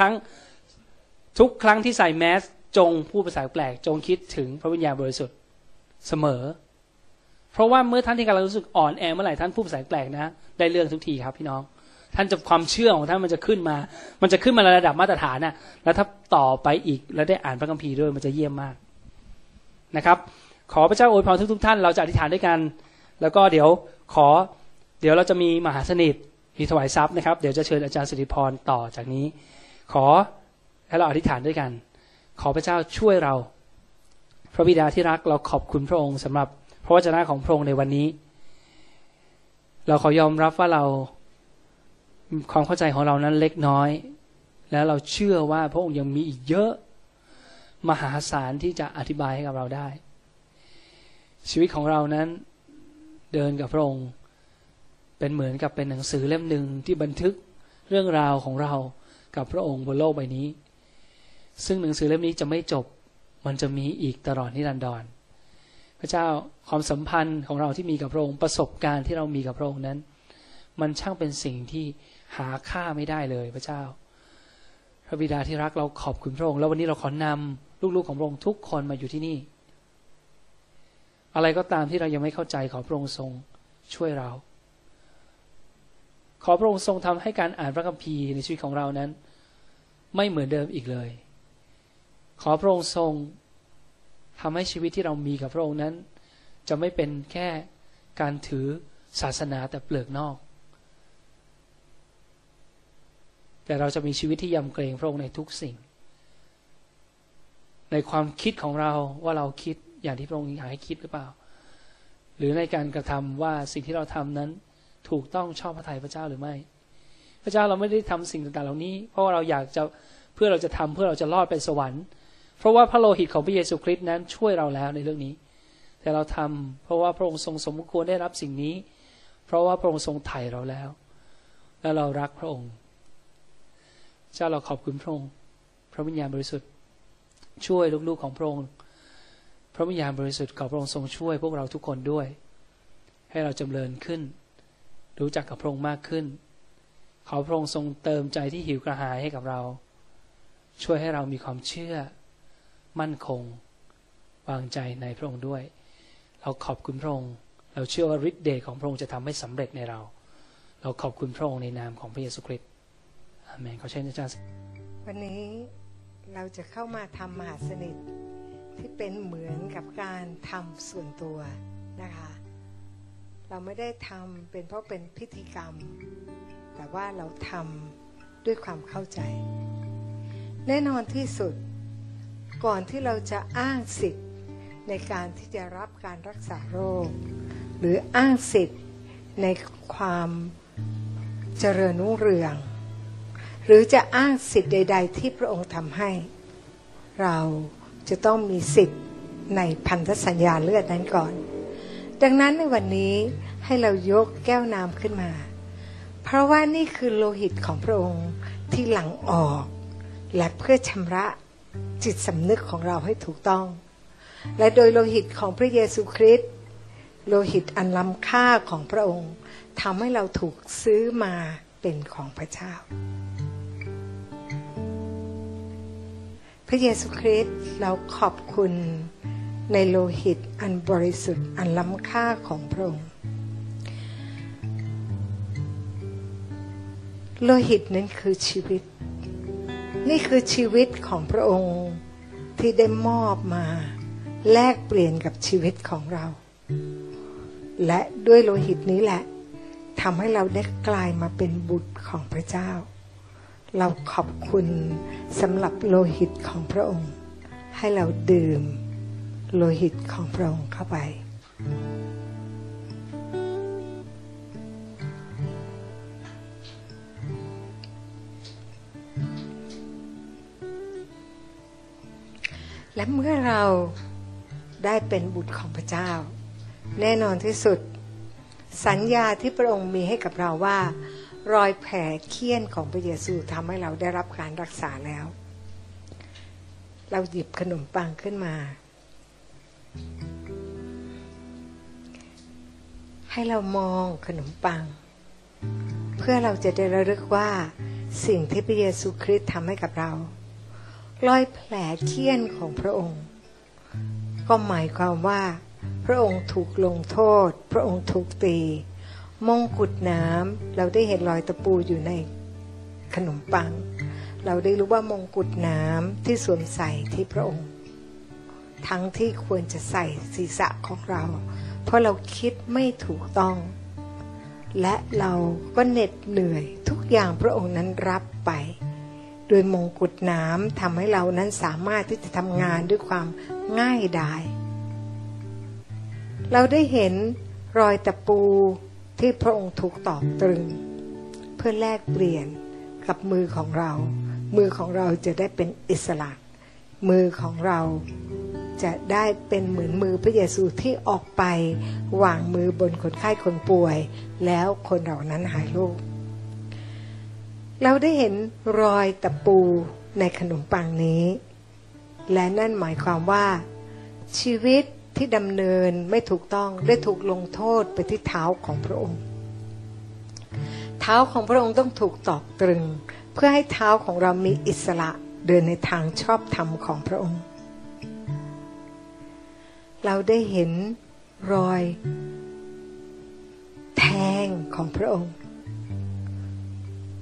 รั้งที่ใส่แมสจงพูดภาษาแปลกจงคิดถึงพระวิญญาณบริสุทธิ์เสมอเพราะว่าเมื่อท่านที่กำลังรู้สึกอ่อนแอเมื่อไหร่ท่านพูดภาษาแปลกนะได้เรื่องทุกทีครับพี่น้องท่านจะความเชื่อของท่านมันจะขึ้นมาในระดับมาตรฐานนะแล้วถ้าต่อไปอีกแล้วได้อ่านพระคัมภีร์ด้วยมันจะเยี่ยมมากนะครับขอพระเจ้าอวยพรทุกท่านเราจะอธิษฐานด้วยกันแล้วก็เดี๋ยวเราจะมีมหาสนิทมีถวายทรัพย์นะครับเดี๋ยวจะเชิญอาจารย์สิริพรต่อจากนี้ขอให้เราอธิษฐานด้วยกันขอพระเจ้าช่วยเราพระบิดาที่รักเราขอบคุณพระองค์สำหรับพระวจนะของพระองค์ในวันนี้เราขอยอมรับว่าเราความเข้าใจของเรานั้นเล็กน้อยและเราเชื่อว่าพระองค์ยังมีอีกเยอะมหาศาลที่จะอธิบายให้กับเราได้ชีวิตของเรานั้นเดินกับพระองค์เป็นเหมือนกับเป็นหนังสือเล่มหนึ่งที่บันทึกเรื่องราวของเรากับพระองค์บนโลกใบนี้ซึ่งหนังสือเล่มนี้จะไม่จบมันจะมีอีกตลอดนิรันดรพระเจ้าความสัมพันธ์ของเราที่มีกับพระองค์ประสบการณ์ที่เรามีกับพระองค์นั้นมันช่างเป็นสิ่งที่หาค่าไม่ได้เลยพระเจ้าพระบิดาที่รักเราขอบคุณพระองค์แล้ววันนี้เราขอนำลูกๆของพระองค์ทุกคนมาอยู่ที่นี่อะไรก็ตามที่เรายังไม่เข้าใจขอพระองค์ทรงช่วยเราขอพระองค์ทรงทำให้การอ่านพระคัมภีร์ในชีวิตของเรานั้นไม่เหมือนเดิมอีกเลยขอพระองค์ทรงทำให้ชีวิตที่เรามีกับพระองค์นั้นจะไม่เป็นแค่การถือศาสนาแต่เปลือกนอกแต่เราจะมีชีวิตที่ยำเกรงพระองค์ในทุกสิ่งในความคิดของเราว่าเราคิดอย่างที่พระองค์อยากให้คิดหรือเปล่าหรือในการกระทำว่าสิ่งที่เราทำนั้นถูกต้องชอบพระทัยพระเจ้าหรือไม่พระเจ้าเราไม่ได้ทำสิ่งต่างๆเหล่านี้เพราะว่าเราอยากจะเพื่อเราจะทำเพื่อเราจะรอดไปสวรรค์เพราะว่าพระโลหิตของพระเยซูคริสต์นั้นช่วยเราแล้วในเรื่องนี้แต่เราทำเพราะว่าพระองค์ทรงสมควรได้รับสิ่งนี้เพราะว่าพระองค์ทรงไถ่เราแล้วและเรารักพระองค์เจ้าเราขอบคุณพระองค์พระวิญญาณบริสุทธิ์ช่วยลูกๆของพระองค์พระวิญญาณบริสุทธิ์ขอพระองค์ทรงช่วยพวกเราทุกคนด้วยให้เราจำเริญขึ้นรู้จักกับพระองค์มากขึ้นขอพระองค์ทรงเติมใจที่หิวกระหายให้กับเราช่วยให้เรามีความเชื่อมั่นคงวางใจในพระองค์ด้วยเราขอบคุณพระองค์เราเชื่อว่าฤทธิ์เดชของพระองค์จะทำให้สำเร็จในเราขอบคุณพระองค์ในนามของพระเยซูคริสต์อาเมนขอเชิญอาจารย์วันนี้เราจะเข้ามาทำมหาสนิทที่เป็นเหมือนกับการทำส่วนตัวนะคะเราไม่ได้ทำเป็นเพราะเป็นพิธีกรรมแต่ว่าเราทำด้วยความเข้าใจแน่นอนที่สุดก่อนที่เราจะอ้างสิทธิ์ในการที่จะรับการรักษาโรคหรืออ้างสิทธิ์ในความเจริญรุ่งเรืองหรือจะอ้างสิทธิ์ใดๆที่พระองค์ทำให้เราจะต้องมีสิทธิ์ในพันธสัญญาเลือดนั้นก่อนดังนั้นในวันนี้ให้เรายกแก้วน้ำขึ้นมาเพราะว่านี่คือโลหิตของพระองค์ที่หลั่งออกและเพื่อชำระจิตสำนึกของเราให้ถูกต้องและโดยโลหิตของพระเยซูคริสต์โลหิตอันล้ำค่าของพระองค์ทำให้เราถูกซื้อมาเป็นของพระเจ้าพระเยซูคริสต์เราขอบคุณในโลหิตอันบริสุทธิ์อันล้ำค่าของพระองค์โลหิตนั้นคือชีวิตนี่คือชีวิตของพระองค์ที่ได้มอบมาแลกเปลี่ยนกับชีวิตของเราและด้วยโลหิตนี้แหละทำให้เราได้กลายมาเป็นบุตรของพระเจ้าเราขอบคุณสำหรับโลหิตของพระองค์ให้เราดื่มโลหิตของพระองค์เข้าไปและเมื่อเราได้เป็นบุตรของพระเจ้าแน่นอนที่สุดสัญญาที่พระองค์มีให้กับเราว่ารอยแผลเคี้ยนของพระเยซูทำให้เราได้รับการรักษาแล้วเราหยิบขนมปังขึ้นมาให้เรามองขนมปังเพื่อเราจะได้ระลึกว่าสิ่งที่พระเยซูคริสต์ทำให้กับเรารอยแผลเคี้ยนของพระองค์ก็หมายความว่าพระองค์ถูกลงโทษพระองค์ถูกตีมงกุฎน้ำเราได้เห็นรอยตะปูอยู่ในขนมปังเราได้รู้ว่ามงกุฎน้ำที่สวมใส่ที่พระองค์ทั้งที่ควรจะใส่ศีรษะของเราเพราะเราคิดไม่ถูกต้องและเราก็เหน็ดเหนื่อยทุกอย่างพระองค์นั้นรับไปโดยมงกุฎน้ำทำให้เรานั้นสามารถที่จะทำงานด้วยความง่ายดายเราได้เห็นรอยตะปูที่พระองค์ถูกตอกตรึงเพื่อแลกเปลี่ยนกับมือของเรามือของเราจะได้เป็นอิสระมือของเราจะได้เป็นเหมือนมือพระเยซูที่ออกไปวางมือบนคนไข้คนป่วยแล้วคนเหล่านั้นหายโรคเราได้เห็นรอยตะปูในขนมปังนี้และนั่นหมายความว่าชีวิตที่ดำเนินไม่ถูกต้องได้ถูกลงโทษไปที่เท้าของพระองค์เท้าของพระองค์ต้องถูกตอกตรึงเพื่อให้เท้าของเรามีอิสระเดินในทางชอบธรรมของพระองค์เราได้เห็นรอยแทงของพระองค์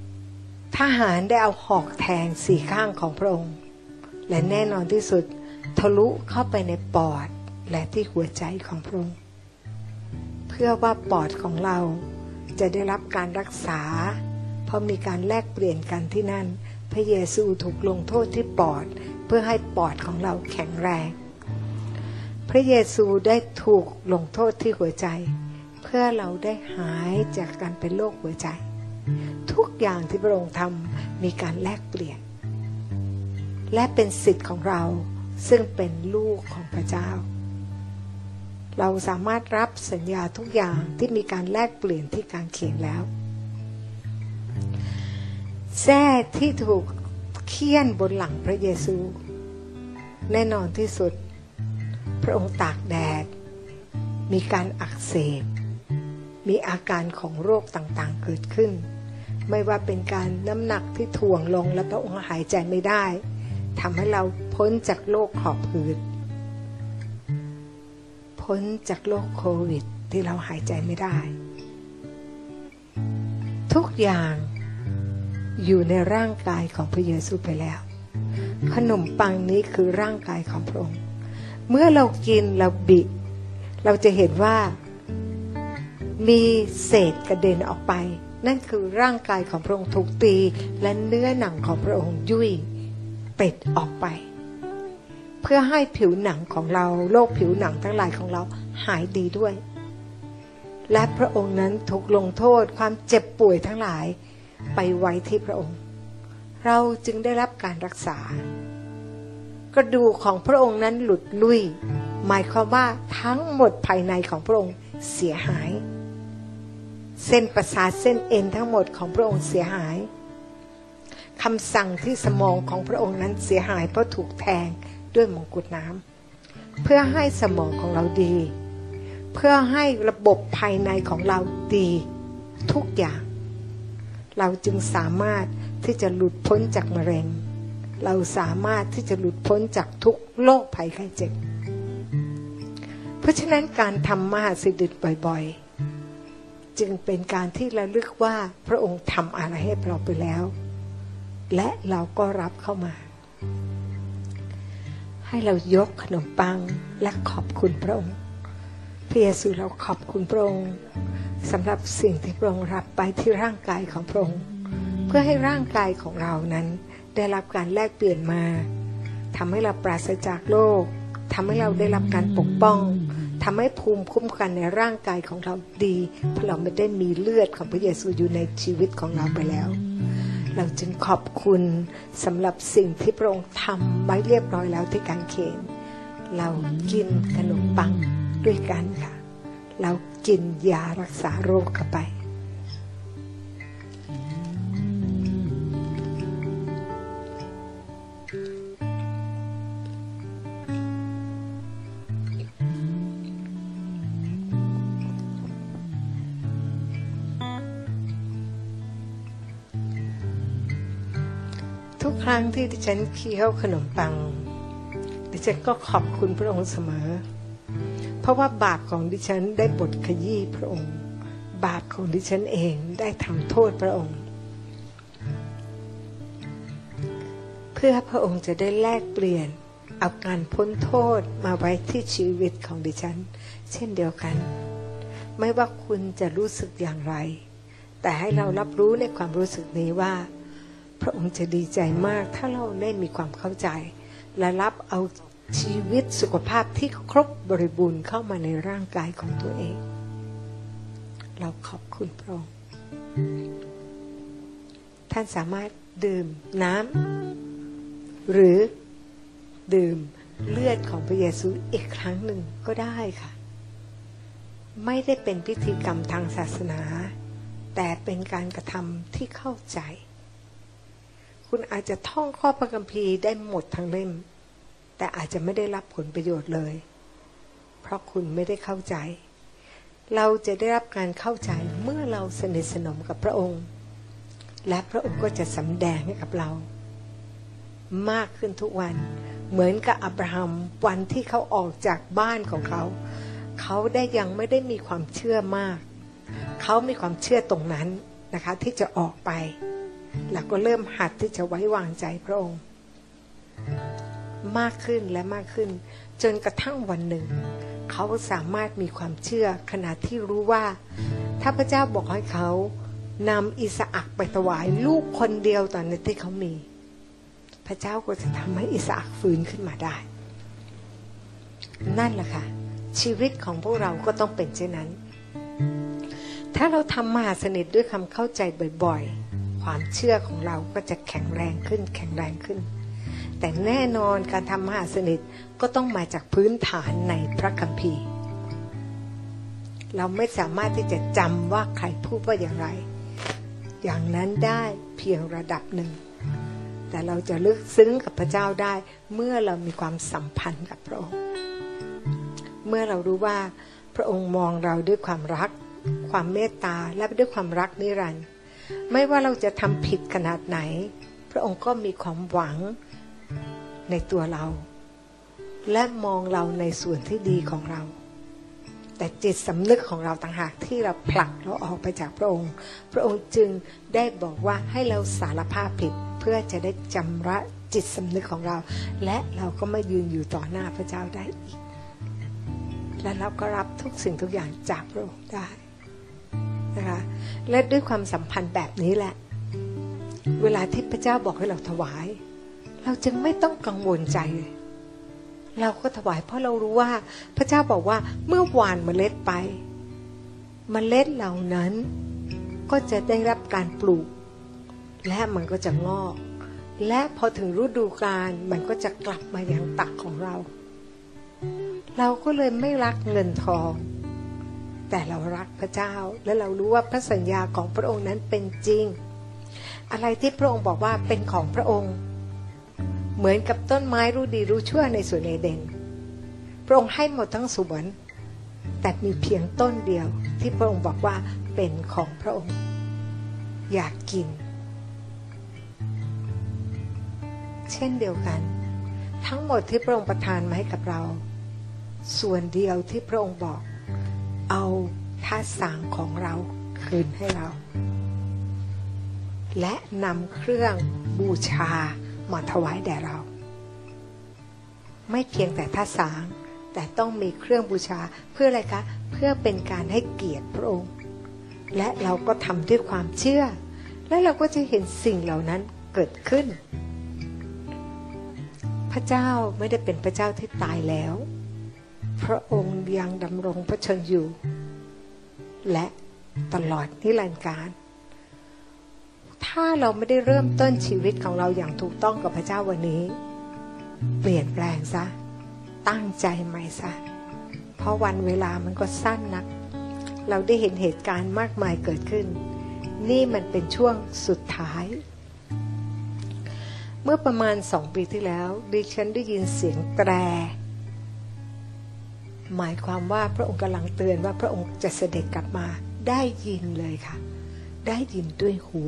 ทหารได้เอาหอกแทงสี่ข้างของพระองค์และแน่นอนที่สุดทะลุเข้าไปในปอดและที่หัวใจของพระองค์เพื่อว่าปอดของเราจะได้รับการรักษาเพราะมีการแลกเปลี่ยนกันที่นั่นพระเยซูถูกลงโทษที่ปอดเพื่อให้ปอดของเราแข็งแรงพระเยซูได้ถูกลงโทษที่หัวใจเพื่อเราได้หายจากการเป็นโรคหัวใจทุกอย่างที่พระองค์ทำมีการแลกเปลี่ยนและเป็นสิทธิ์ของเราซึ่งเป็นลูกของพระเจ้าเราสามารถรับสัญญาทุกอย่างที่มีการแลกเปลี่ยนที่กางเขนแล้วแส้ที่ถูกเฆี่ยนบนหลังพระเยซูแน่นอนที่สุดพระองค์ตากแดดมีการอักเสบมีอาการของโรคต่างๆเกิดขึ้นไม่ว่าเป็นการน้ำหนักที่ถ่วงลงและพระองค์หายใจไม่ได้ทำให้เราพ้นจากโรคหอบหืดพ้นจากโรคโควิดที่เราหายใจไม่ได้ทุกอย่างอยู่ในร่างกายของพระเยซูไปแล้วขนมปังนี้คือร่างกายของพระองค์เมื่อเรากินเราบิเราจะเห็นว่ามีเศษกระเด็นออกไปนั่นคือร่างกายของพระองค์ถูกตีและเนื้อหนังของพระองค์ยุ่ยเป็ดออกไปเพื่อให้ผิวหนังของเราโรคผิวหนังทั้งหลายของเราหายดีด้วยและพระองค์นั้นถูกลงโทษความเจ็บป่วยทั้งหลายไปไว้ที่พระองค์เราจึงได้รับการรักษากระดูกของพระองค์นั้นหลุดลุ่ยหมายความว่าทั้งหมดภายในของพระองค์เสียหายเส้นประสาทเส้นเอ็นทั้งหมดของพระองค์เสียหายคำสั่งที่สมองของพระองค์นั้นเสียหายเพราะถูกแทงด้วยมงกุฎน้ำเพื่อให้สมองของเราดีเพื่อให้ระบบภายในของเราดีทุกอย่างเราจึงสามารถที่จะหลุดพ้นจากมะเร็งเราสามารถที่จะหลุดพ้นจากทุกโรคภัยไข้เจ็บเพราะฉะนั้นการทำมหาสนิทบ่อยๆจึงเป็นการที่ระลึกว่าพระองค์ทำอะไรให้เราไปแล้วและเราก็รับเข้ามาให้เรายกขนมปังและขอบคุณพระองค์พระเยซูเราขอบคุณพระองค์สำหรับสิ่งที่พระองค์รับไปที่ร่างกายของพระองค์เพื่อให้ร่างกายของเรานั้นได้รับการแลกเปลี่ยนมาทำให้เราปราศจากโรคทำให้เราได้รับการปกป้องทำให้ภูมิคุ้มกันในร่างกายของเราดีเพราะเราไม่ได้มีเลือดของพระเยซูอยู่ในชีวิตของเราไปแล้วเราจึงขอบคุณสำหรับสิ่งที่พระองค์ทำไว้เรียบร้อยแล้วที่กางเขนเรากินขนมปังด้วยกันค่ะเรากินยารักษาโรคเข้าไปทุกครั้งที่ดิฉันเคี้ยวขนมปังดิฉันก็ขอบคุณพระองค์เสมอเพราะว่าบาปของดิฉันได้บดขยี้พระองค์บาปของดิฉันเองได้ทำโทษพระองค์เพื่อพระองค์จะได้แลกเปลี่ยนเอาการพ้นโทษมาไว้ที่ชีวิตของดิฉันเช่นเดียวกันไม่ว่าคุณจะรู้สึกอย่างไรแต่ให้เรารับรู้ในความรู้สึกนี้ว่าพระองค์จะดีใจมากถ้าเราได้มีความเข้าใจและรับเอาชีวิตสุขภาพที่ครบบริบูรณ์เข้ามาในร่างกายของตัวเองเราขอบคุณพระองค์ท่านสามารถดื่มน้ำหรือดื่มเลือดของพระเยซูอีกครั้งหนึ่งก็ได้ค่ะไม่ได้เป็นพิธีกรรมทางศาสนาแต่เป็นการกระทำที่เข้าใจคุณอาจจะท่องข้อพระคัมภีร์ได้หมดทั้งเล่มแต่อาจจะไม่ได้รับผลประโยชน์เลยเพราะคุณไม่ได้เข้าใจเราจะได้รับการเข้าใจเมื่อเราสนิทสนมกับพระองค์และพระองค์ก็จะสำแดงให้กับเรามากขึ้นทุกวันเหมือนกับอับราฮัมวันที่เขาออกจากบ้านของเขาเขาได้ยังไม่ได้มีความเชื่อมากเขามีความเชื่อตรงนั้นนะคะที่จะออกไปแล้วก็เริ่มหัดที่จะไว้วางใจพระองค์มากขึ้นและมากขึ้นจนกระทั่งวันหนึ่งเขาสามารถมีความเชื่อขณะที่รู้ว่าถ้าพระเจ้าบอกให้เขานำอิสอัคไปถวายลูกคนเดียวตอนนี้ที่เขามีพระเจ้าก็จะทำให้อิสอัคฟื้นขึ้นมาได้นั่นแหละค่ะชีวิตของพวกเราก็ต้องเป็นเช่นนั้นถ้าเราทำมหาสนิทด้วยความเข้าใจบ่อยๆความเชื่อของเราก็จะแข็งแรงขึ้นแข็งแรงขึ้นแต่แน่นอนการทำมหาสนิทก็ต้องมาจากพื้นฐานในพระคัมภีร์เราไม่สามารถที่จะจำว่าใครพูดว่าอย่างไรอย่างนั้นได้เพียงระดับหนึ่งแต่เราจะลึกซึ้งกับพระเจ้าได้เมื่อเรามีความสัมพันธ์กับพระองค์เมื่อเรารู้ว่าพระองค์มองเราด้วยความรักความเมตตาและด้วยความรักนิรันดร์ไม่ว่าเราจะทำผิดขนาดไหนพระองค์ก็มีความหวังในตัวเราและมองเราในส่วนที่ดีของเราแต่จิตสำนึกของเราต่างหากที่เราผลักเราออกไปจากพระองค์พระองค์จึงได้บอกว่าให้เราสารภาพผิดเพื่อจะได้ชำระจิตสำนึกของเราและเราก็ไม่ยืนอยู่ต่อหน้าพระเจ้าได้อีกและเราก็รับทุกสิ่งทุกอย่างจากพระองค์ได้นะคะและด้วยความสัมพันธ์แบบนี้แหละเวลาที่พระเจ้าบอกให้เราถวายเราจึงไม่ต้องกังวลใจเลยเราก็ถวายเพราะเรารู้ว่าพระเจ้าบอกว่าเมื่อหว่านเมล็ดไปเมล็ดเหล่านั้นก็จะได้รับการปลูกและมันก็จะงอกและพอถึงฤดูกาลมันก็จะกลับมายังตักของเราเราก็เลยไม่รักเงินทองแต่เรารักพระเจ้าและเรารู้ว่าพระสัญญาของพระองค์นั้นเป็นจริงอะไรที่พระองค์บอกว่าเป็นของพระองค์เหมือนกับต้นไม้รู้ดีรู้ชั่วในสวนเอเดนพระองค์ให้หมดทั้งสวนแต่มีเพียงต้นเดียวที่พระองค์บอกว่าเป็นของพระองค์อยากกินเช่นเดียวกันทั้งหมดที่พระองค์ประทานมาให้กับเราส่วนเดียวที่พระองค์บอกเอาท่าสางของเราคืนให้เราและนำเครื่องบูชามาถวายแด่เราไม่เพียงแต่ท่าสางแต่ต้องมีเครื่องบูชาเพื่ออะไรคะเพื่อเป็นการให้เกียรติพระองค์และเราก็ทำด้วยความเชื่อและเราก็จะเห็นสิ่งเหล่านั้นเกิดขึ้นพระเจ้าไม่ได้เป็นพระเจ้าที่ตายแล้วพระองค์ยังดำรงพระชนอยู่และตลอดนิรันดร์กาลถ้าเราไม่ได้เริ่มต้นชีวิตของเราอย่างถูกต้องกับพระเจ้าวันนี้เปลี่ยนแปลงซะตั้งใจใหม่ซะเพราะวันเวลามันก็สั้นนักเราได้เห็นเหตุการณ์มากมายเกิดขึ้นนี่มันเป็นช่วงสุดท้ายเมื่อประมาณ2 ปีที่แล้วดิฉันได้ยินเสียงแตรหมายความว่าพระองค์กำลังเตือนว่าพระองค์จะเสด็จกลับมาได้ยินเลยค่ะได้ยินด้วยหู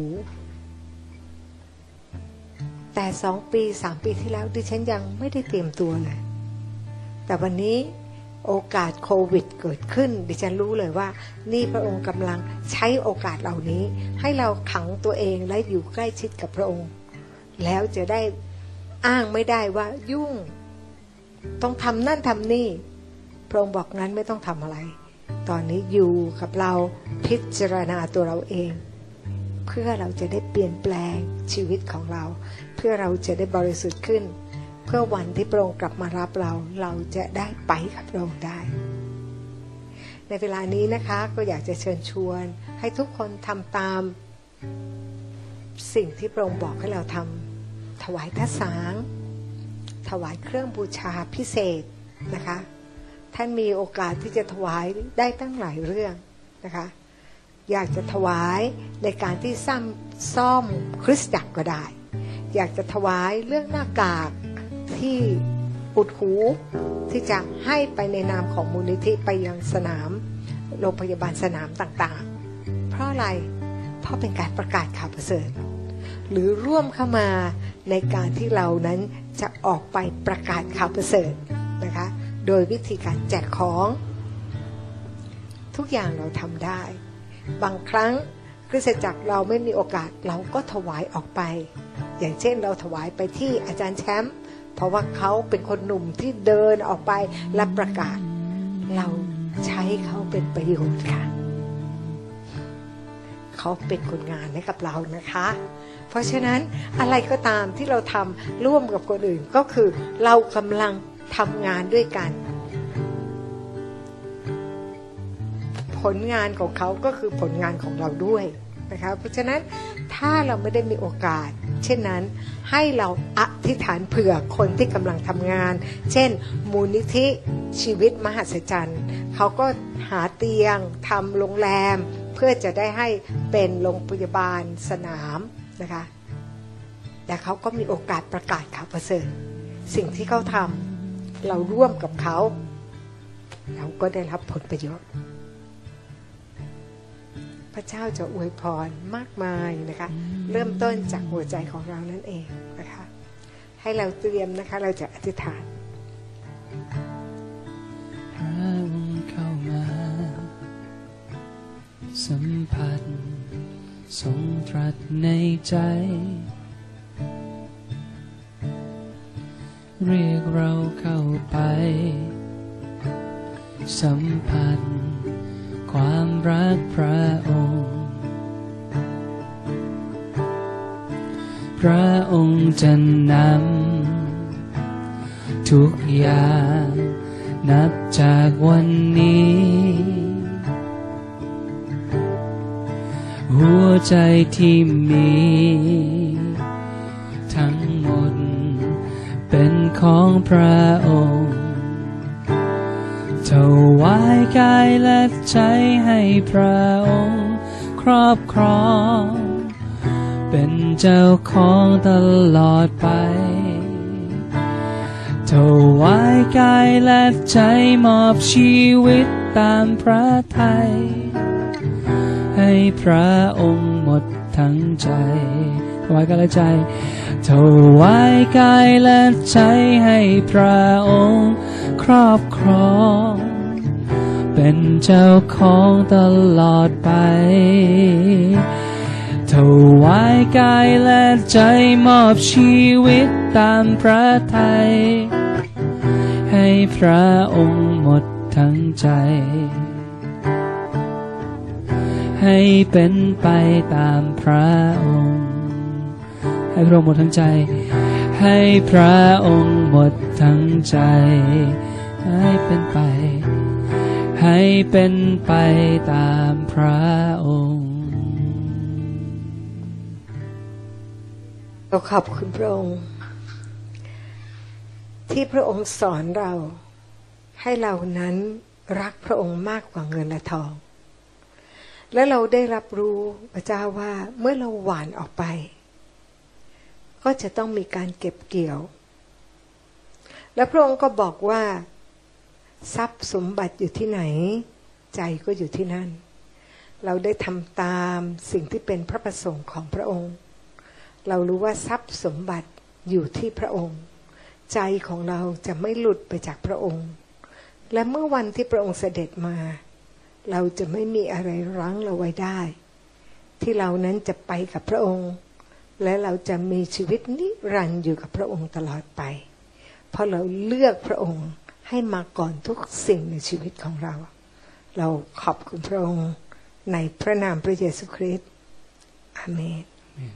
แต่2 ปี3 ปีที่แล้วดิฉันยังไม่ได้เตรียมตัวเลยแต่วันนี้โอกาสโควิดเกิดขึ้นดิฉันรู้เลยว่านี่พระองค์กำลังใช้โอกาสเหล่านี้ให้เราขังตัวเองและอยู่ใกล้ชิดกับพระองค์แล้วจะได้อ้างไม่ได้ว่ายุ่งต้องทำนั่นทำนี่พระองค์บอกงั้นไม่ต้องทำอะไรตอนนี้อยู่กับเราพิจารณาตัวเราเองเพื่อเราจะได้เปลี่ยนแปลงชีวิตของเราเพื่อเราจะได้บริสุทธิ์ขึ้นเพื่อวันที่พระองค์กลับมารับเราจะได้ไปกับพระองค์ได้ในเวลานี้นะคะก็อยากจะเชิญชวนให้ทุกคนทำตามสิ่งที่พระองค์บอกให้เราทำถวายท่าสางถวายเครื่องบูชาพิเศษนะคะท่านมีโอกาสที่จะถวายได้ตั้งหลายเรื่องนะคะอยากจะถวายในการที่ซ่อมคริสตจักรก็ได้อยากจะถวายเรื่องหน้ากากที่อุดหูที่จะให้ไปในนามของมูลนิธิไปยังสนามโรงพยาบาลสนามต่างๆเพราะอะไรเพราะเป็นการประกาศข่าวประเสริฐหรือร่วมเข้ามาในการที่เรานั้นจะออกไปประกาศข่าวประเสริฐนะคะโดยวิธีการแจกของทุกอย่างเราทำได้บางครั้งคริสตจักรเราไม่มีโอกาสเราก็ถวายออกไปอย่างเช่นเราถวายไปที่อาจารย์แชมป์เพราะว่าเขาเป็นคนหนุ่มที่เดินออกไปและประกาศเราใช้เขาเป็นประโยชน์ค่ะเขาเป็นคนงานให้กับเรานะคะเพราะฉะนั้นอะไรก็ตามที่เราทำร่วมกับคนอื่นก็คือเรากำลังทำงานด้วยกันผลงานของเขาก็คือผลงานของเราด้วยนะคะเพราะฉะนั้นถ้าเราไม่ได้มีโอกาสเช่นนั้นให้เราอธิษฐานเผื่อคนที่กำลังทำงานเช่นมูลนิธิชีวิตมหัศจรรย์เขาก็หาเตียงทำโรงแรมเพื่อจะได้ให้เป็นโรงพยาบาลสนามนะคะแต่เขาก็มีโอกาสประกาศข่าวประเสริฐสิ่งที่เขาทำเราร่วมกับเขาเราก็ได้รับผลประโยชน์พระเจ้าจะอวยพรมากมายนะคะเริ่มต้นจากหัวใจของเรานั่นเองนะคะให้เราเตรียมนะคะเราจะอธิษฐานพระองค์เข้ามาสัมผัสทรงตรัสในใจเรียกเราเข้าไปสัมผัสความรักพระองค์พระองค์จะนำทุกอย่างนับจากวันนี้หัวใจที่มีทั้งหมดเป็นของพระองค์ถวายกายและใจให้พระองค์ครอบครองเป็นเจ้าของตลอดไปถวายกายและใจมอบชีวิตตามพระทัยให้พระองค์หมดทั้งใจถวายกายและใจถวายกายและใจให้พระองค์ครอบครองเป็นเจ้าของตลอดไปถวายกายและใจมอบชีวิตตามพระทัยให้พระองค์หมดทั้งใจให้เป็นไปตามพระองค์ให้พระองค์หมดทั้งใจให้พระองค์หมดทั้งใจให้เป็นไปให้เป็นไปตามพระองค์เราขอบคุณพระองค์ที่พระองค์สอนเราให้เรานั้นรักพระองค์มากกว่าเงินและทองและเราได้รับรู้พระเจ้าว่าเมื่อเราหว่านออกไปก็จะต้องมีการเก็บเกี่ยวและพระองค์ก็บอกว่าทรัพย์สมบัติอยู่ที่ไหนใจก็อยู่ที่นั่นเราได้ทำตามสิ่งที่เป็นพระประสงค์ของพระองค์เรารู้ว่าทรัพย์สมบัติอยู่ที่พระองค์ใจของเราจะไม่หลุดไปจากพระองค์และเมื่อวันที่พระองค์เสด็จมาเราจะไม่มีอะไรรั้งเราไว้ได้ที่เรานั้นจะไปกับพระองค์และเราจะมีชีวิตนิรันดร์อยู่กับพระองค์ตลอดไปเพราะเราเลือกพระองค์ให้มาก่อนทุกสิ่งในชีวิตของเราเราขอบคุณพระองค์ในพระนามพระเยซูคริสต์อาเมน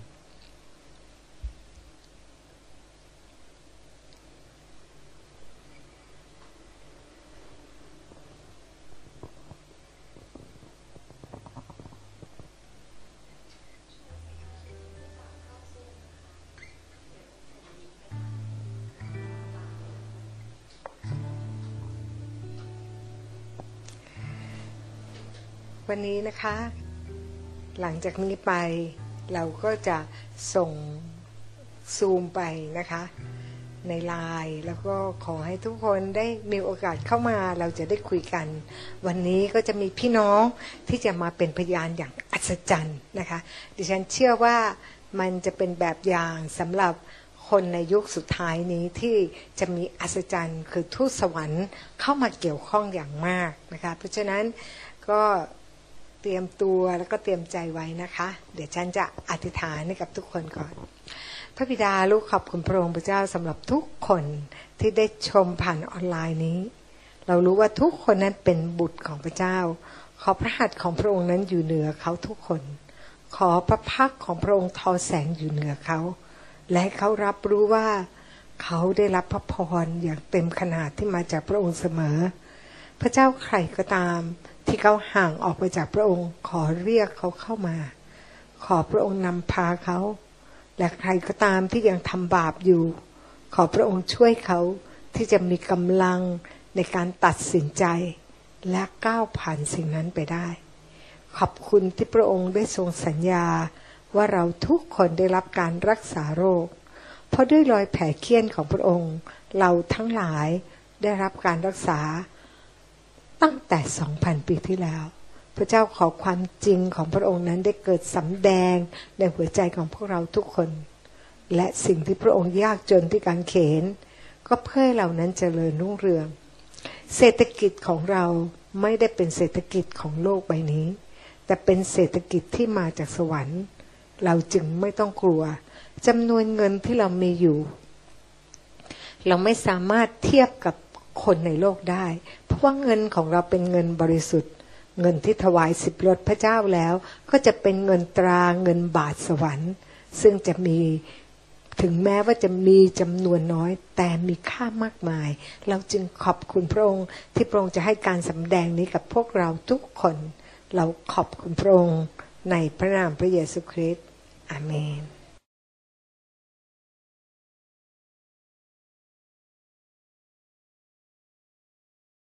วันนี้นะคะหลังจากนี้ไปเราก็จะส่งซูมไปนะคะในไลน์แล้วก็ขอให้ทุกคนได้มีโอกาสเข้ามาเราจะได้คุยกันวันนี้ก็จะมีพี่น้องที่จะมาเป็นพยานอย่างอัศจรรย์นะคะดิฉันเชื่อว่ามันจะเป็นแบบอย่างสำหรับคนในยุคสุดท้ายนี้ที่จะมีอัศจรรย์คือทูตสวรรค์เข้ามาเกี่ยวข้องอย่างมากนะคะเพราะฉะนั้นก็เตรียมตัวแล้วก็เตรียมใจไว้นะคะเดี๋ยวฉันจะอธิษฐานให้กับทุกคนก่อนระบิดาลูกขอบคุณพระองค์พระเจ้าสำหรับทุกคนที่ได้ชมผ่านออนไลน์นี้เรารู้ว่าทุกคนนั้นเป็นบุตรของพระเจ้าขอพระหัตถ์ของพระองค์นั้นอยู่เหนือเขาทุกคนขอพระพักของพระองค์ทอแสงอยู่เหนือเขาและเขารับรู้ว่าเขาได้รับพระพรอย่างเต็มขนาดที่มาจากพระองค์เสมอพระเจ้าใครก็ตามที่เขาห่างออกไปจากพระองค์ขอเรียกเขาเข้ามาขอพระองค์นำพาเขาและใครก็ตามที่ยังทำบาปอยู่ขอพระองค์ช่วยเขาที่จะมีกำลังในการตัดสินใจและก้าวผ่านสิ่งนั้นไปได้ขอบคุณที่พระองค์ได้ทรงสัญญาว่าเราทุกคนได้รับการรักษาโรคเพราะด้วยรอยแผลเคี้ยนของพระองค์เราทั้งหลายได้รับการรักษาตั้งแต่ 2,000 ปีที่แล้วพระเจ้าขอความจริงของพระองค์นั้นได้เกิดสำแดงในหัวใจของพวกเราทุกคนและสิ่งที่พระองค์ยากจนที่กางเขนก็เพื่อให้เรานั้นเจริญรุ่งเรืองเศรษฐกิจของเราไม่ได้เป็นเศรษฐกิจของโลกใบนี้แต่เป็นเศรษฐกิจที่มาจากสวรรค์เราจึงไม่ต้องกลัวจำนวนเงินที่เรามีอยู่เราไม่สามารถเทียบกับคนในโลกได้เพราะว่าเงินของเราเป็นเงินบริสุทธิ์เงินที่ถวาย10 รถพระเจ้าแล้วก็จะเป็นเงินตราเงินบาทสวรรค์ซึ่งจะมีถึงแม้ว่าจะมีจำนวนน้อยแต่มีค่ามากมายเราจึงขอบคุณพระองค์ที่พระองค์จะให้การสำแดงนี้กับพวกเราทุกคนเราขอบคุณพระองค์ในพระนามพระเยซูคริสต์อาเมน